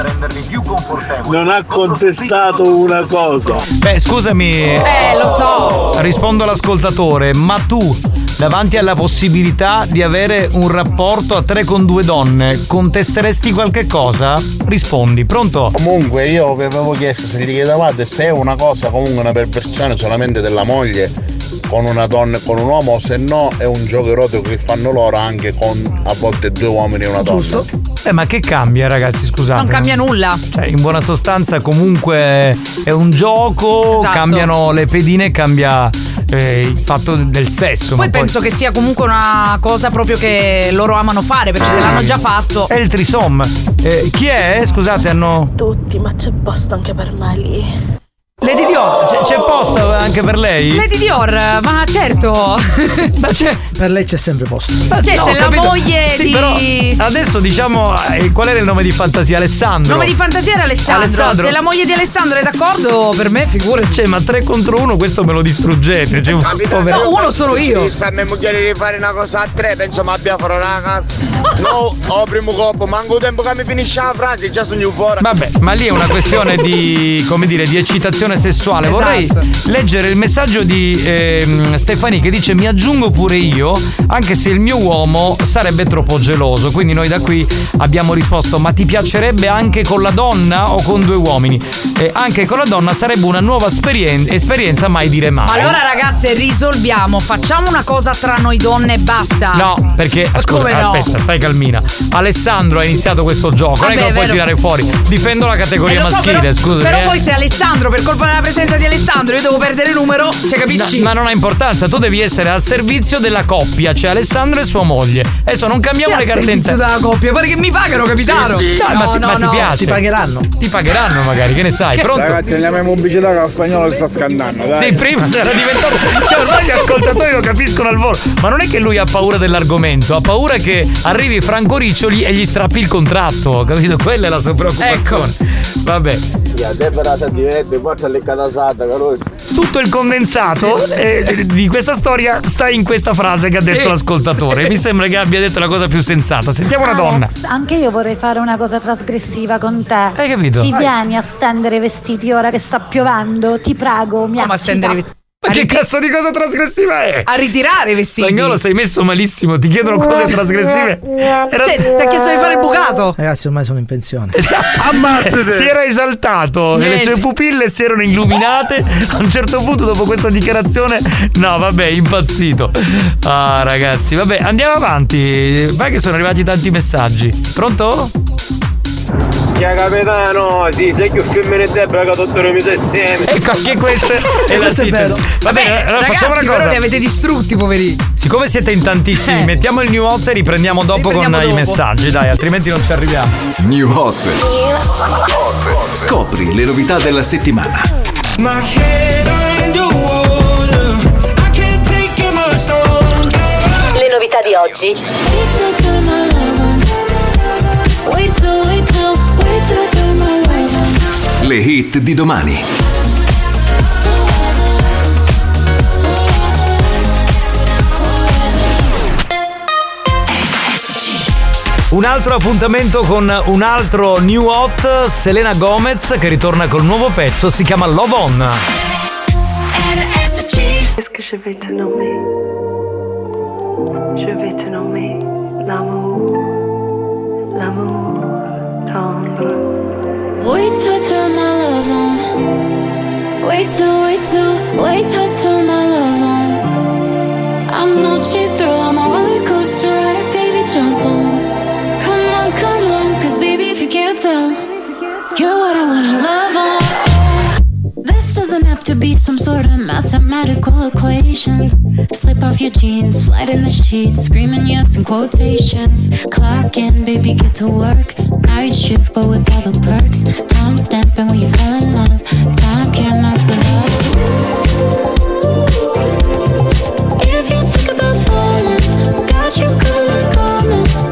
Non ha contestato una cosa. Beh, scusami. Eh, lo so. Rispondo all'ascoltatore, ma tu, davanti alla possibilità di avere un rapporto a tre con due donne, contesteresti qualche cosa? Rispondi, pronto? Comunque io vi avevo chiesto se ti chiedevate se è una cosa comunque una perversione solamente della moglie con una donna e con un uomo, se no è un gioco erotico che fanno loro anche con a volte due uomini e una donna. Giusto. Eh, ma che cambia, ragazzi, scusate? Non cambia nulla. Cioè, in buona sostanza comunque è un gioco, esatto. Cambiano le pedine, cambia eh, il fatto del sesso. Poi ma penso poi... che sia comunque una cosa proprio che loro amano fare, perché se l'hanno già fatto. È il trisom. Eh, chi è? Scusate, hanno... Tutti, ma c'è posto anche per me lì. Lady Dior, c'è, c'è posto anche per lei? Lady Dior, ma certo. Ma c'è. Per lei c'è sempre posto. Ma cioè, no, se la capito. moglie sì, di. Però adesso diciamo eh, qual era il nome di fantasia? Alessandro. Nome di fantasia era Alessandro. Alessandro. Se la moglie di Alessandro è d'accordo, per me figurati. Cioè, ma tre contro uno questo me lo distruggete. Cioè, no, uno sono io. Se a mia moglie di fare una cosa a tre, penso ma abbia farò una casa. No, ho primo coppo, manco tempo che mi finisce la frase, già sono fuori. Vabbè, ma lì è una questione di, come dire, di eccitazione sessuale. Esatto. Vorrei leggere il messaggio di eh, Stefani che dice: mi aggiungo pure io, anche se il mio uomo sarebbe troppo geloso. Quindi noi da qui abbiamo risposto: ma ti piacerebbe anche con la donna o con due uomini? Eh, anche con la donna sarebbe una nuova esperien- esperienza, mai dire mai. Allora ragazze, risolviamo, facciamo una cosa tra noi donne e basta. No, perché scusa, no? aspetta, stai calmina. Alessandro ha iniziato questo gioco, Vabbè, non è che lo puoi vero. tirare fuori. Difendo la categoria Eh, lo so, maschile, però, scusa. Però eh. poi se Alessandro per colpa la presenza di Alessandro, io devo perdere numero, cioè capisci? No, ma non ha importanza, tu devi essere al servizio della coppia, cioè Alessandro e sua moglie. Adesso non cambiamo le carte in testa. della coppia, pare che mi pagano, capitano. Sì, sì. No, ma, ti, no, ma no. ti piace? Ti pagheranno. Ti pagheranno magari, che ne sai? Pronto? Ragazzi, andiamo in pubblicità che lo spagnolo sta scannando, dai. Sì, prima era diventato. Cioè, ormai gli ascoltatori lo capiscono al volo. Ma non è che lui ha paura dell'argomento, ha paura che arrivi Franco Riccioli e gli strappi il contratto, capito? Quella è la sua preoccupazione. Ecco. Vabbè. Tutto il condensato eh, di questa storia sta in questa frase che ha detto sì. l'ascoltatore. Mi sembra che abbia detto la cosa più sensata. Sentiamo una donna. Anche io vorrei fare una cosa trasgressiva con te. Hai capito? Ci Vai. vieni a stendere i vestiti ora che sta piovendo? Ti prego, mi Ma stendere i vestiti. Ma che cazzo di cosa trasgressiva è? A ritirare i vestiti. Spagnolo, sei messo malissimo, ti chiedono cose trasgressive. Era... Cioè, ti ha chiesto di fare il bucato. Ragazzi, ormai sono in pensione. Ammazzate. Si era esaltato, Niente. le sue pupille si erano illuminate. A un certo punto, dopo questa dichiarazione, no, vabbè, impazzito. Ah, ragazzi, vabbè, andiamo avanti. Vai che sono arrivati tanti messaggi. Pronto? Ciao capitano, sì, sei più femmine e Debra che dottore mi sei insieme. Ecco, anche questa è la sintesi. Va bene, allora ragazzi, facciamo una cosa. Però li avete distrutti, poverini. Siccome siete in tantissimi, eh. mettiamo il new hot e riprendiamo dopo riprendiamo con dopo. i messaggi, dai, altrimenti non ci arriviamo. New hot. Scopri le novità della settimana. Le novità di oggi. Le hit di domani. Un altro appuntamento con un altro new hot, Selena Gomez, che ritorna col nuovo pezzo, si chiama Love On. Est-ce que je vais te nommer? Je vais te nommer l'amour, l'amour tendre. Wait till I turn my love on. Wait till, wait till, wait till I turn my love on. I'm no cheap thrill, I'm a roller coaster ride, baby, jump on. Come on, come on, cause baby, if you can't tell, you're what I wanna love on. This doesn't have to be some sort of mathematical equation. Slip off your jeans, slide in the sheets, screaming yes in quotations. Clock in, baby, get to work. Night shift, but with all the perks. Time stamping when you fell in love. Time can't mess with us. If you think about falling, got you covered like garments.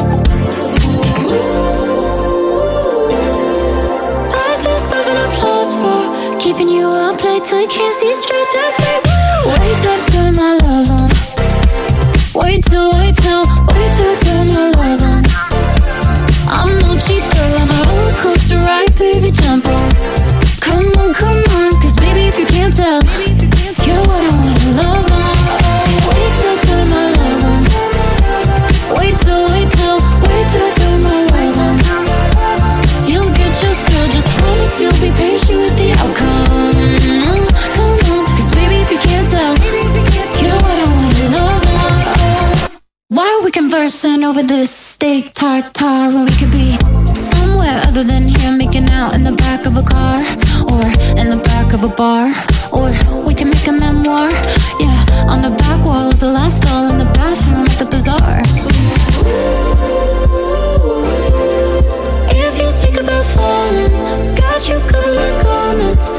I deserve an applause for keeping you up late till you can't see straight. Just wait, wait till I turn my love on. Wait till, wait till, wait till I turn my love on. I'm no cheap girl, I'm a roller coaster ride, baby, jump on. Come on, come on, cause baby, if you can't tell, you're what I wanna love on. Wait till I turn my love on. Wait till, wait till, wait till I turn my love on. You'll get your thrill, just promise you'll be patient with the outcome. Come on, cause baby, if you can't tell, you're what I wanna love on. Why are we conversing over this steak tartare when we could be somewhere other than here, making out in the back of a car, or in the back of a bar, or we can make a memoir, yeah, on the back wall of the last stall in the bathroom at the bazaar. If you think about falling, got you covered like garments.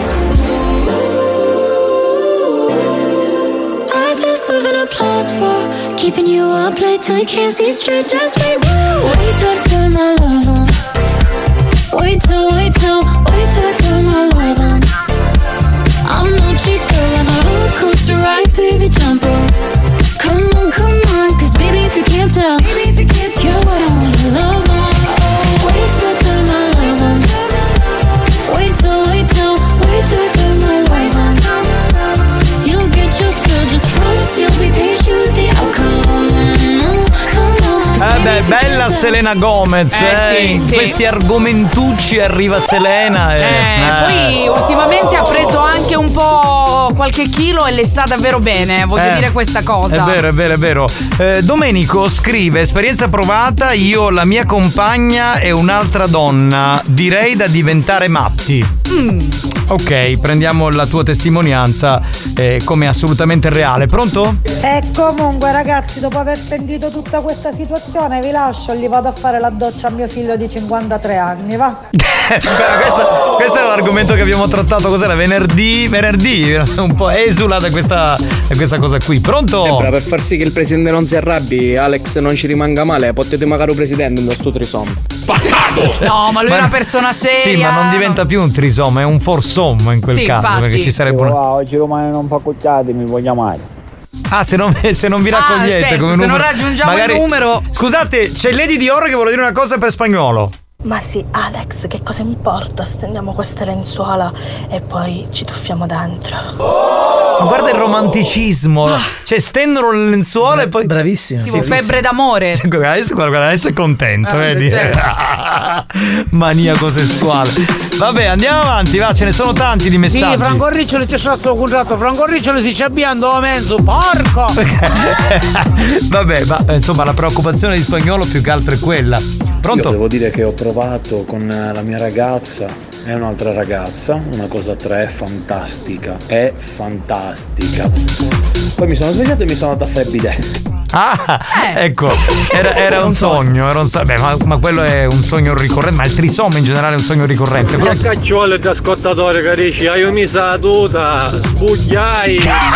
I deserve an applause for keeping you up late till you can't see straight. Just wait, wait till I turn my love on. Wait till, wait till, wait till I turn my love on. I'm no cheap girl, I'm a roller coaster ride, baby, jump on. Come on, come on, cause baby, if you can't tell, you're what I wanna love on. Wait till I turn my love on. Wait till, wait till, wait till I turn my love on. You'll get your thrill, just promise you'll be patient with the outcome. Come on. Eh beh, bella Selena Gomez, eh, eh. Sì, In sì. questi argomentucci arriva Selena e... Eh, eh. poi ultimamente ha preso anche un po' qualche chilo e le sta davvero bene, voglio Eh, dire questa cosa. È vero, è vero, è vero. Eh, Domenico scrive: esperienza provata, io, la mia compagna e un'altra donna, direi da diventare matti. Mm. Ok, prendiamo la tua testimonianza eh, come assolutamente reale. Pronto? E comunque ragazzi, dopo aver sentito tutta questa situazione vi lascio, gli vado a fare la doccia a mio figlio di cinquantatré anni, va? questo, questo era l'argomento che abbiamo trattato, cos'era? Venerdì, venerdì, un po' esula da questa, da questa cosa qui. Pronto? Sembra, per far sì che il presidente non si arrabbi, Alex non ci rimanga male, potete magari un presidente in sto trisom. Bastardo! No, ma lui ma, è una persona seria. Sì, ma non diventa più un trisoma, è un forsommo in quel sì, caso, infatti. Perché ci sarebbe una... Wow, oggi domani non fa cucciate, mi può chiamare. Ah, se non, se non vi raccogliete ah, certo, come se numero, non raggiungiamo magari... il numero. Scusate, c'è Lady Dior che vuole dire una cosa per Spagnolo. Ma sì, Alex, che cosa importa? Stendiamo queste lenzuola e poi ci tuffiamo dentro. Ma guarda il romanticismo. Cioè stendono le lenzuola Bra- e poi... Bravissimo. Tipo febbre d'amore. Adesso, guarda, adesso è contento, ah, vedi? Certo. Maniaco sessuale. Vabbè, andiamo avanti, va, ce ne sono tanti di messaggi. Sì, Franco Riccioli c'è stato un contratto. Franco Riccioli si c'è abbiando mezzo, porco! Vabbè, ma insomma la preoccupazione di Spagnolo più che altro è quella. Pronto? Io devo dire che ho provato con la mia ragazza e un'altra ragazza, una cosa tre, fantastica, è fantastica. Poi mi sono svegliato e mi sono andato a fare bidet. Ah, eh. ecco, era, era un sogno, era un sogno. Beh, ma, ma quello è un sogno ricorrente, ma il trisoma in generale è un sogno ricorrente. Ma quello... cacciolo da ascoltatore che dici, hai messa tuta, sbugliai.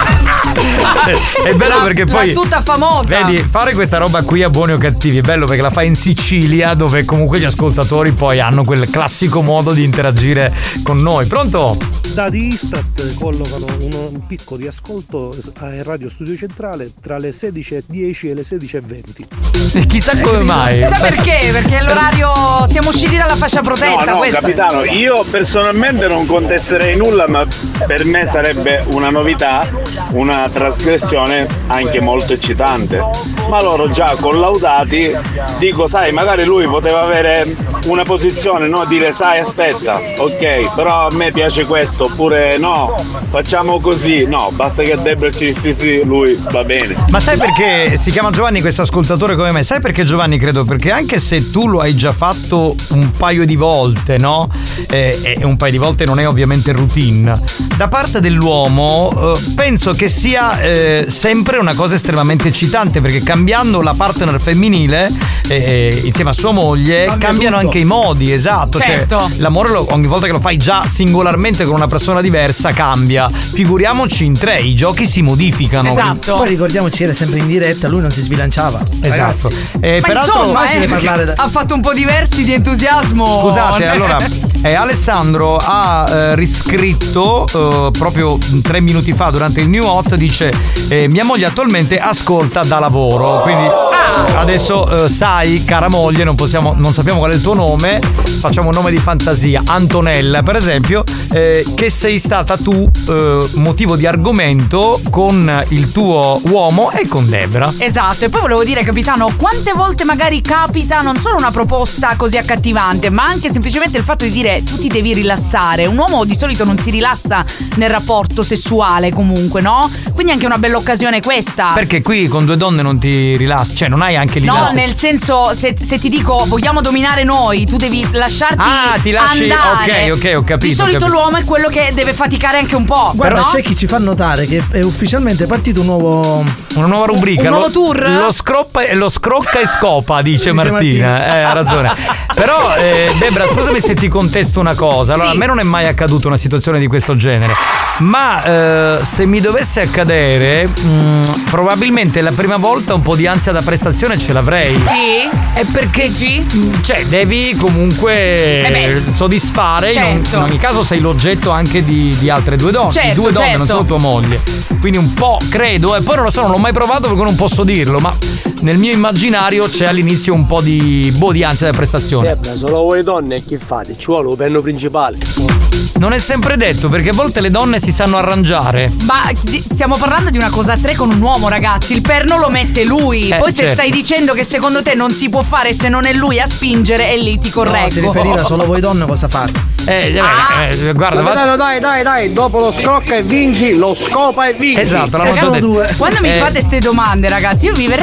È bello la, perché poi la tutta famosa. Vedi, fare questa roba qui a Buoni o Cattivi è bello perché la fai in Sicilia, dove comunque gli ascoltatori poi hanno quel classico modo di interagire con noi. Pronto? Dati Istat collocano un picco di ascolto a Radio Studio Centrale tra le sedici e dieci e le sedici e venti. E chissà come mai. Chissà perché, perché l'orario siamo usciti dalla fascia protetta. No, no, questa. capitano, io personalmente non contesterei nulla, ma per me sarebbe una novità, una trasgressione anche molto eccitante. Ma loro già collaudati, dico, sai, magari lui poteva avere una posizione, no? Dire, sai, aspetta, ok, però a me piace questo, oppure no, facciamo così, no, basta che Debra ci dica sì, sì, lui va bene. Ma sai perché si chiama Giovanni questo ascoltatore come me? Sai perché Giovanni credo? Perché anche se tu lo hai già fatto un paio di volte, no? E eh, un paio di volte non è ovviamente routine. Da parte dell'uomo eh, penso che sia eh, sempre una cosa estremamente eccitante, perché cambiando la partner femminile eh, insieme a sua moglie Cambia cambiano tutto. anche i modi, esatto. Certo. Cioè, l'amore lo, ogni volta che lo fai già singolarmente con una persona diversa cambia. Figuriamoci in tre, i giochi si modificano. Esatto. Poi ricordiamoci, era sempre in diretta, lui non si sbilanciava. Esatto. Eh, Ma peraltro insomma, facile eh, parlare da- ha fatto un po' diversi di entusiasmo. Scusate, allora eh, Alessandro ha eh, riscritto eh, proprio tre minuti fa durante il New Hot, dice eh, mia moglie attualmente ascolta da lavoro, quindi adesso eh, sai, cara moglie, non possiamo, non sappiamo qual è il tuo nome, facciamo un nome di fantasia, Antonella per esempio, eh, che sei stata tu eh, motivo di argomento con il tuo uomo e con Debra. Esatto, e poi volevo dire, capitano, quante volte magari capita non solo una proposta così accattivante, ma anche semplicemente il fatto di dire tu ti devi rilassare. Un uomo di solito non si rilassa nel rapporto sessuale comunque, no? Quindi anche una bella occasione questa. Perché qui con due donne non ti rilassi, cioè non hai anche lì. No, nel senso, se, se ti dico vogliamo dominare noi, tu devi lasciarti Ah, ti lasci, andare. ok, ok, ho capito. Di solito ho capito. l'uomo è quello che deve faticare anche un po'. Guarda, no? c'è chi ci fa notare che è ufficialmente partito un nuovo. Una nuova rubrica. Un nuovo lo, tour? Lo, scroppa, lo scrocca e scopa, dice, Dice Martina. Martina. Eh, ha ragione. Però, eh, Debra, scusami se ti contesto una cosa. Allora, Sì. a me non è mai accaduta una situazione di questo genere. Ma eh, se mi dovesse accadere, mh, probabilmente la prima volta un po' di ansia da prestazione ce l'avrei. Sì. È perché Sì. cioè devi comunque Eh beh. soddisfare. In, un- Certo. in ogni caso sei l'oggetto anche di, di altre due donne, Certo, di due donne, certo. non solo tua moglie. Quindi un po' credo, e poi non lo so, non l'ho mai provato perché non posso dirlo, ma nel mio immaginario c'è all'inizio un po' di boh di ansia da prestazione. Debra, solo voi donne che fate? Ci vuole un penno principale. Non è sempre detto, perché a volte le donne si sanno arrangiare. Ma di- stiamo parlando di una cosa a tre con un uomo, ragazzi. Il perno lo mette lui. Eh, Poi se certo. stai dicendo che secondo te non si può fare se non è lui a spingere, e lì ti correggo. No, si riferiva solo voi donne cosa fate. Eh, Ah. eh, guarda, va- Dai, dai, dai, dai, dopo lo scrocca e vinci, lo scopa e vinci. esatto, l'hanno Eh, già sono detto. due. Quando mi Eh. fate queste domande, ragazzi, io mi verrebbe veramente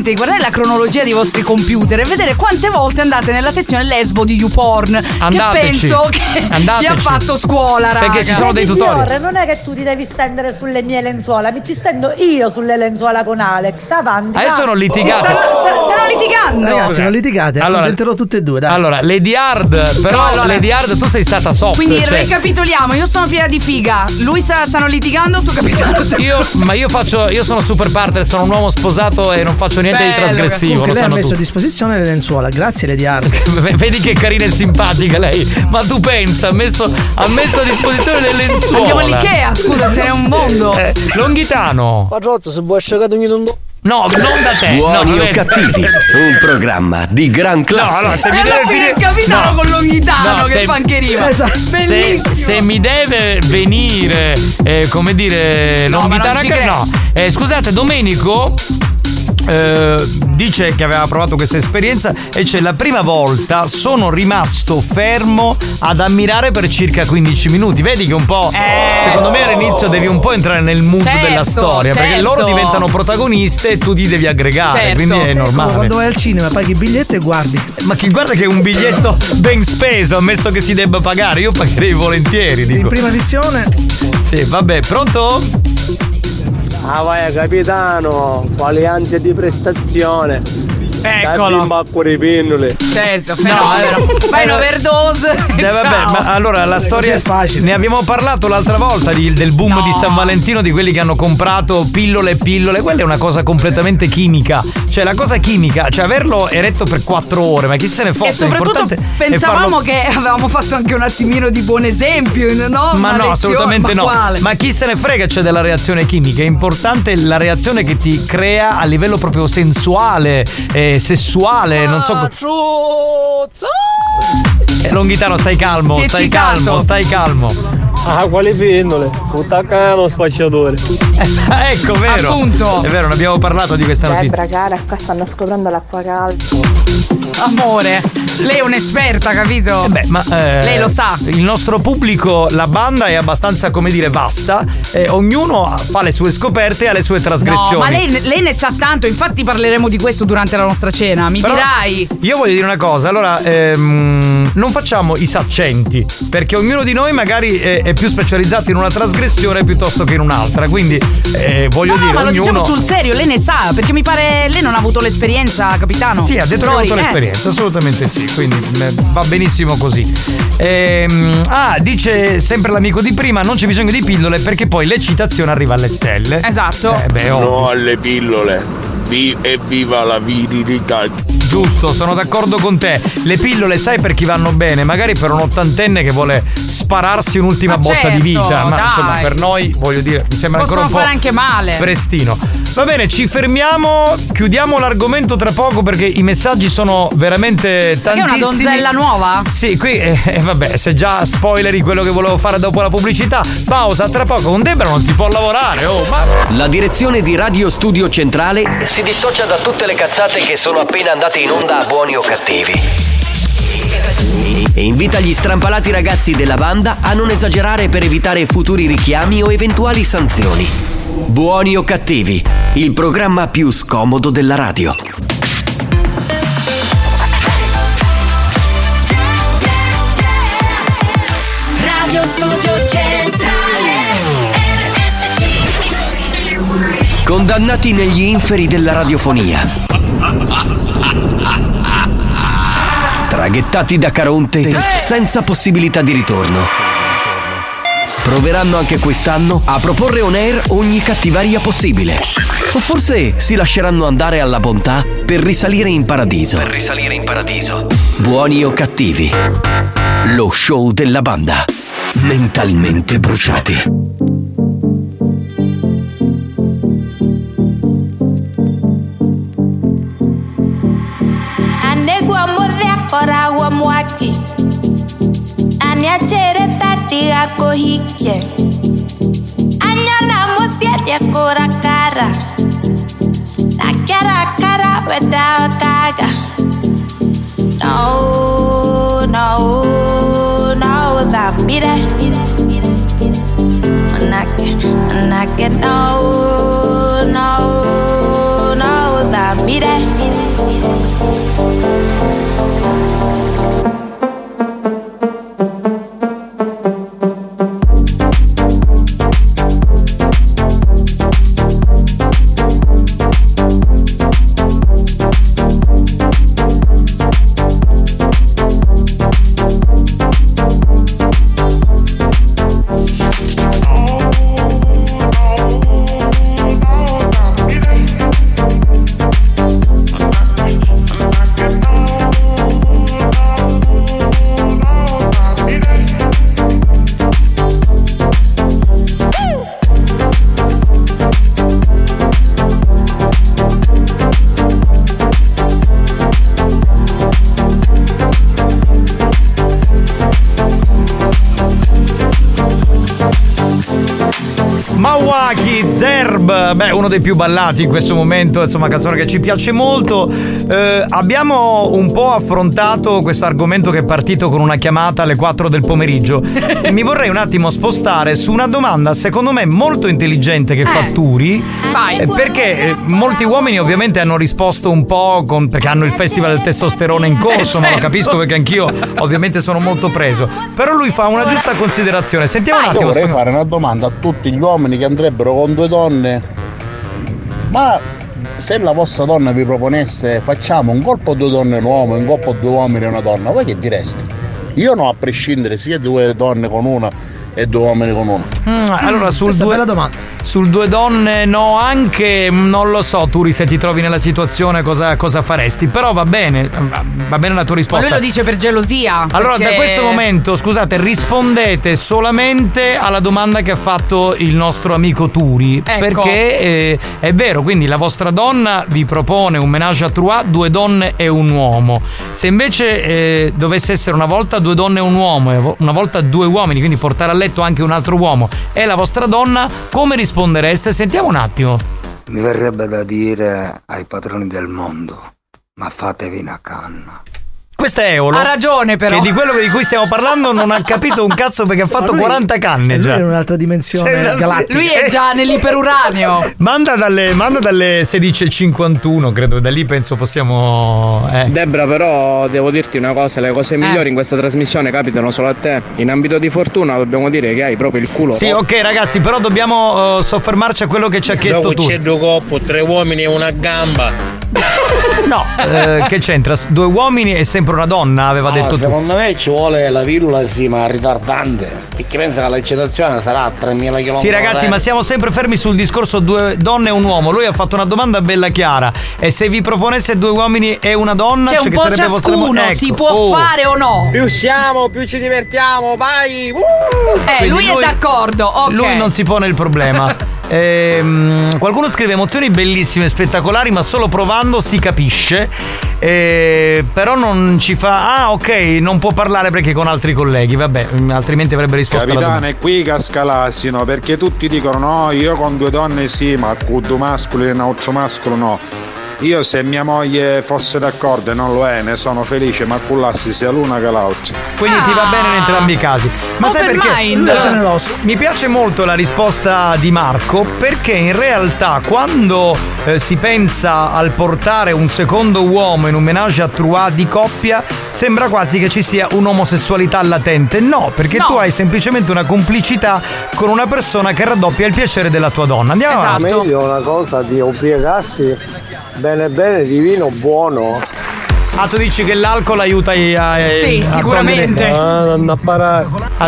veramente di guardare la cronologia dei vostri computer e vedere quante volte andate nella sezione lesbo di YouPorn. Andateci. Che penso che Andateci. vi ha fatto scuola, raga. Perché ci sono dei Vedi, tutorial. Fiore, non è che tu ti devi stendere sulle mie lenzuola, mi ci stendo io sulle lenzuola con Alex. Avanti. Adesso non litigate. Stanno, sta- stanno litigando. Ragazzi, non litigate, Allora- accontenterò tutte e due, dai. Allora, Lady Hard, però No, allora- Lady Hard tu sei stata soft. Quindi cioè- ricapitoliamo, io sono piena di figa. Lui sa, stanno litigando, tu capitano sei- Io, ma io faccio, io sono super partner, sono un uomo sposato e non faccio niente di Bello, trasgressivo. Comunque Lo lei ha sanno messo a tutti. disposizione le lenzuola, grazie Lady Hard. Vedi che carina e simpatica lei. Ma tu pensa, ha messo, ha messo a disposizione le lenzuola. Andiamo all'Ikea, scusa, ce n'è un mondo. Eh, Longhitano. Patrotto, se vuoi asciugare ogni non. No, non da te. Buoni no, o non è- cattivi, un programma di gran classe. No, allora, se E mi alla deve fine finire il capitano no. con Longhitano No, che se- fa anche rima. Esatto. Se, Bellissimo. se mi deve venire, eh, come dire, No, Longhitano ma non ci anche- credo. no. Eh, scusate, Domenico eh, dice che aveva provato questa esperienza e c'è la prima volta sono rimasto fermo ad ammirare per circa quindici minuti. Vedi che un po' Eh. secondo me all'inizio devi un po' entrare nel mood Certo, della storia, perché certo. loro diventano protagoniste e tu ti devi aggregare, Certo. quindi è Come normale. quando vai al cinema, paghi il biglietto e guardi. Ma chi guarda che è un biglietto ben speso, ammesso che si debba pagare, io pagherei volentieri, In dico. prima visione. Sì, vabbè, pronto? Ah vai capitano, quali ansie di prestazione. Eccolo. Un bacco di pinnole. Certo, fenomeno. Fai l'overdose. Eh, vabbè, ciao. ma allora la storia è facile. Ne abbiamo parlato l'altra volta di- del boom No. di San Valentino, di quelli che hanno comprato pillole e pillole. Quella è una cosa completamente chimica. Cioè la cosa chimica, cioè averlo eretto per quattro ore, ma chi se ne fosse? E soprattutto l'importante è pensavamo farlo- che avevamo fatto anche un attimino di buon esempio, no? Ma Una no, lezione, assolutamente ma no. quale? Ma chi se ne frega c'è della reazione chimica? È importante la reazione che ti crea a livello proprio sensuale, eh, sessuale, non so. co- Eh, Longhitano, stai calmo, Si è stai eccitato. calmo, stai calmo. Ah, quali pinnole? Puttana lo spacciatore. Eh, ecco, vero. Appunto. È vero, ne abbiamo parlato di questa notizia. Debra, cara, qua stanno scoprendo l'acqua calda. Amore, lei è un'esperta, capito? Beh, ma eh, Lei lo sa. Il nostro pubblico, la banda è abbastanza, come dire, vasta. Eh, ognuno fa le sue scoperte e ha le sue trasgressioni. No, ma lei, lei ne sa tanto, infatti parleremo di questo durante la nostra cena, mi Però dirai. Io voglio dire una cosa, allora ehm, non facciamo i saccenti, perché ognuno di noi magari è, è più specializzato in una trasgressione piuttosto che in un'altra, quindi eh, voglio No, dire, ma lo ognuno... diciamo sul serio, lei ne sa, perché mi pare lei non ha avuto l'esperienza, capitano. Sì, ha detto che ha Lori, avuto eh. l'esperienza, assolutamente sì, quindi eh, va benissimo così. Ehm, ah, dice sempre l'amico di prima, non c'è bisogno di pillole perché poi l'eccitazione arriva alle stelle. Esatto. Eh beh, ovvio. No alle pillole. Vi- evviva la virilità. Giusto, sono d'accordo con te. Le pillole sai per chi vanno bene? Magari per un ottantenne che vuole spararsi un'ultima Ma botta certo, di vita. Ma dai. insomma, per noi, voglio dire, mi sembra Possono ancora un po' fare anche male. prestino. Va bene, ci fermiamo, chiudiamo l'argomento tra poco perché i messaggi sono veramente Perché è tantissimi. una donzella nuova? Sì, qui eh, eh, vabbè, se già spoileri quello che volevo fare dopo la pubblicità. Pausa, tra poco con Debra non si può lavorare, oh, ma La direzione di Radio Studio Centrale si dissocia da tutte le cazzate che sono appena andate in onda a Buoni o Cattivi e invita gli strampalati ragazzi della banda a non esagerare per evitare futuri richiami o eventuali sanzioni. Buoni o Cattivi, il programma più scomodo della radio. Radio Studio Centrale R S C. Condannati negli inferi della radiofonia. Traghettati da Caronte senza possibilità di ritorno. Proveranno anche quest'anno a proporre on air ogni cattiveria possibile. O forse si lasceranno andare alla bontà per risalire in paradiso. Per risalire in paradiso. Buoni o Cattivi. Lo show della banda. Mentalmente bruciati. Anegwa modhia koragwa mwaki Aniachere tatiga kohike Anyana musiedia kora kara Nakara kara weda kaga No, no, no, that mire Manake, manake, no, no, no, that mire Kawaki, Zerb, beh, uno dei più ballati in questo momento, insomma, canzone che ci piace molto. Eh, abbiamo un po' affrontato questo argomento che è partito con una chiamata alle quattro del pomeriggio. Mi vorrei un attimo spostare su una domanda, secondo me, molto intelligente che Eh. fa Turi. Vai. Eh, Perché eh, molti uomini ovviamente hanno risposto un po' con, perché hanno il festival del testosterone in corso, Eh, ma lo certo. capisco perché anch'io ovviamente sono molto preso. Però lui fa una giusta considerazione. Sentiamo un Io attimo. vorrei fare una domanda a tutti gli uomini che andrebbero con due donne. Ma se la vostra donna vi proponesse facciamo un colpo due donne e un uomo, un colpo due uomini e una donna, voi che direste? Io no, a prescindere, sia due donne con una e due uomini con una. Mm, allora sul questa è due, una bella domanda. sul due donne no, anche non lo so, Turi, se ti trovi nella situazione cosa, cosa faresti. Però va bene, va bene la tua Ma risposta. lui lo dice per gelosia. Allora, perché- da questo momento, scusate, rispondete solamente alla domanda che ha fatto il nostro amico Turi. Ecco. Perché eh, è vero, quindi la vostra donna vi propone un ménage à trois, due donne e un uomo. Se invece eh, dovesse essere una volta due donne e un uomo e una volta due uomini, quindi portare a letto anche un altro uomo e la vostra donna, come rispondereste? Sentiamo un attimo. Mi verrebbe da dire ai padroni del mondo, ma fatevi una canna. Questa è Eolo. Ha ragione, però. Che di quello di cui stiamo parlando non ha capito un cazzo perché ha fatto lui- quaranta canne Lui già. è in un'altra dimensione Sei una- galattica. Lui è già nell'iperuranio. Manda dalle, manda dalle sedici e cinquantuno, credo, da lì penso possiamo. Eh. Debra, però devo dirti una cosa, le cose migliori in questa trasmissione capitano solo a te. In ambito di fortuna dobbiamo dire che hai proprio il culo. Sì, ok ragazzi, però dobbiamo uh, soffermarci a quello che ci ha chiesto Dopo tu. c'è due coppie, tre uomini e una gamba. No, eh, che c'entra? Due uomini e sempre una donna, aveva No, detto tu. secondo me ci vuole la pillola sì, ma ritardante. Perché pensa che l'eccitazione sarà a tremila chilometri. Sì ragazzi, ma siamo sempre fermi sul discorso due donne e un uomo. Lui ha fatto una domanda bella chiara. E se vi proponesse due uomini e una donna, C'è cioè un che po' sarebbe vostra mo- ciascuno, ecco. si può Oh. fare o no? Più siamo, più ci divertiamo, vai! Uh! Eh, Quindi lui, lui- è d'accordo, ok. Lui non si pone il problema. Ehm, qualcuno scrive emozioni bellissime, spettacolari, ma solo provando si capisce. Eh, però non ci fa. Ah, ok, non può parlare perché con altri colleghi. Vabbè, altrimenti avrebbe risposto alla Capitano, domanda. è qui che scalassino, perché tutti dicono no, io con due donne sì, ma con due mascoli e un altro mascolo no. Io se mia moglie fosse d'accordo e non lo è, ne sono felice, ma cullassi sia l'una che l'altra. Quindi ti va bene in entrambi i casi. Ma sai Open perché? mind. Lui è generoso. Mi piace molto la risposta di Marco, perché in realtà quando eh, si pensa al portare un secondo uomo in un ménage à trois di coppia, sembra quasi che ci sia un'omosessualità latente. No, perché No. tu hai semplicemente una complicità con una persona che raddoppia il piacere della tua donna. Andiamo Esatto. avanti. Meglio una cosa di ubriacarsi bene bene di vino buono. Ah, tu dici che l'alcol aiuta a, a, Sì, a sicuramente. togliere- Ah, non a parare. a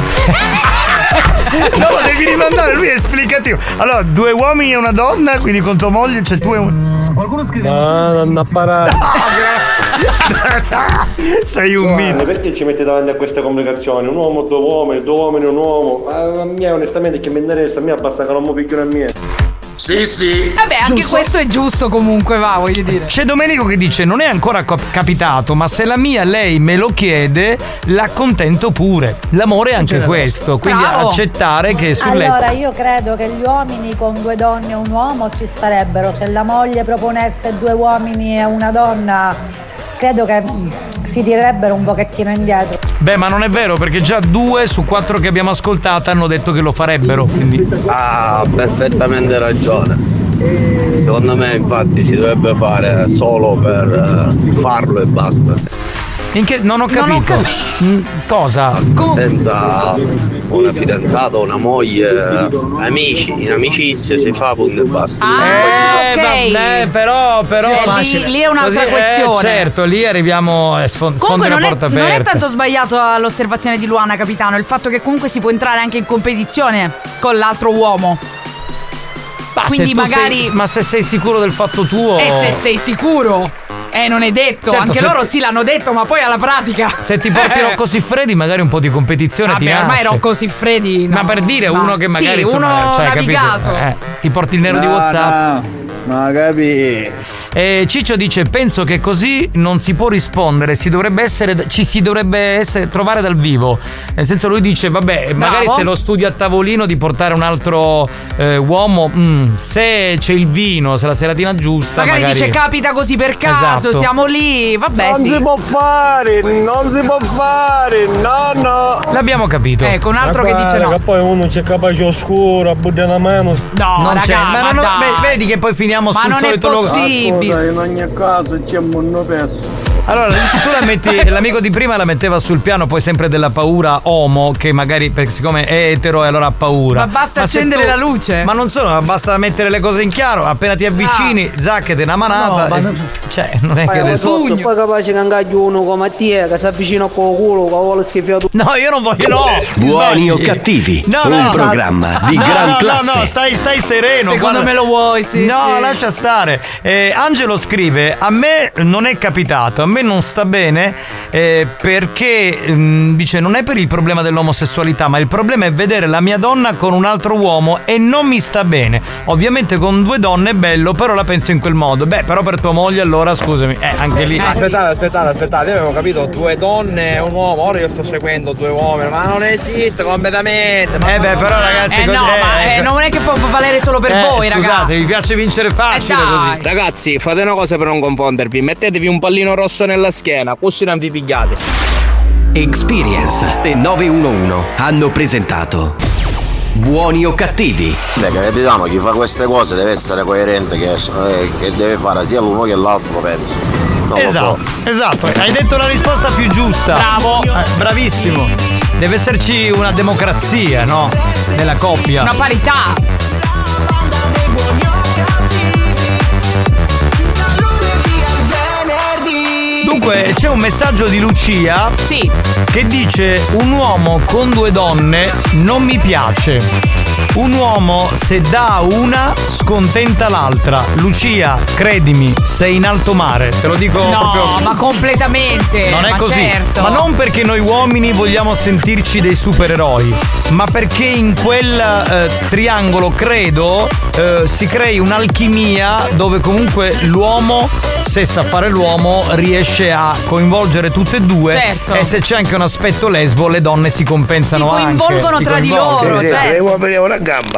te- No, lo devi rimandare, lui è esplicativo. Allora, due uomini e una donna, quindi con tua moglie c'è tu e un. Qualcuno scrive. Ah, non a parare. Sei un mito. Perché ci mette davanti a queste complicazioni? Un uomo, due uomini, due uomini, un uomo. Ma a me onestamente che mi interessa, a me basta che non mi picchiano a me. Sì, sì. Vabbè, anche Giusto. questo è giusto comunque, va, voglio dire. C'è Domenico che dice: non è ancora co- capitato, ma se la mia lei me lo chiede, l'accontento pure. L'amore è anche questo, quindi Bravo. accettare che sul letto. Allora, io credo che gli uomini con due donne e un uomo ci starebbero. Se la moglie proponesse due uomini e una donna, credo che mm, si tirerebbero un pochettino indietro. Beh, ma non è vero, perché già due su quattro che abbiamo ascoltato hanno detto che lo farebbero. Quindi. Ah, perfettamente ragione. Secondo me infatti si dovrebbe fare solo per eh, farlo e basta. In che. Non ho Non ho capito. Mm, Cosa? Basta, senza una fidanzata, una moglie, amici, in amicizia si fa punto e basta. Ah, Eh, ok. vabbè, però, però. Sì, lì- lì è un'altra Così, eh, questione. certo, lì arriviamo a sfon- Comunque sfondi la non è, porta non aperta. è tanto sbagliato l'osservazione di Luana, capitano, il fatto che comunque si può entrare anche in competizione con l'altro uomo. Ma se quindi tu magari- sei- ma se sei sicuro del fatto tuo. E se sei sicuro? Eh, non è detto, Certo, anche se- loro sì l'hanno detto, ma poi alla pratica. Se ti porti Eh. Rocco Siffredi, magari un po' di competizione ti Vabbè, ormai nasce. Rocco Siffredi. no. Ma per dire Ma- uno che magari sì, insomma, uno cioè, navigato. capito? Eh, ti porti il nero di WhatsApp. Ma capi. E Ciccio dice: penso che così non si può rispondere, si dovrebbe essere, ci si dovrebbe essere, trovare dal vivo. Nel senso, lui dice: vabbè, magari Bravo. se lo studio a tavolino di portare un altro eh, uomo, mm, se c'è il vino, se la seratina giusta. Magari, Magari, dice capita così per caso, Esatto. siamo lì, vabbè. Non sì. si può fare, non si può fare, no no. L'abbiamo capito. Ecco, un altro che dice no. Che poi uno c'è capace oscuro, a buttare la mano. No, non raga, c'è, ma, ma non- dai. beh, vedi che poi finiamo Ma sul non è solito luogo. possibile. Scusa, in ogni caso c'è un monno perso. Allora, tu la metti, l'amico di prima la metteva sul piano, poi sempre della paura omo, che magari perché siccome è etero e allora ha paura. Ma basta se accendere tu- la luce. Ma non solo, basta mettere le cose in chiaro, appena ti avvicini, zacchete una manata. No, ma e- non- Cioè, non è che Poi adesso. poi capace che angagli uno come te che si avvicina con il culo, che vuole schifiato. No, io non voglio. No! Buoni o sbagli. cattivi, No, un no, programma di no, gran no, classe. No, no, stai, stai sereno. Secondo guarda. me lo vuoi, sì. No, sì. lascia stare. Eh, Angelo scrive: a me non è capitato, a me non sta bene eh, perché mm, dice non è per il problema dell'omosessualità, ma il problema è vedere la mia donna con un altro uomo e non mi sta bene. Ovviamente con due donne è bello, però la penso in quel modo. Beh, però per tua moglie allora scusami, eh, anche lì. Aspettate, aspettate, aspettate, io avevo capito due donne e un uomo, ora io sto seguendo due uomini, ma non esiste completamente. Ma Eh beh, però ragazzi, Eh così- no, ma eh, eh, non è che può valere solo per eh, voi, scusate, ragazzi. vi piace vincere facile Eh, dai. così. Ragazzi, fate una cosa per non confondervi, mettetevi un pallino rosso nella schiena, così non vi pigliate. Experience e nove uno uno hanno presentato Buoni o cattivi. Beh, capitano, chi fa queste cose deve essere coerente, che, eh, che deve fare sia l'uno che l'altro, penso. Non lo Esatto, so. esatto, hai detto la risposta più giusta. Bravo. Eh, bravissimo. Deve esserci una democrazia, no? Nella coppia. Una parità. Dunque, c'è un messaggio di Lucia Sì. che dice: un uomo con due donne non mi piace. Un uomo se dà una scontenta l'altra. Lucia, credimi, sei in alto mare. Te lo dico No, proprio. ma completamente. Non è ma così, certo. ma non perché noi uomini vogliamo sentirci dei supereroi, ma perché in quel eh, triangolo, credo, eh, si crei un'alchimia dove comunque l'uomo, se sa fare l'uomo, riesce a coinvolgere tutte e due. Certo. E se c'è anche un aspetto lesbo, le donne si compensano Si anche. coinvolgono Si tra di coinvolgono. loro, Sì, sì, certo. le uomini una gamba.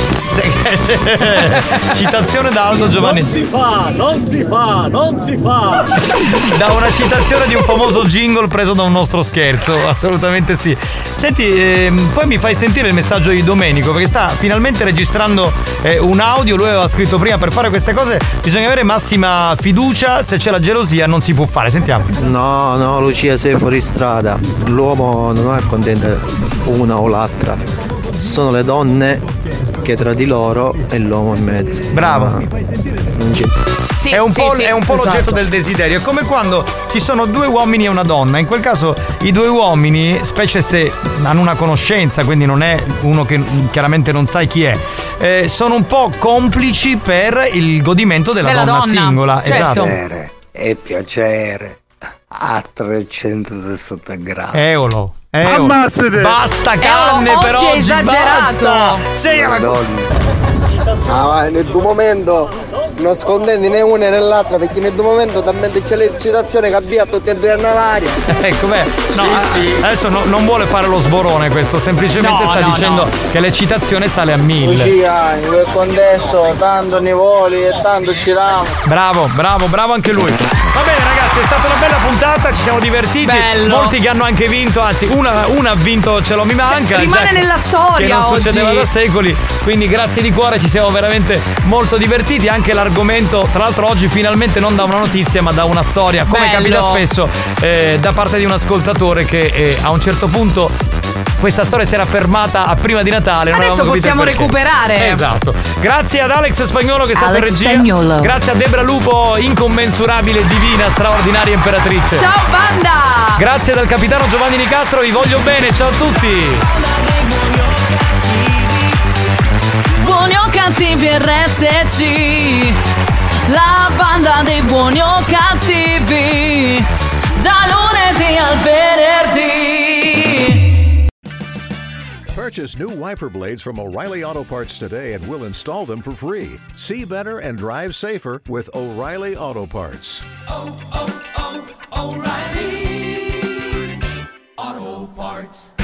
Citazione da Aldo Giovanni. Non si fa, non si fa, non si fa. Da una citazione di un famoso jingle preso da un nostro scherzo, assolutamente sì. Senti, ehm, poi mi fai sentire il messaggio di Domenico, perché sta finalmente registrando eh, un audio. Lui aveva scritto prima: per fare queste cose bisogna avere massima fiducia, se c'è la gelosia non si può fare. Sentiamo. No, no, Lucia, sei fuori strada. L'uomo non è contento una o l'altra. Sono le donne che tra di loro e l'uomo in mezzo. Bravo. Ma non c'è. Sì, È un sì, po', sì. è un po' l'oggetto Esatto. del desiderio. È come quando ci sono due uomini e una donna. In quel caso i due uomini, specie se hanno una conoscenza, quindi non è uno che chiaramente non sai chi è, eh, sono un po' complici per il godimento della, Della donna, donna, singola. certo. Esatto. Piacere e piacere a trecentosessanta gradi. Eolo. Eolo. Ammazzate! Basta canne Eolo, per oggi oggi. è esagerato. Basta. Sei alla... Ah, ma nel tuo momento non scontenti né una né l'altra, perché nel tuo momento talmente c'è l'eccitazione che abbia tutti e due all'aria. Ecco, beh, no, eh, adesso no- non vuole fare lo sborone questo, semplicemente No, sta no, dicendo no. che l'eccitazione sale a mille. Lucia, in quel contesto tanto ne voli e tanto ci ramo. Bravo, bravo, bravo anche lui. Va bene ragazzi, è stata una bella puntata, ci siamo divertiti. Bello. Molti che hanno anche vinto, anzi una, una ha vinto, ce lo mi manca. Rimane cioè, nella storia che non oggi. succedeva da secoli. Quindi grazie di cuore, ci siamo veramente molto divertiti. Anche l'argomento, tra l'altro oggi finalmente non da una notizia ma da una storia, come Bello. capita spesso eh, da parte di un ascoltatore che eh, a un certo punto questa storia si era fermata a prima di Natale. Non Adesso avevamo capito possiamo perché. recuperare. Esatto. Grazie ad Alex Spagnolo che è stato in Alex regia. Spagnolo. Grazie a Debra Lupo, incommensurabile, divina, straordinaria imperatrice. Ciao banda! Grazie dal capitano Giovanni Nicastro, vi voglio bene, ciao a tutti. Buoni o cattivi R S C, la banda dei buoni o cattivi, da lunedì al venerdì. Purchase new wiper blades from O'Reilly Auto Parts today and we'll install them for free. See better and drive safer with O'Reilly Auto Parts. Oh, oh, oh, O'Reilly Auto Parts.